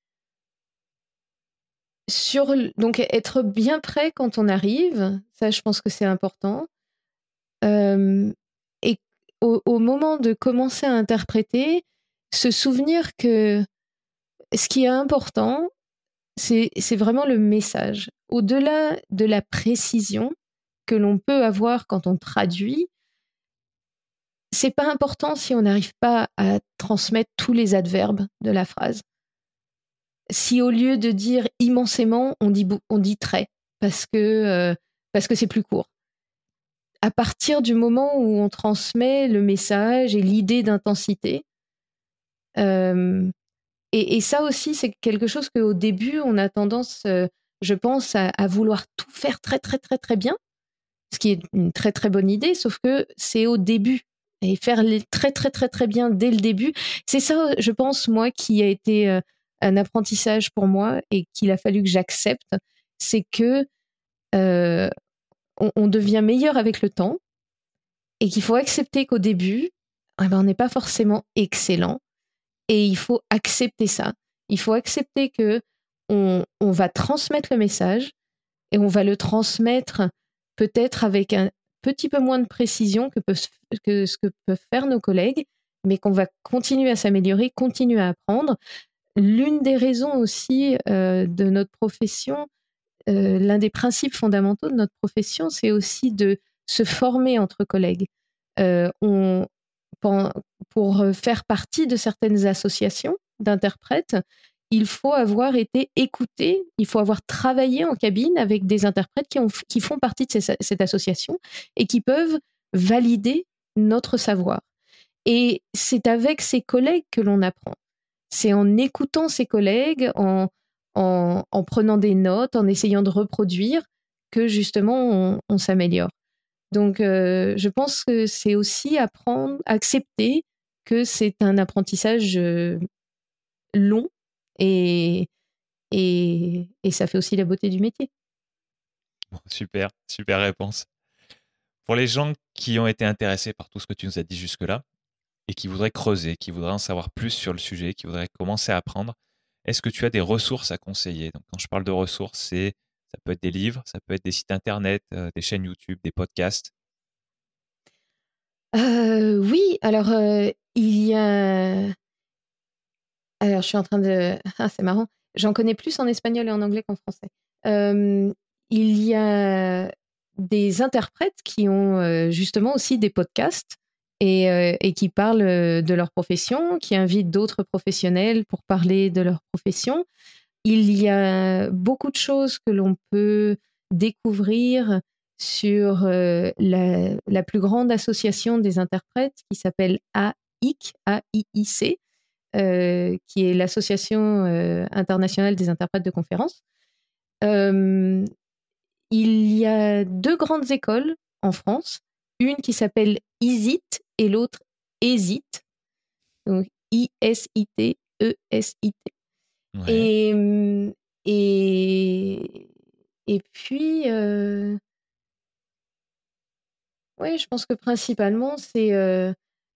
sur, donc être bien prêt quand on arrive, ça je pense que c'est important. Euh, et au, au moment de commencer à interpréter, se souvenir que ce qui est important, c'est, c'est vraiment le message. Au-delà de la précision que l'on peut avoir quand on traduit, c'est pas important si on n'arrive pas à transmettre tous les adverbes de la phrase. Si au lieu de dire immensément, on dit, on dit très, parce que, euh, parce que c'est plus court. À partir du moment où on transmet le message et l'idée d'intensité, euh, et, et ça aussi, c'est quelque chose qu'au début, on a tendance, euh, je pense, à, à vouloir tout faire très, très, très, très bien, ce qui est une très, très bonne idée, sauf que c'est au début. Et faire les très, très, très, très bien dès le début, c'est ça, je pense, moi, qui a été euh, un apprentissage pour moi et qu'il a fallu que j'accepte, c'est que euh, on, on devient meilleur avec le temps et qu'il faut accepter qu'au début, eh ben, on n'est pas forcément excellent et il faut accepter ça. Il faut accepter que on, on va transmettre le message et on va le transmettre peut-être avec un petit peu moins de précision que, peut, que ce que peuvent faire nos collègues, mais qu'on va continuer à s'améliorer, continuer à apprendre. L'une des raisons aussi euh, de notre profession, euh, l'un des principes fondamentaux de notre profession, c'est aussi de se former entre collègues. Euh, on, pour faire partie de certaines associations d'interprètes, il faut avoir été écouté, il faut avoir travaillé en cabine avec des interprètes qui, ont, qui font partie de ces, cette association et qui peuvent valider notre savoir. Et c'est avec ses collègues que l'on apprend. C'est en écoutant ses collègues, en, en, en prenant des notes, en essayant de reproduire, que justement on, on s'améliore. Donc, euh, je pense que c'est aussi apprendre, accepter que c'est un apprentissage euh, long et, et, et ça fait aussi la beauté du métier. Bon, super, super réponse. Pour les gens qui ont été intéressés par tout ce que tu nous as dit jusque-là et qui voudraient creuser, qui voudraient en savoir plus sur le sujet, qui voudraient commencer à apprendre, est-ce que tu as des ressources à conseiller? Donc, quand je parle de ressources, c'est, ça peut être des livres, ça peut être des sites internet, euh, des chaînes YouTube, des podcasts. Euh, oui, alors euh, il y a... Alors, je suis en train de... Ah, c'est marrant. J'en connais plus en espagnol et en anglais qu'en français. Euh, il y a des interprètes qui ont euh, justement aussi des podcasts et, euh, et qui parlent de leur profession, qui invitent d'autres professionnels pour parler de leur profession. Il y a beaucoup de choses que l'on peut découvrir sur euh, la, la plus grande association des interprètes qui s'appelle A I C, A I I C, euh, qui est l'Association euh, internationale des interprètes de conférences. Euh, il y a deux grandes écoles en France, une qui s'appelle I S I T et l'autre E S I T, donc I S I T, E S I T. Ouais. Et, et, et puis, euh, oui, je pense que principalement, c'est euh,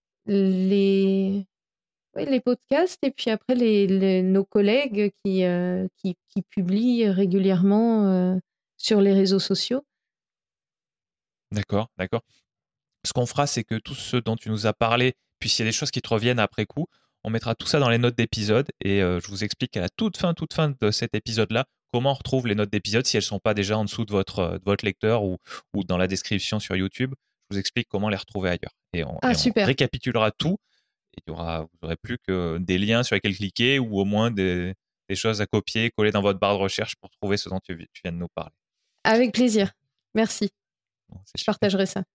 les, ouais, les podcasts et puis après les, les, nos collègues qui, euh, qui, qui publient régulièrement euh, sur les réseaux sociaux. D'accord, d'accord. Ce qu'on fera, c'est que tout ce dont tu nous as parlé, puis s'il y a des choses qui te reviennent après coup, on mettra tout ça dans les notes d'épisode et euh, je vous explique à la toute fin, toute fin de cet épisode-là comment on retrouve les notes d'épisode si elles ne sont pas déjà en dessous de votre, de votre lecteur ou, ou dans la description sur YouTube. Je vous explique comment les retrouver ailleurs. Et on, Ah, et on super. récapitulera tout. Et il y aura, vous n'aurez plus que des liens sur lesquels cliquer ou au moins des, des choses à copier, coller dans votre barre de recherche pour trouver ce dont tu, tu viens de nous parler. Avec plaisir. Merci. Bon, je super. Partagerai ça.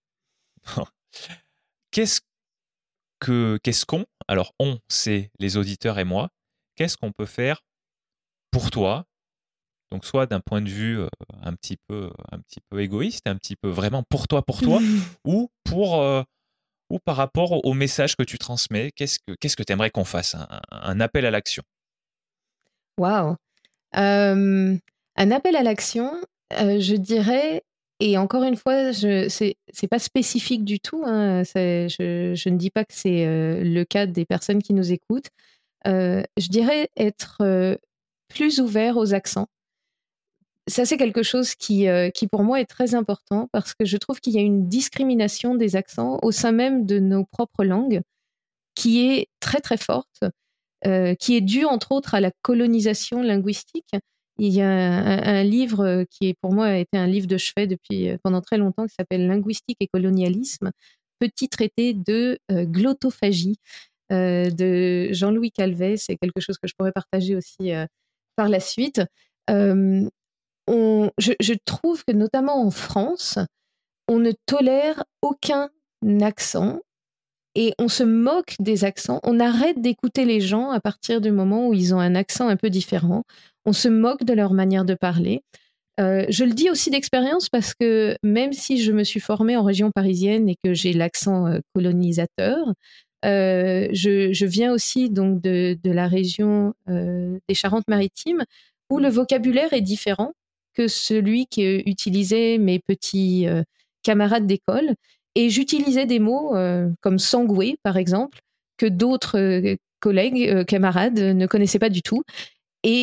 Qu'est-ce que, qu'est-ce qu'on, alors on, c'est les auditeurs et moi, qu'est-ce qu'on peut faire pour toi? Donc soit d'un point de vue euh, un petit peu, un petit peu égoïste, un petit peu vraiment pour toi, pour toi, ou pour, euh, ou par rapport au, au message que tu transmets. Qu'est-ce que, qu'est-ce que tu aimerais qu'on fasse? Un, un appel à l'action. Waouh. Euh, un appel à l'action, euh, je dirais. Et encore une fois, je, c'est, c'est pas spécifique du tout. Hein, c'est, je, je ne dis pas que c'est euh, le cas des personnes qui nous écoutent. Euh, je dirais être euh, plus ouvert aux accents. Ça, c'est quelque chose qui, euh, qui, pour moi, est très important parce que je trouve qu'il y a une discrimination des accents au sein même de nos propres langues qui est très, très forte, euh, qui est due, entre autres, à la colonisation linguistique. Il y a un, un livre qui, est, pour moi, a été un livre de chevet depuis pendant très longtemps qui s'appelle « Linguistique et colonialisme », petit traité de euh, glottophagie euh, de Jean-Louis Calvet. C'est quelque chose que je pourrais partager aussi euh, par la suite. Euh, on, je, je trouve que, notamment en France, on ne tolère aucun accent et on se moque des accents. On arrête d'écouter les gens à partir du moment où ils ont un accent un peu différent. On se moque de leur manière de parler. Euh, je le dis aussi d'expérience parce que même si je me suis formée en région parisienne et que j'ai l'accent euh, colonisateur, euh, je, je viens aussi donc de, de la région euh, des Charentes-Maritimes où le vocabulaire est différent que celui qu'utilisaient mes petits euh, camarades d'école. Et j'utilisais des mots euh, comme sangoué, par exemple, que d'autres euh, collègues, euh, camarades, ne connaissaient pas du tout. Et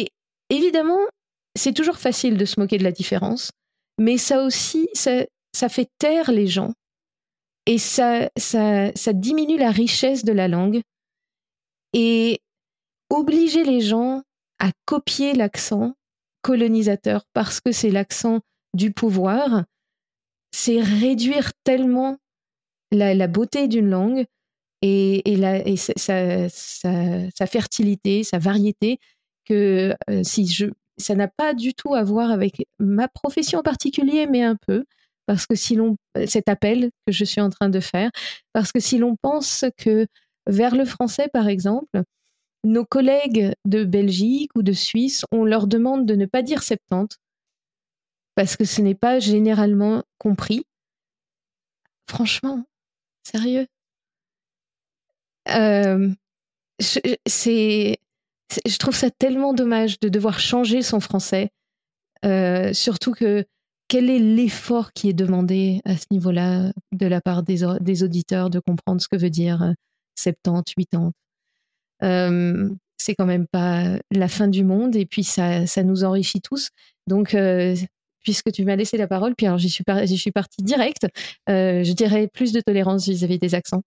évidemment, c'est toujours facile de se moquer de la différence, mais ça aussi, ça, ça fait taire les gens et ça, ça, ça diminue la richesse de la langue. Et obliger les gens à copier l'accent colonisateur parce que c'est l'accent du pouvoir, c'est réduire tellement la, la beauté d'une langue et, et, la, et sa, sa, sa, sa fertilité, sa variété, que euh, si je, ça n'a pas du tout à voir avec ma profession en particulier, mais un peu, parce que si l'on, cet appel que je suis en train de faire, parce que si l'on pense que vers le français, par exemple, nos collègues de Belgique ou de Suisse, on leur demande de ne pas dire septante, parce que ce n'est pas généralement compris. Franchement, sérieux. Euh, je, c'est, c'est, je trouve ça tellement dommage de devoir changer son français, euh, surtout que quel est l'effort qui est demandé à ce niveau-là de la part des, des auditeurs de comprendre ce que veut dire septante, quatre-vingts. Euh, c'est quand même pas la fin du monde et puis ça, ça nous enrichit tous. Donc, euh, puisque tu m'as laissé la parole, puis alors j'y suis, par, j'y suis partie direct, euh, je dirais plus de tolérance vis-à-vis des accents.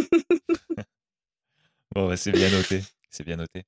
Bon, bah, c'est bien noté. C'est bien noté.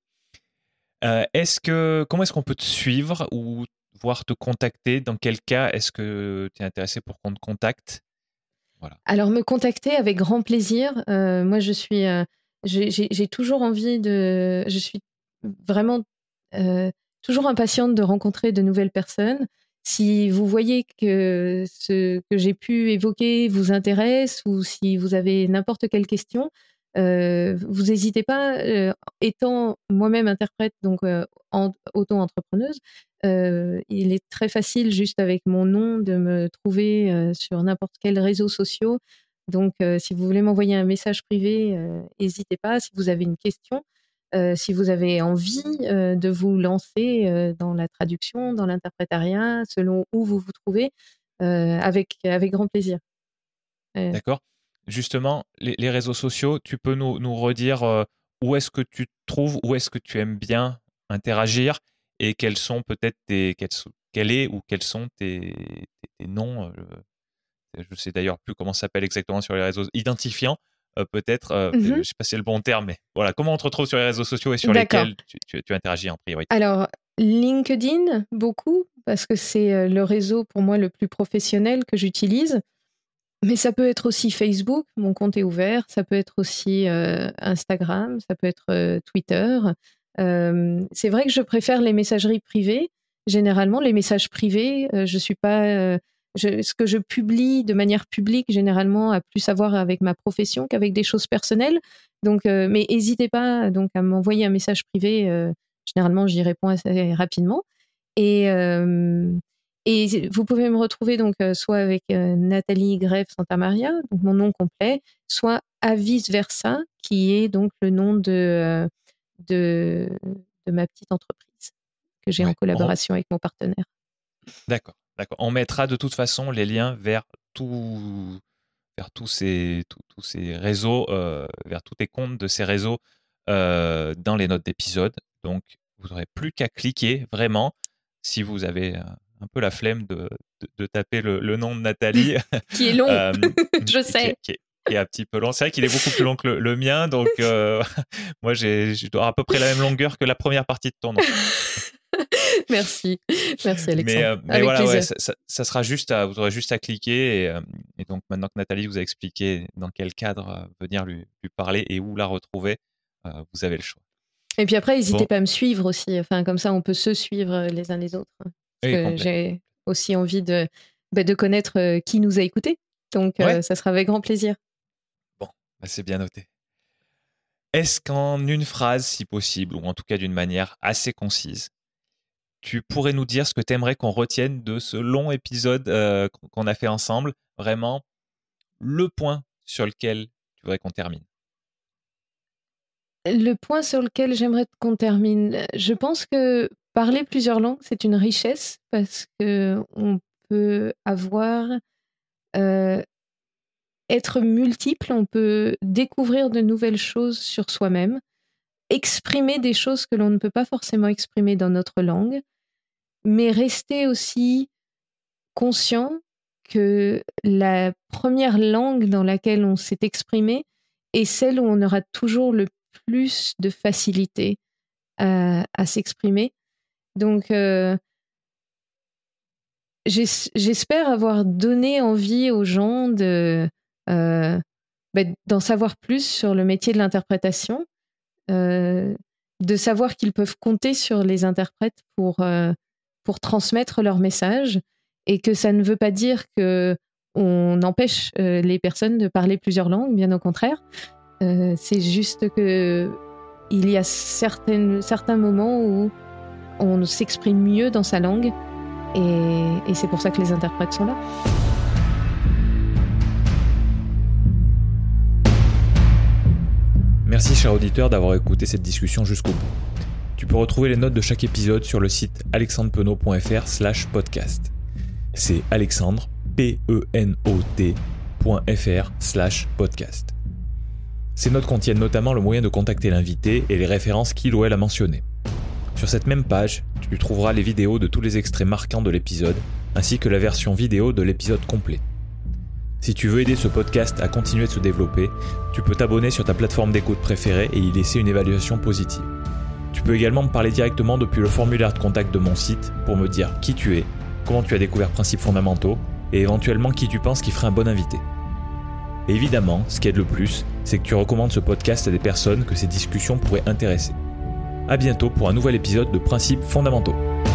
Euh, est-ce que, comment est-ce qu'on peut te suivre ou voir te contacter? Dans quel cas est-ce que tu es intéressé pour qu'on te contacte? Voilà. Alors, me contacter avec grand plaisir. Euh, moi, je suis, euh, j'ai, j'ai, j'ai toujours envie de, je suis vraiment euh, toujours impatiente de rencontrer de nouvelles personnes. Si vous voyez que ce que j'ai pu évoquer vous intéresse ou si vous avez n'importe quelle question, euh, vous n'hésitez pas, euh, étant moi-même interprète, donc euh, en, auto-entrepreneuse, euh, il est très facile juste avec mon nom de me trouver euh, sur n'importe quel réseau social. Donc, euh, si vous voulez m'envoyer un message privé, euh, n'hésitez pas. Si vous avez une question, euh, si vous avez envie euh, de vous lancer euh, dans la traduction, dans l'interprétariat, selon où vous vous trouvez, euh, avec, avec grand plaisir. Euh, D'accord. Justement, les, les réseaux sociaux, tu peux nous, nous redire euh, où est-ce que tu te trouves, où est-ce que tu aimes bien interagir et quels sont peut-être tes, quels, sont- quel est ou quels sont tes, tes, tes noms. euh, je ne sais d'ailleurs plus comment ça s'appelle exactement sur les réseaux identifiants. euh, peut-être, euh, je ne mhm. sais pas si c'est le bon terme, mais voilà, comment on te retrouve sur les réseaux sociaux et sur D'accord. lesquels tu, tu, tu interagis en priorité? Alors, LinkedIn, beaucoup, parce que c'est euh, le réseau pour moi le plus professionnel que j'utilise. Mais ça peut être aussi Facebook, mon compte est ouvert. Ça peut être aussi euh, Instagram, ça peut être euh, Twitter. Euh, c'est vrai que je préfère les messageries privées. Généralement, les messages privés, euh, je suis pas. euh, je- ce que je publie de manière publique, généralement, a plus à voir avec ma profession qu'avec des choses personnelles. Donc, euh, mais n'hésitez pas donc à m'envoyer un message privé. euh, généralement, j'y réponds assez rapidement. Et, euh, et vous pouvez me retrouver donc euh, soit avec euh, Nathalie Grève Santamaria, donc mon nom complet, soit à Vice Versa, qui est donc le nom de, euh, de, de ma petite entreprise que j'ai en Ouais. On- collaboration avec mon partenaire. D'accord, d'accord. On mettra de toute façon les liens vers tout, vers tous ces, tous, tous ces réseaux, euh, vers tous tes comptes de ces réseaux euh, dans les notes d'épisode. Donc, vous n'aurez plus qu'à cliquer vraiment si vous avez euh, un peu la flemme de, de, de taper le, le nom de Nathalie, Qui est long, euh, je qui, sais. est, qui est- qui est un petit peu long. C'est vrai qu'il est beaucoup plus long que le, le mien, donc euh, moi, j'ai, je dois avoir à peu près la même longueur que la première partie de ton nom. Merci, merci Mais, Alexandre, euh, mais avec voilà, ouais, plaisir. ça, ça- ça sera juste à, vous aurez juste à cliquer. Et, euh, et donc, maintenant que Nathalie vous a expliqué dans quel cadre euh, venir lui, lui parler et où la retrouver, euh, vous avez le choix. Et puis après, n'hésitez Bon, pas à me suivre aussi. Enfin, comme ça, on peut se suivre les uns les autres. Parce et que complètement. j'ai aussi envie de, bah, de connaître euh, qui nous a écoutés. Donc, Ouais, euh, ça sera avec grand plaisir. bon, bah, c'est bien noté. Est-ce qu'en une phrase, si possible, ou en tout cas d'une manière assez concise, tu pourrais nous dire ce que tu aimerais qu'on retienne de ce long épisode euh, qu'on a fait ensemble, vraiment le point sur lequel tu voudrais qu'on termine? Le point sur lequel j'aimerais qu'on termine, je pense que parler plusieurs langues, c'est une richesse parce que on peut avoir, euh, être multiple, on peut découvrir de nouvelles choses sur soi-même. exprimer des choses que l'on ne peut pas forcément exprimer dans notre langue, mais rester aussi conscient que la première langue dans laquelle on s'est exprimé est celle où on aura toujours le plus de facilité à, à s'exprimer. Donc, euh, j'espère avoir donné envie aux gens de, euh, bah, d'en savoir plus sur le métier de l'interprétation, euh, de savoir qu'ils peuvent compter sur les interprètes pour, euh, pour transmettre leur message, et que ça ne veut pas dire qu'on empêche euh, les personnes de parler plusieurs langues, bien au contraire. Euh, c'est juste qu'il y a certaines, certains moments où on s'exprime mieux dans sa langue, et, et c'est pour ça que les interprètes sont là. Merci, cher auditeur, d'avoir écouté cette discussion jusqu'au bout. Tu peux retrouver les notes de chaque épisode sur le site alexandrepenaud point f r slash podcast. C'est Alexandre, P E N O T, .fr slash podcast. Ces notes contiennent notamment le moyen de contacter l'invité et les références qu'il ou elle a mentionnées. Sur cette même page, tu trouveras les vidéos de tous les extraits marquants de l'épisode, ainsi que la version vidéo de l'épisode complet. Si tu veux aider ce podcast à continuer de se développer, tu peux t'abonner sur ta plateforme d'écoute préférée et y laisser une évaluation positive. Tu peux également me parler directement depuis le formulaire de contact de mon site pour me dire qui tu es, comment tu as découvert Principes fondamentaux et éventuellement qui tu penses qui ferait un bon invité. Et évidemment, ce qui aide le plus, c'est que tu recommandes ce podcast à des personnes que ces discussions pourraient intéresser. À bientôt pour un nouvel épisode de Principes fondamentaux.